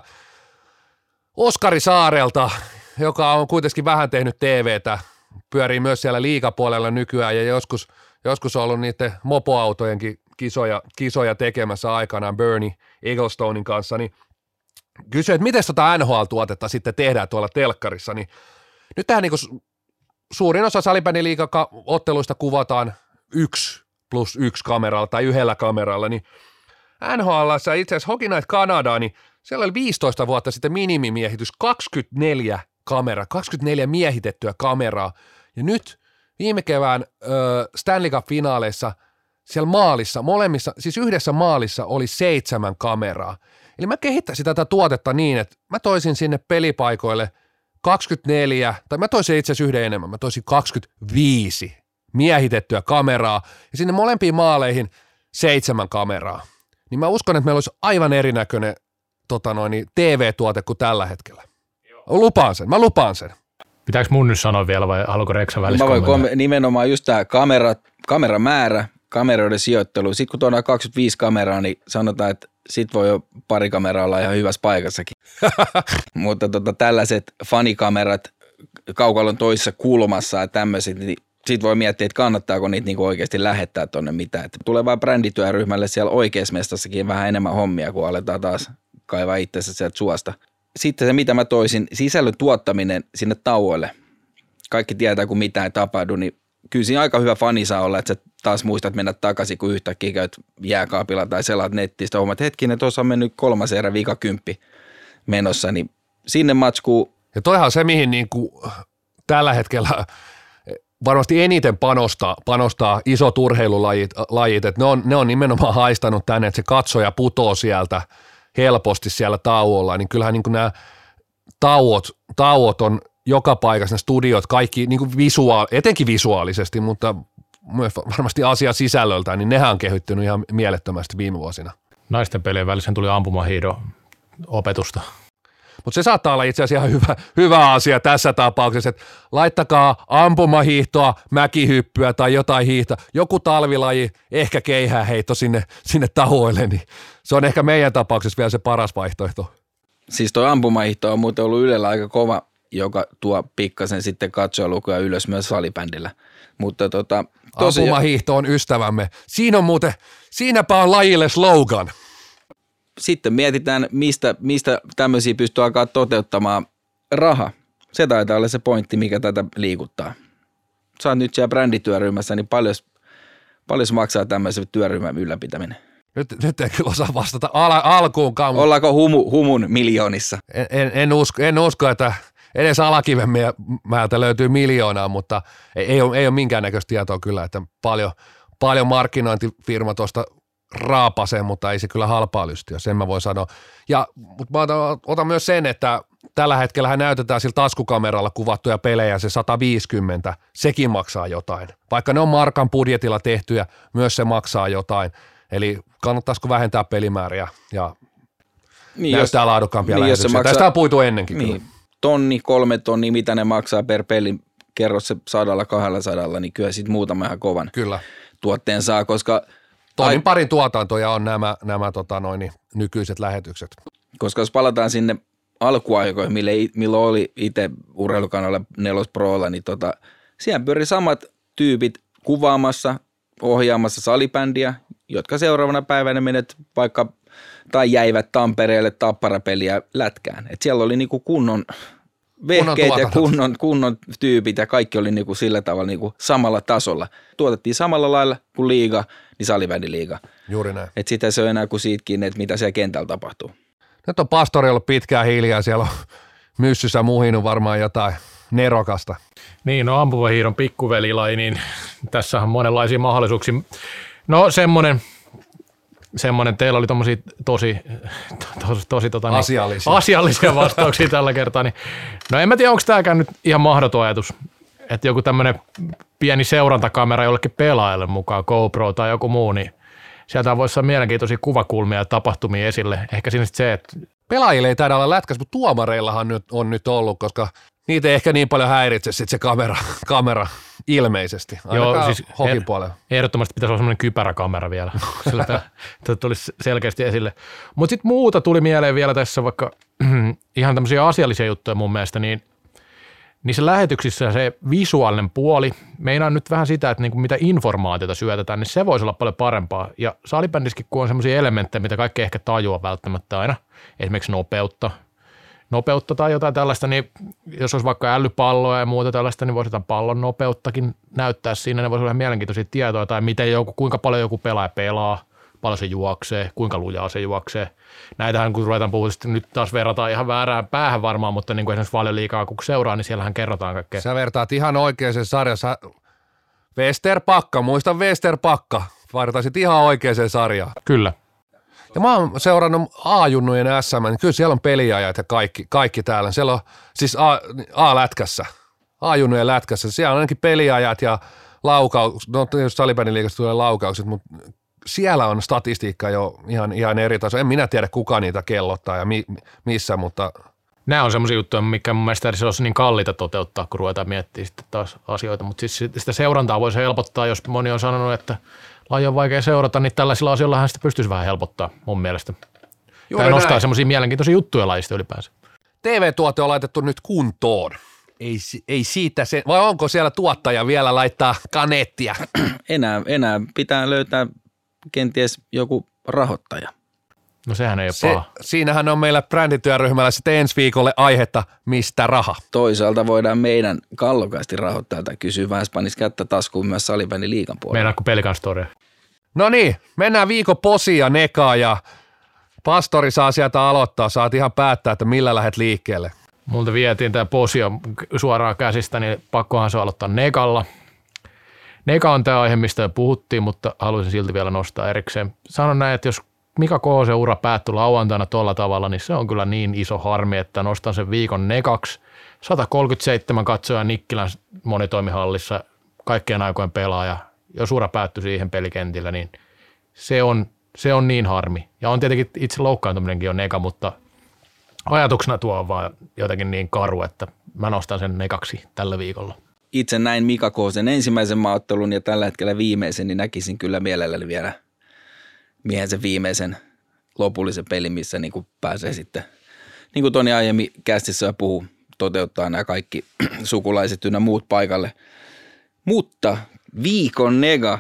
B: Oskari Saarelta, joka on kuitenkin vähän tehnyt TVtä, pyörii myös siellä liigapuolella nykyään, ja joskus on ollut niiden mopoautojenkin kisoja tekemässä aikanaan Bernie Eaglestonein kanssa, niin kysyin, että miten tota NHL-tuotetta sitten tehdään tuolla telkkarissa, niin nyt tähän niin suurin osa salibändiliiga-otteluista kuvataan 1+1 kameralla tai yhdellä kameralla, niin NHL:ssä itse asiassa Hockey Night Canada, niin siellä oli 15 vuotta sitten minimimiehitys 24 miehitettyä kameraa, ja nyt viime kevään Stanley Cup-finaaleissa siellä maalissa, molemmissa, siis yhdessä maalissa oli 7 kameraa. Eli mä kehittäisin tätä tuotetta niin, että mä toisin sinne pelipaikoille 24, tai mä toisin itse asiassa yhden enemmän, mä toisin 25 miehitettyä kameraa, ja sinne molempiin maaleihin 7 kameraa. Niin mä uskon, että meillä olisi aivan erinäköinen TV-tuote kuin tällä hetkellä. Mä lupaan sen.
C: Pitääkö mun nyt sanoa vielä vai haluatko Reksa välissä?
D: Mä voin nimenomaan just tämä kameramäärä, kameroiden sijoittelu. Sitten kun tuodaan 25 kameraa, niin sanotaan, että sit voi jo pari kameraa olla ihan hyvässä paikassakin. Mutta tällaiset fanikamerat kaukalon toisessa kulmassa ja tämmöiset, niin sit voi miettiä, että kannattaako niitä niinku oikeasti lähettää tonne mitään. Että tulee vaan brändityöryhmälle siellä oikeassa mestassakin vähän enemmän hommia, kun aletaan taas kaivaa itsensä sieltä suosta. Sitten se, mitä mä toisin, sisällön tuottaminen sinne tauoille. Kaikki tietää, kun mitään ei tapahdu, niin kyllä siinä aika hyvä fani saa olla, että sä taas muistat mennä takaisin, kun yhtäkkiä käyt jääkaapilla tai selaat nettistä. Hommat hetkinen, tuossa on mennyt 3. erä vika 10 menossa, niin sinne matskuun.
B: Ja toihan se, mihin niin kuin tällä hetkellä varmasti eniten panostaa isot urheilulajit, että ne on nimenomaan haistanut tänne, että se katsoja putoo sieltä helposti siellä tauolla, niin kyllähän niin kuin nämä tauot on joka paikassa, ne studiot, kaikki niin kuin etenkin visuaalisesti, mutta myös varmasti asiasisällöltään, niin nehän on kehittynyt ihan mielettömästi viime vuosina.
C: Naisten pelien välisen tuli ampumahiidon opetusta.
B: Mutta se saattaa olla itse asiassa ihan hyvä asia tässä tapauksessa, että laittakaa ampumahiihtoa, mäkihyppyä tai jotain hiihtoa, joku talvilaji, ehkä keihääheitto sinne tauoille, niin se on ehkä meidän tapauksessa vielä se paras vaihtoehto.
D: Siis tuo ampumahiihto on muuten ollut Ylellä aika kova, joka tuo pikkasen sitten katsojalukuja ylös myös salibändillä. Mutta
B: ampumahiihto on ystävämme. Siinäpä on lajille slogan.
D: Sitten mietitään, mistä tämmöisiä pystyy alkaa toteuttamaan. Raha. Se taitaa olla se pointti, mikä tätä liikuttaa. Sä oot nyt siellä brändityöryhmässä, niin paljon maksaa tämmöisen työryhmän ylläpitäminen?
B: Nyt en kyllä osaa vastata alkuunkaan.
D: Ollaanko humun miljoonissa?
B: En usko, että edes Alakivenmäeltä löytyy miljoonaa, mutta ei ole minkäännäköistä tietoa kyllä, että paljon markkinointifirma tuosta raapasee, mutta ei se kyllä halpaa lystiä, sen mä voin sanoa. Mutta mä otan myös sen, että tällä hetkellä näytetään sillä taskukameralla kuvattuja pelejä, se 150, sekin maksaa jotain. Vaikka ne on markan budjetilla tehtyjä, myös se maksaa jotain. Eli kannattaisiko vähentää pelimääriä ja näyttää laadukkaampia lähetyksiä. Tästä on puitu ennenkin.
D: Niin, 3 tonnia, mitä ne maksaa per peli, kerro se 100-200, niin kyllä sitten muutama ihan kovan tuotteen saa, koska
B: tonnin parin tuotantoja on nämä nykyiset lähetykset.
D: Koska jos palataan sinne alkuaikoihin, milloin oli itse urheilukanalla 4 Prolla, niin siellä pyöri samat tyypit kuvaamassa, ohjaamassa salibändiä, jotka seuraavana päivänä menet vaikka tai jäivät Tampereelle Tapparapeliä lätkään. Et siellä oli niinku kunnon vehkeet ja kunnon tyypit ja kaikki oli niinku sillä tavalla niinku samalla tasolla. Tuotettiin samalla lailla kuin liiga, niin salibändiliiga.
B: Juuri näin.
D: Et sitä se on enää kuin siitäkin, että mitä siellä kentällä tapahtuu.
B: Nyt on pastori ollut pitkään hiljaa, siellä on myssyssä muhinut varmaan jotain nerokasta.
C: Niin, no ampumahiihdon pikkuvelilaji, niin tässä on monenlaisia mahdollisuuksia. No semmoinen, teillä oli tommosia tosi asiallisia vastauksia tällä kertaa. Niin, no en mä tiedä, onko tämäkään nyt ihan mahdoton ajatus, että joku tämmöinen pieni seurantakamera jollekin pelaajalle mukaan, GoPro tai joku muu, niin sieltä voisi saada mielenkiintoisia kuvakulmia ja tapahtumia esille. Ehkä siinä se, että
B: Pelaajille ei taida olla lätkäs, mutta tuomareillahan on nyt ollut, koska niitä ei ehkä niin paljon häiritse sit se kamera ilmeisesti, ainakaan siis hokin puolella.
C: Ehdottomasti pitäisi olla semmoinen kypäräkamera vielä, sillä tulisi selkeästi esille. Mutta sitten muuta tuli mieleen vielä tässä, vaikka ihan tämmöisiä asiallisia juttuja mun mielestä, niin niissä lähetyksissä se visuaalinen puoli, meinaan nyt vähän sitä, että niinku mitä informaatiota syötetään, niin se voisi olla paljon parempaa. Ja salibändissäkin, kun on semmoisia elementtejä, mitä kaikki ehkä tajua välttämättä aina, esimerkiksi nopeutta tai jotain tällaista, niin jos olisi vaikka älypalloa ja muuta tällaista, niin voisi jotain pallon nopeuttakin näyttää siinä, ne voisi olla mielenkiintoisia tietoja, tai kuinka paljon joku pelaaja pelaa, paljon se juoksee, kuinka lujaa se juoksee. Näitähän kun ruvetaan puhumaan, nyt taas verrataan ihan väärään päähän varmaan, mutta niin kuin esimerkiksi Valioliigaa kun seuraa, niin siellähän kerrotaan kaikkea.
B: Sä vertaat ihan oikeaan sarjassa. Westerpakka, muista Westerpakka, vertaisit ihan oikeaan sarjaan.
C: Kyllä.
B: Ja mä oon seurannut A-junnujen SM, niin kyllä siellä on peliajat ja kaikki täällä. Siellä on siis A-lätkässä, A-junnujen lätkässä, siellä on ainakin peliajat ja laukaukset, no jos salibändin liigasta tulee laukaukset, mutta siellä on statistiikka jo ihan eri taso. En minä tiedä, kuka niitä kellottaa ja missä, mutta
C: nämä on semmoisia juttuja, mikä mun mielestä se olisi niin kalliita toteuttaa, kun ruvetaan miettimään sitten taas asioita. Mutta siis sitä seurantaa voisi helpottaa, jos moni on sanonut, että laji on vaikea seurata, niin tällaisilla asioillahan sitä pystyisi vähän helpottaa mun mielestä. Tai nostaa semmoisia mielenkiintoisia juttuja lajista ylipäänsä.
B: TV-tuote on laitettu nyt kuntoon. Ei siitä se, vai onko siellä tuottaja vielä laittaa kanettia?
D: Enää pitää löytää kenties joku rahoittaja.
C: No sehän ei ole paha.
B: Siinähän on meillä brändityöryhmällä sitten ensi viikolle aihetta, mistä raha.
D: Toisaalta voidaan meidän Kallokasti rahoittajalta kysyä vähän spanis kättä taskuun myös salibändin liigan puolella.
C: Meinaatko Pelikan storia?
B: No niin, mennään viikon posia Nekaan ja pastori saa sieltä aloittaa. Saat ihan päättää, että millä lähdet liikkeelle.
C: Multa vietiin tämä posio suoraan käsistä, niin pakkohan se aloittaa Nekalla. Neka on tämä aihe, mistä jo puhuttiin, mutta haluaisin silti vielä nostaa erikseen. Sanon näin, että jos Mika Kohosen ura päättyi lauantaina tuolla tavalla, niin se on kyllä niin iso harmi, että nostan sen viikon Nekaksi. 137 katsoja Nikkilän monitoimihallissa, kaikkien aikojen pelaaja. Jos ura päättyi siihen pelikentillä, niin se on niin harmi. Ja on tietenkin itse loukkaantuminenkin on Neka, mutta ajatuksena tuo on vaan jotenkin niin karu, että mä nostan sen Nekaksi tällä viikolla.
D: Itse näin Mika Kohosen ensimmäisen maaottelun ja tällä hetkellä viimeisen, niin näkisin kyllä mielelläni vielä miehen sen viimeisen lopullisen pelin, missä niin kuin pääsee sitten, niin kuin Toni aiemmin kästissä puhuu, toteuttaa nämä kaikki sukulaiset ynnä muut paikalle. Mutta viikon nega,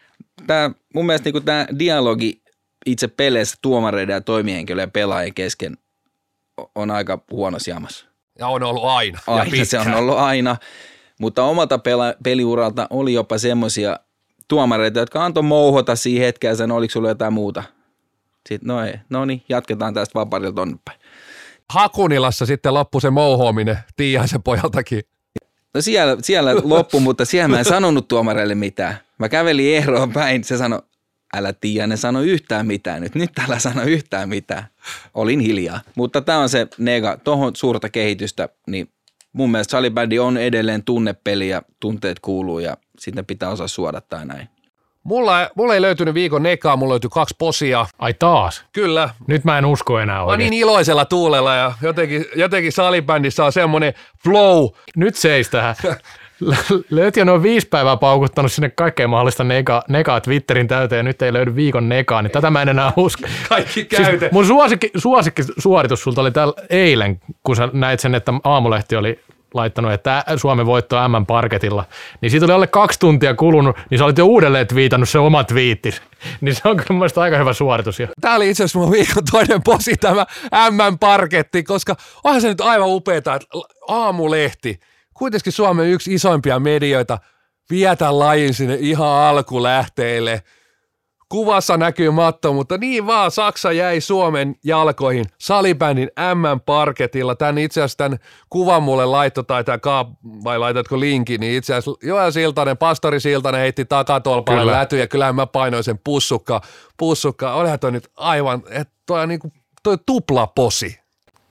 D: mun mielestä niin tämä dialogi itse peleissä tuomareiden ja toimihenkilöiden ja pelaajien kesken on aika huonossa jamassa.
B: Ja on ollut aina.
D: Aina se on ollut aina, mutta omalta peliuralta oli jopa semmoisia tuomareita, jotka antoi mouhota siihen hetkeen ja sanoi, oliko sulla jotain muuta. Sitten no niin, jatketaan tästä vapaudella tonne päin.
B: Hakunilassa sitten loppui se mouhoaminen Tiiaisen pojaltakin.
D: No siellä loppui, mutta siellä mä en sanonut tuomareille mitään. Mä kävelin Ehroon päin, se sanoi, älä Tiiainen sano yhtään mitään nyt älä sano yhtään mitään. Olin hiljaa. Mutta tämä on se nega, tohon suurta kehitystä, niin mun mielestä salibändi on edelleen tunnepeli ja tunteet kuuluu ja sitten pitää osaa suodattaa näin.
B: Mulla ei löytynyt viikon nekaa, mulla löytyi 2 posia.
C: Ai taas?
B: Kyllä.
C: Nyt mä en usko enää oikein.
B: Mä niin iloisella tuulella ja jotenkin salibändissä on semmoinen flow.
C: Nyt seis tähän. Löyt jo noin 5 päivää paukuttanut sinne kaikkea mahdollista nekaa Twitterin täyteen ja nyt ei löydy viikon nekaa, niin tätä mä en enää usko.
B: Kaikki käyte.
C: Siis mun suosikkisuoritus sulta oli täällä eilen, kun sä näit sen, että Aamulehti oli laittanut, että Suomen voitto M-parketilla, niin siitä oli alle 2 tuntia kulunut, niin sä olit jo uudelleen twiitannut se oma twiittis. Niin se on kyllä mielestäni aika hyvä suoritus jo.
B: Tää oli itse asiassa mun viikon toinen posi tämä M-parketti, koska onhan se nyt aivan upeeta, että Aamulehti, kuitenkin Suomen yksi isoimpia medioita, vietä lajin sinne ihan alkulähteille. Kuvassa näkyy matto, mutta niin vaan Saksa jäi Suomen jalkoihin salibändin M-parketilla. Tän itse asiassa tämän kuvan mulle laittoi, vai laitatko linkin, niin itse asiassa Joel Siltanen, pastori Siltanen heitti takatolpalle läty ja kyllähän mä painoin sen pussukka. Olihan toi nyt aivan, että toi on niinku toi tupla posi.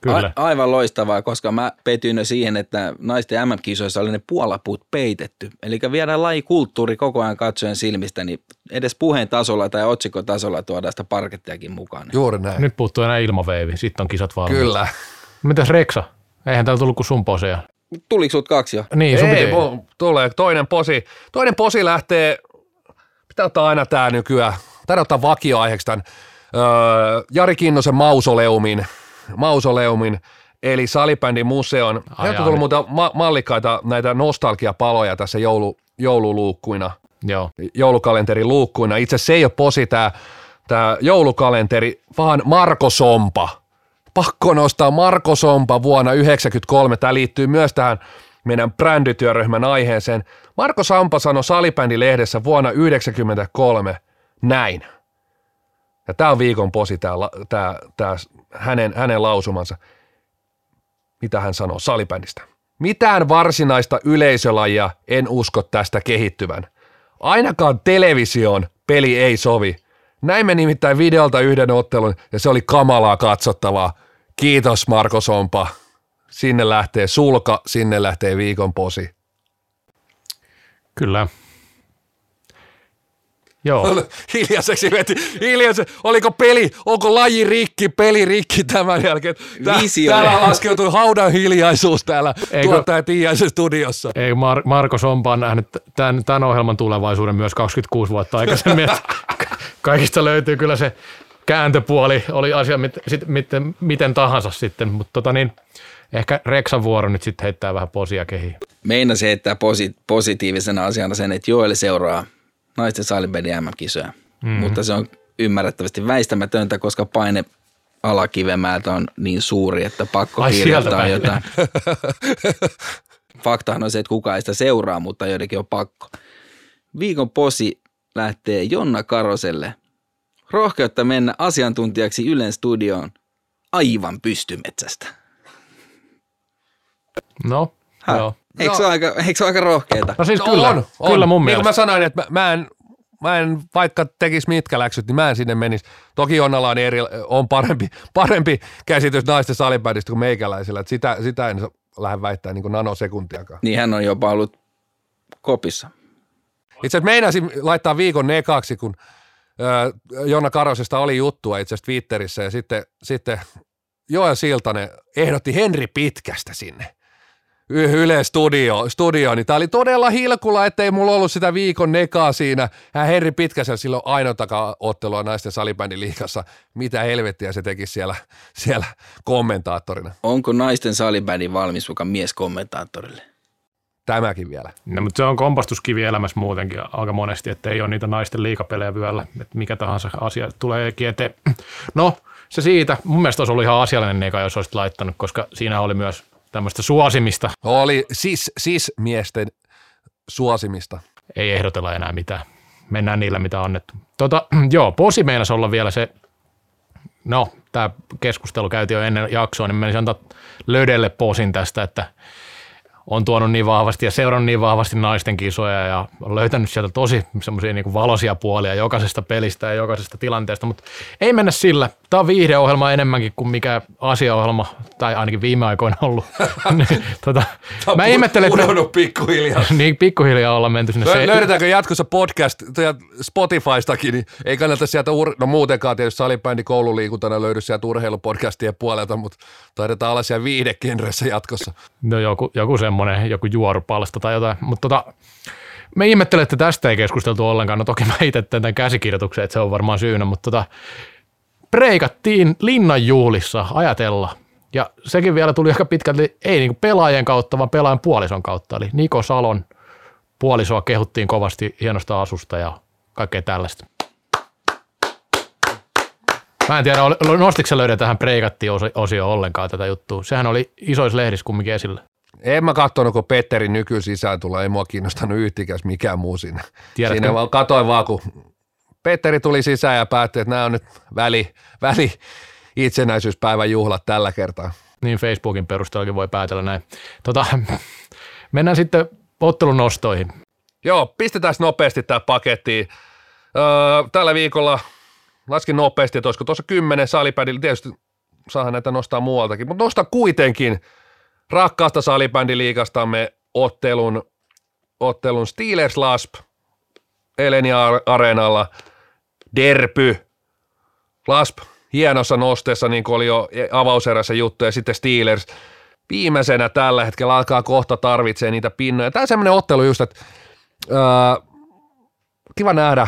C: Kyllä.
D: Aivan loistavaa, koska mä petyin siihen, että naisten MM-kisoissa oli ne puolaput peitetty. Eli viedään lajikulttuuri koko ajan katsojen silmistä, niin edes puheen tasolla tai otsikkotasolla tuodaan sitä parkettiakin mukaan.
B: Juuri näin.
C: Nyt puuttuu enää ilmaveivi, sitten on kisat valmiit.
B: Kyllä.
C: Mitäs Reksa? Eihän täällä tullut kuin sun poseja.
D: Tuliko sut 2 jo?
C: Niin, sun
B: Ei,
C: piti.
B: tulee toinen posi lähtee, pitää ottaa aina tää nykyään, pitää ottaa vakioaiheeksi tämän Jari Kinnusen mausoleumin, eli salibändin museon. Heiltä on tullut muuten mallikkaita näitä nostalgiapaloja tässä joululuukkuina, joulukalenterin luukkuina. Itse se ei ole posi tää joulukalenteri, vaan Marko Sompa. Pakko nostaa Marko Sompa vuonna 1993. Tämä liittyy myös tähän meidän brändityöryhmän aiheeseen. Marko Sompa sanoi Salibändilehdessä vuonna 1993 näin. Ja tämä on viikon posi, tämä hänen lausumansa. Mitä hän sanoo salibändistä? Mitään varsinaista yleisölajia en usko tästä kehittyvän. Ainakaan televisioon peli ei sovi. Näimme nimittäin videolta yhden ottelun ja se oli kamalaa katsottavaa. Kiitos Marko Sompa. Sinne lähtee sulka, sinne lähtee viikon posi.
C: Kyllä. Joo.
B: Hiljaiseksi veti. Onko peli rikki tämän jälkeen? Täällä laskeutui haudan hiljaisuus täällä tuottaja Tiiaisen studiossa.
C: Ei, Marko Sompa on nähnyt tämän ohjelman tulevaisuuden myös 26 vuotta aikaisemmin. Kaikista löytyy kyllä se kääntöpuoli, oli asia miten tahansa sitten, mutta ehkä Reksan vuoro nyt sitten heittää vähän posia kehiin.
D: Meinasin heittää positiivisena asiana sen, että Joel seuraa naisten salibändin MM-kisoja, mutta se on ymmärrettävästi väistämätöntä, koska paine Alakivemäeltä on niin suuri, että pakko kirjoittaa jotain. Faktahan on se, että kukaan ei sitä seuraa, mutta joidenkin on pakko. Viikon posi lähtee Jonna Karoselle. Rohkeutta mennä asiantuntijaksi Ylen studioon aivan pystymetsästä.
C: No, joo.
D: Eikö se ole aika rohkeeta?
C: No siis kyllä,
B: on.
C: Kyllä mun mielestä.
B: Niin kuin mä sanoin, että mä en vaikka tekisi mitkä läksyt, niin mä en sinne menisi. Toki Jonnalla on parempi käsitys naisten salibändistä kuin meikäläisellä. Että sitä en lähde väittämään niin nanosekuntiakaan.
D: Niin hän on jopa ollut kopissa.
B: Itse asiassa meinasin laittaa viikon ekaksi, kun Jonna Karosesta oli juttua itse asiassa Twitterissä ja sitten Joel Siltanen ehdotti Henri Pitkästä sinne Yle studioon, niin tämä oli todella hilkulla, ettei mulla ollut sitä viikon nekaa siinä. Henri Pitkäsellä silloin ainoatakaan ottelua naisten salibändin liigassa. Mitä helvettiä se teki siellä kommentaattorina.
D: Onko naisten salibändin valmis mukaan mieskommentaattorille?
B: Tämäkin vielä.
C: No, mutta se on kompastuskivi elämässä muutenkin aika monesti, että ei ole niitä naisten liigapelejä vyöllä, että mikä tahansa asia tuleekin eteen. No, se siitä. Mun mielestä olisi ollut ihan asiallinen neka, jos olisit laittanut, koska siinä oli myös tämmöistä suosimista.
B: Oli miesten suosimista.
C: Ei ehdotella enää mitään. Mennään niillä, mitä on annettu. Joo, posi meinasi olla vielä se, no, tämä keskustelu käytiin jo ennen jaksoa, niin menisin antaa Lödelle posin tästä, että on tuonut niin vahvasti ja seurannut niin vahvasti naisten kisoja ja on löytänyt sieltä tosi semmoisia niin kuin valoisia puolia jokaisesta pelistä ja jokaisesta tilanteesta, mutta ei mennä sillä. Tämä on viihdeohjelma enemmänkin kuin mikä asiaohjelma, tai ainakin viime aikoina ollut. Mä ihmettelen, että
B: pudonnut pikkuhiljaa.
C: Niin, pikkuhiljaa ollaan menty sinne.
B: Löydetäänkö jatkossa podcast Spotifystakin, niin ei kannata sieltä, no muutenkaan tietysti salibändi koululiikuntana löydy sieltä urheilupodcastien puolelta, mutta taidetaan olla siellä viihdegenressä jatkossa.
C: No joku semmoinen, joku juorupalsta tai jotain, mutta me ihmettelen, että tästä ei keskusteltu ollenkaan. No toki mä itse tämän käsikirjoituksen, että se on varmaan syynä, mutta breikattiin Linnanjuhlissa, ajatella. Ja sekin vielä tuli aika pitkälti, ei niin kuin pelaajien kautta, vaan pelaajan puolison kautta. Eli Niko Salon puolisoa kehuttiin kovasti hienosta asusta ja kaikkea tällaista. Mä en tiedä, nostiko sä löydä tähän breikattiin-osioon ollenkaan tätä juttua. Sehän oli isoissa lehdissä kumminkin esillä.
B: En mä katsonut, kun Petterin nykysisään tulla, ei mua kiinnostanut yhtikäs mikään muu siinä.
C: Tiedätkö?
B: Siinä vaan katoin vaan, kun Petteri tuli sisään ja päätti, että nämä on nyt väli itsenäisyyspäivän juhlat tällä kertaa.
C: Niin Facebookin perusteellakin voi päätellä näin. Mennään sitten ottelun nostoihin.
B: Joo, pistetään nopeasti tämä pakettiin. Tällä viikolla laskin nopeasti, että olisiko tuossa 10 salibändillä, tietysti saahan näitä nostaa muualtakin, mutta nosta kuitenkin rakkaasta salibändiliigastamme ottelun Steelers Lasp Elenia Areenalla, derby, Lasp hienossa nosteessa, niin kuin oli jo avauserässä juttu, ja sitten Steelers viimeisenä tällä hetkellä alkaa kohta tarvitsee niitä pinnoja. Tämä on semmoinen ottelu just, että kiva nähdä,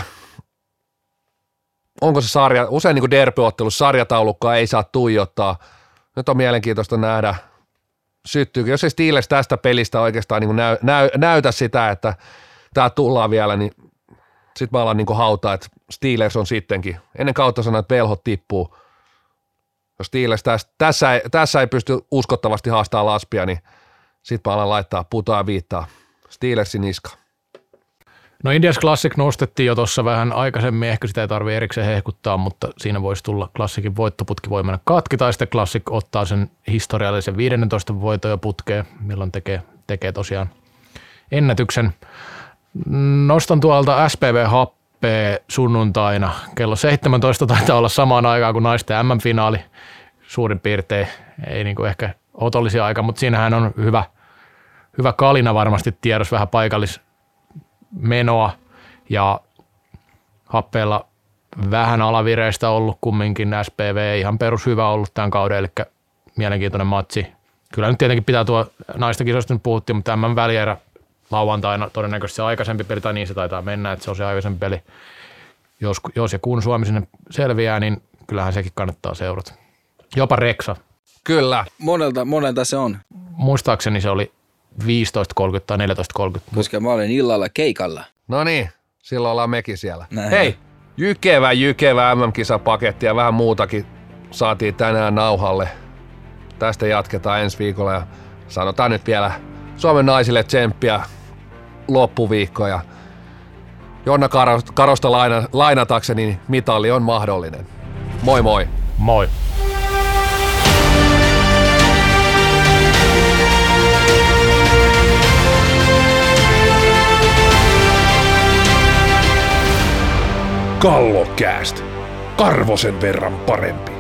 B: onko se sarja, usein niin kuin derby-ottelussa sarjataulukkaa ei saa tuijottaa. Nyt on mielenkiintoista nähdä, syttyykö. Jos ei Steelers tästä pelistä oikeastaan niin kuin näytä sitä, että tämä tullaan vielä, niin sitten mä alan niin kuin hautaa, että Steelers on sittenkin. Ennen kautta sanoa, että velhot tippuu. Jos Steelers tässä ei pysty uskottavasti haastamaan Laspia, niin sitten mä alan laittaa putaa viittaa Steelersin niska.
C: No Indians Classic nostettiin jo tuossa vähän aikaisemmin, ehkä sitä ei tarvitse erikseen hehkuttaa, mutta siinä voisi tulla Classicin voittoputki voi mennä katki, tai sitten Classic ottaa sen historiallisen 15 voiton jo putkeen, milloin tekee tosiaan ennätyksen. Nostan tuolta SPV Happea sunnuntaina, kello 17 taitaa olla samaan aikaan kuin naisten MM-finaali, suurin piirtein, ei niin kuin ehkä otollisia aika, mutta siinähän on hyvä kalina varmasti tiedossa, vähän paikallismenoa ja Happeella vähän alavireistä ollut kumminkin, SPV ihan perushyvä ollut tämän kauden, eli mielenkiintoinen matsi. Kyllä nyt tietenkin pitää tuo naisten kisoista nyt puhuttiin, mutta tämän välierä lauantaina todennäköisesti se aikaisempi peli, tai niin se taitaa mennä, että se on se aikaisempi peli. Jos ja kun Suomi sinne selviää, niin kyllähän sekin kannattaa seurata. Jopa Reksa.
B: Kyllä.
D: Monelta se on.
C: Muistaakseni se oli 15.30 tai 14.30.
D: Koska mä olen illalla keikalla.
B: No niin, silloin ollaan mekin siellä.
D: Näin.
B: Hei, jykevä MM-kisapaketti ja vähän muutakin saatiin tänään nauhalle. Tästä jatketaan ensi viikolla ja sanotaan nyt vielä Suomen naisille tsemppiä loppuviikko ja Jonna Karosta lainatakseni, niin mitalli on mahdollinen. Moi moi!
C: Moi!
A: Kallokääst. Karvosen verran parempi.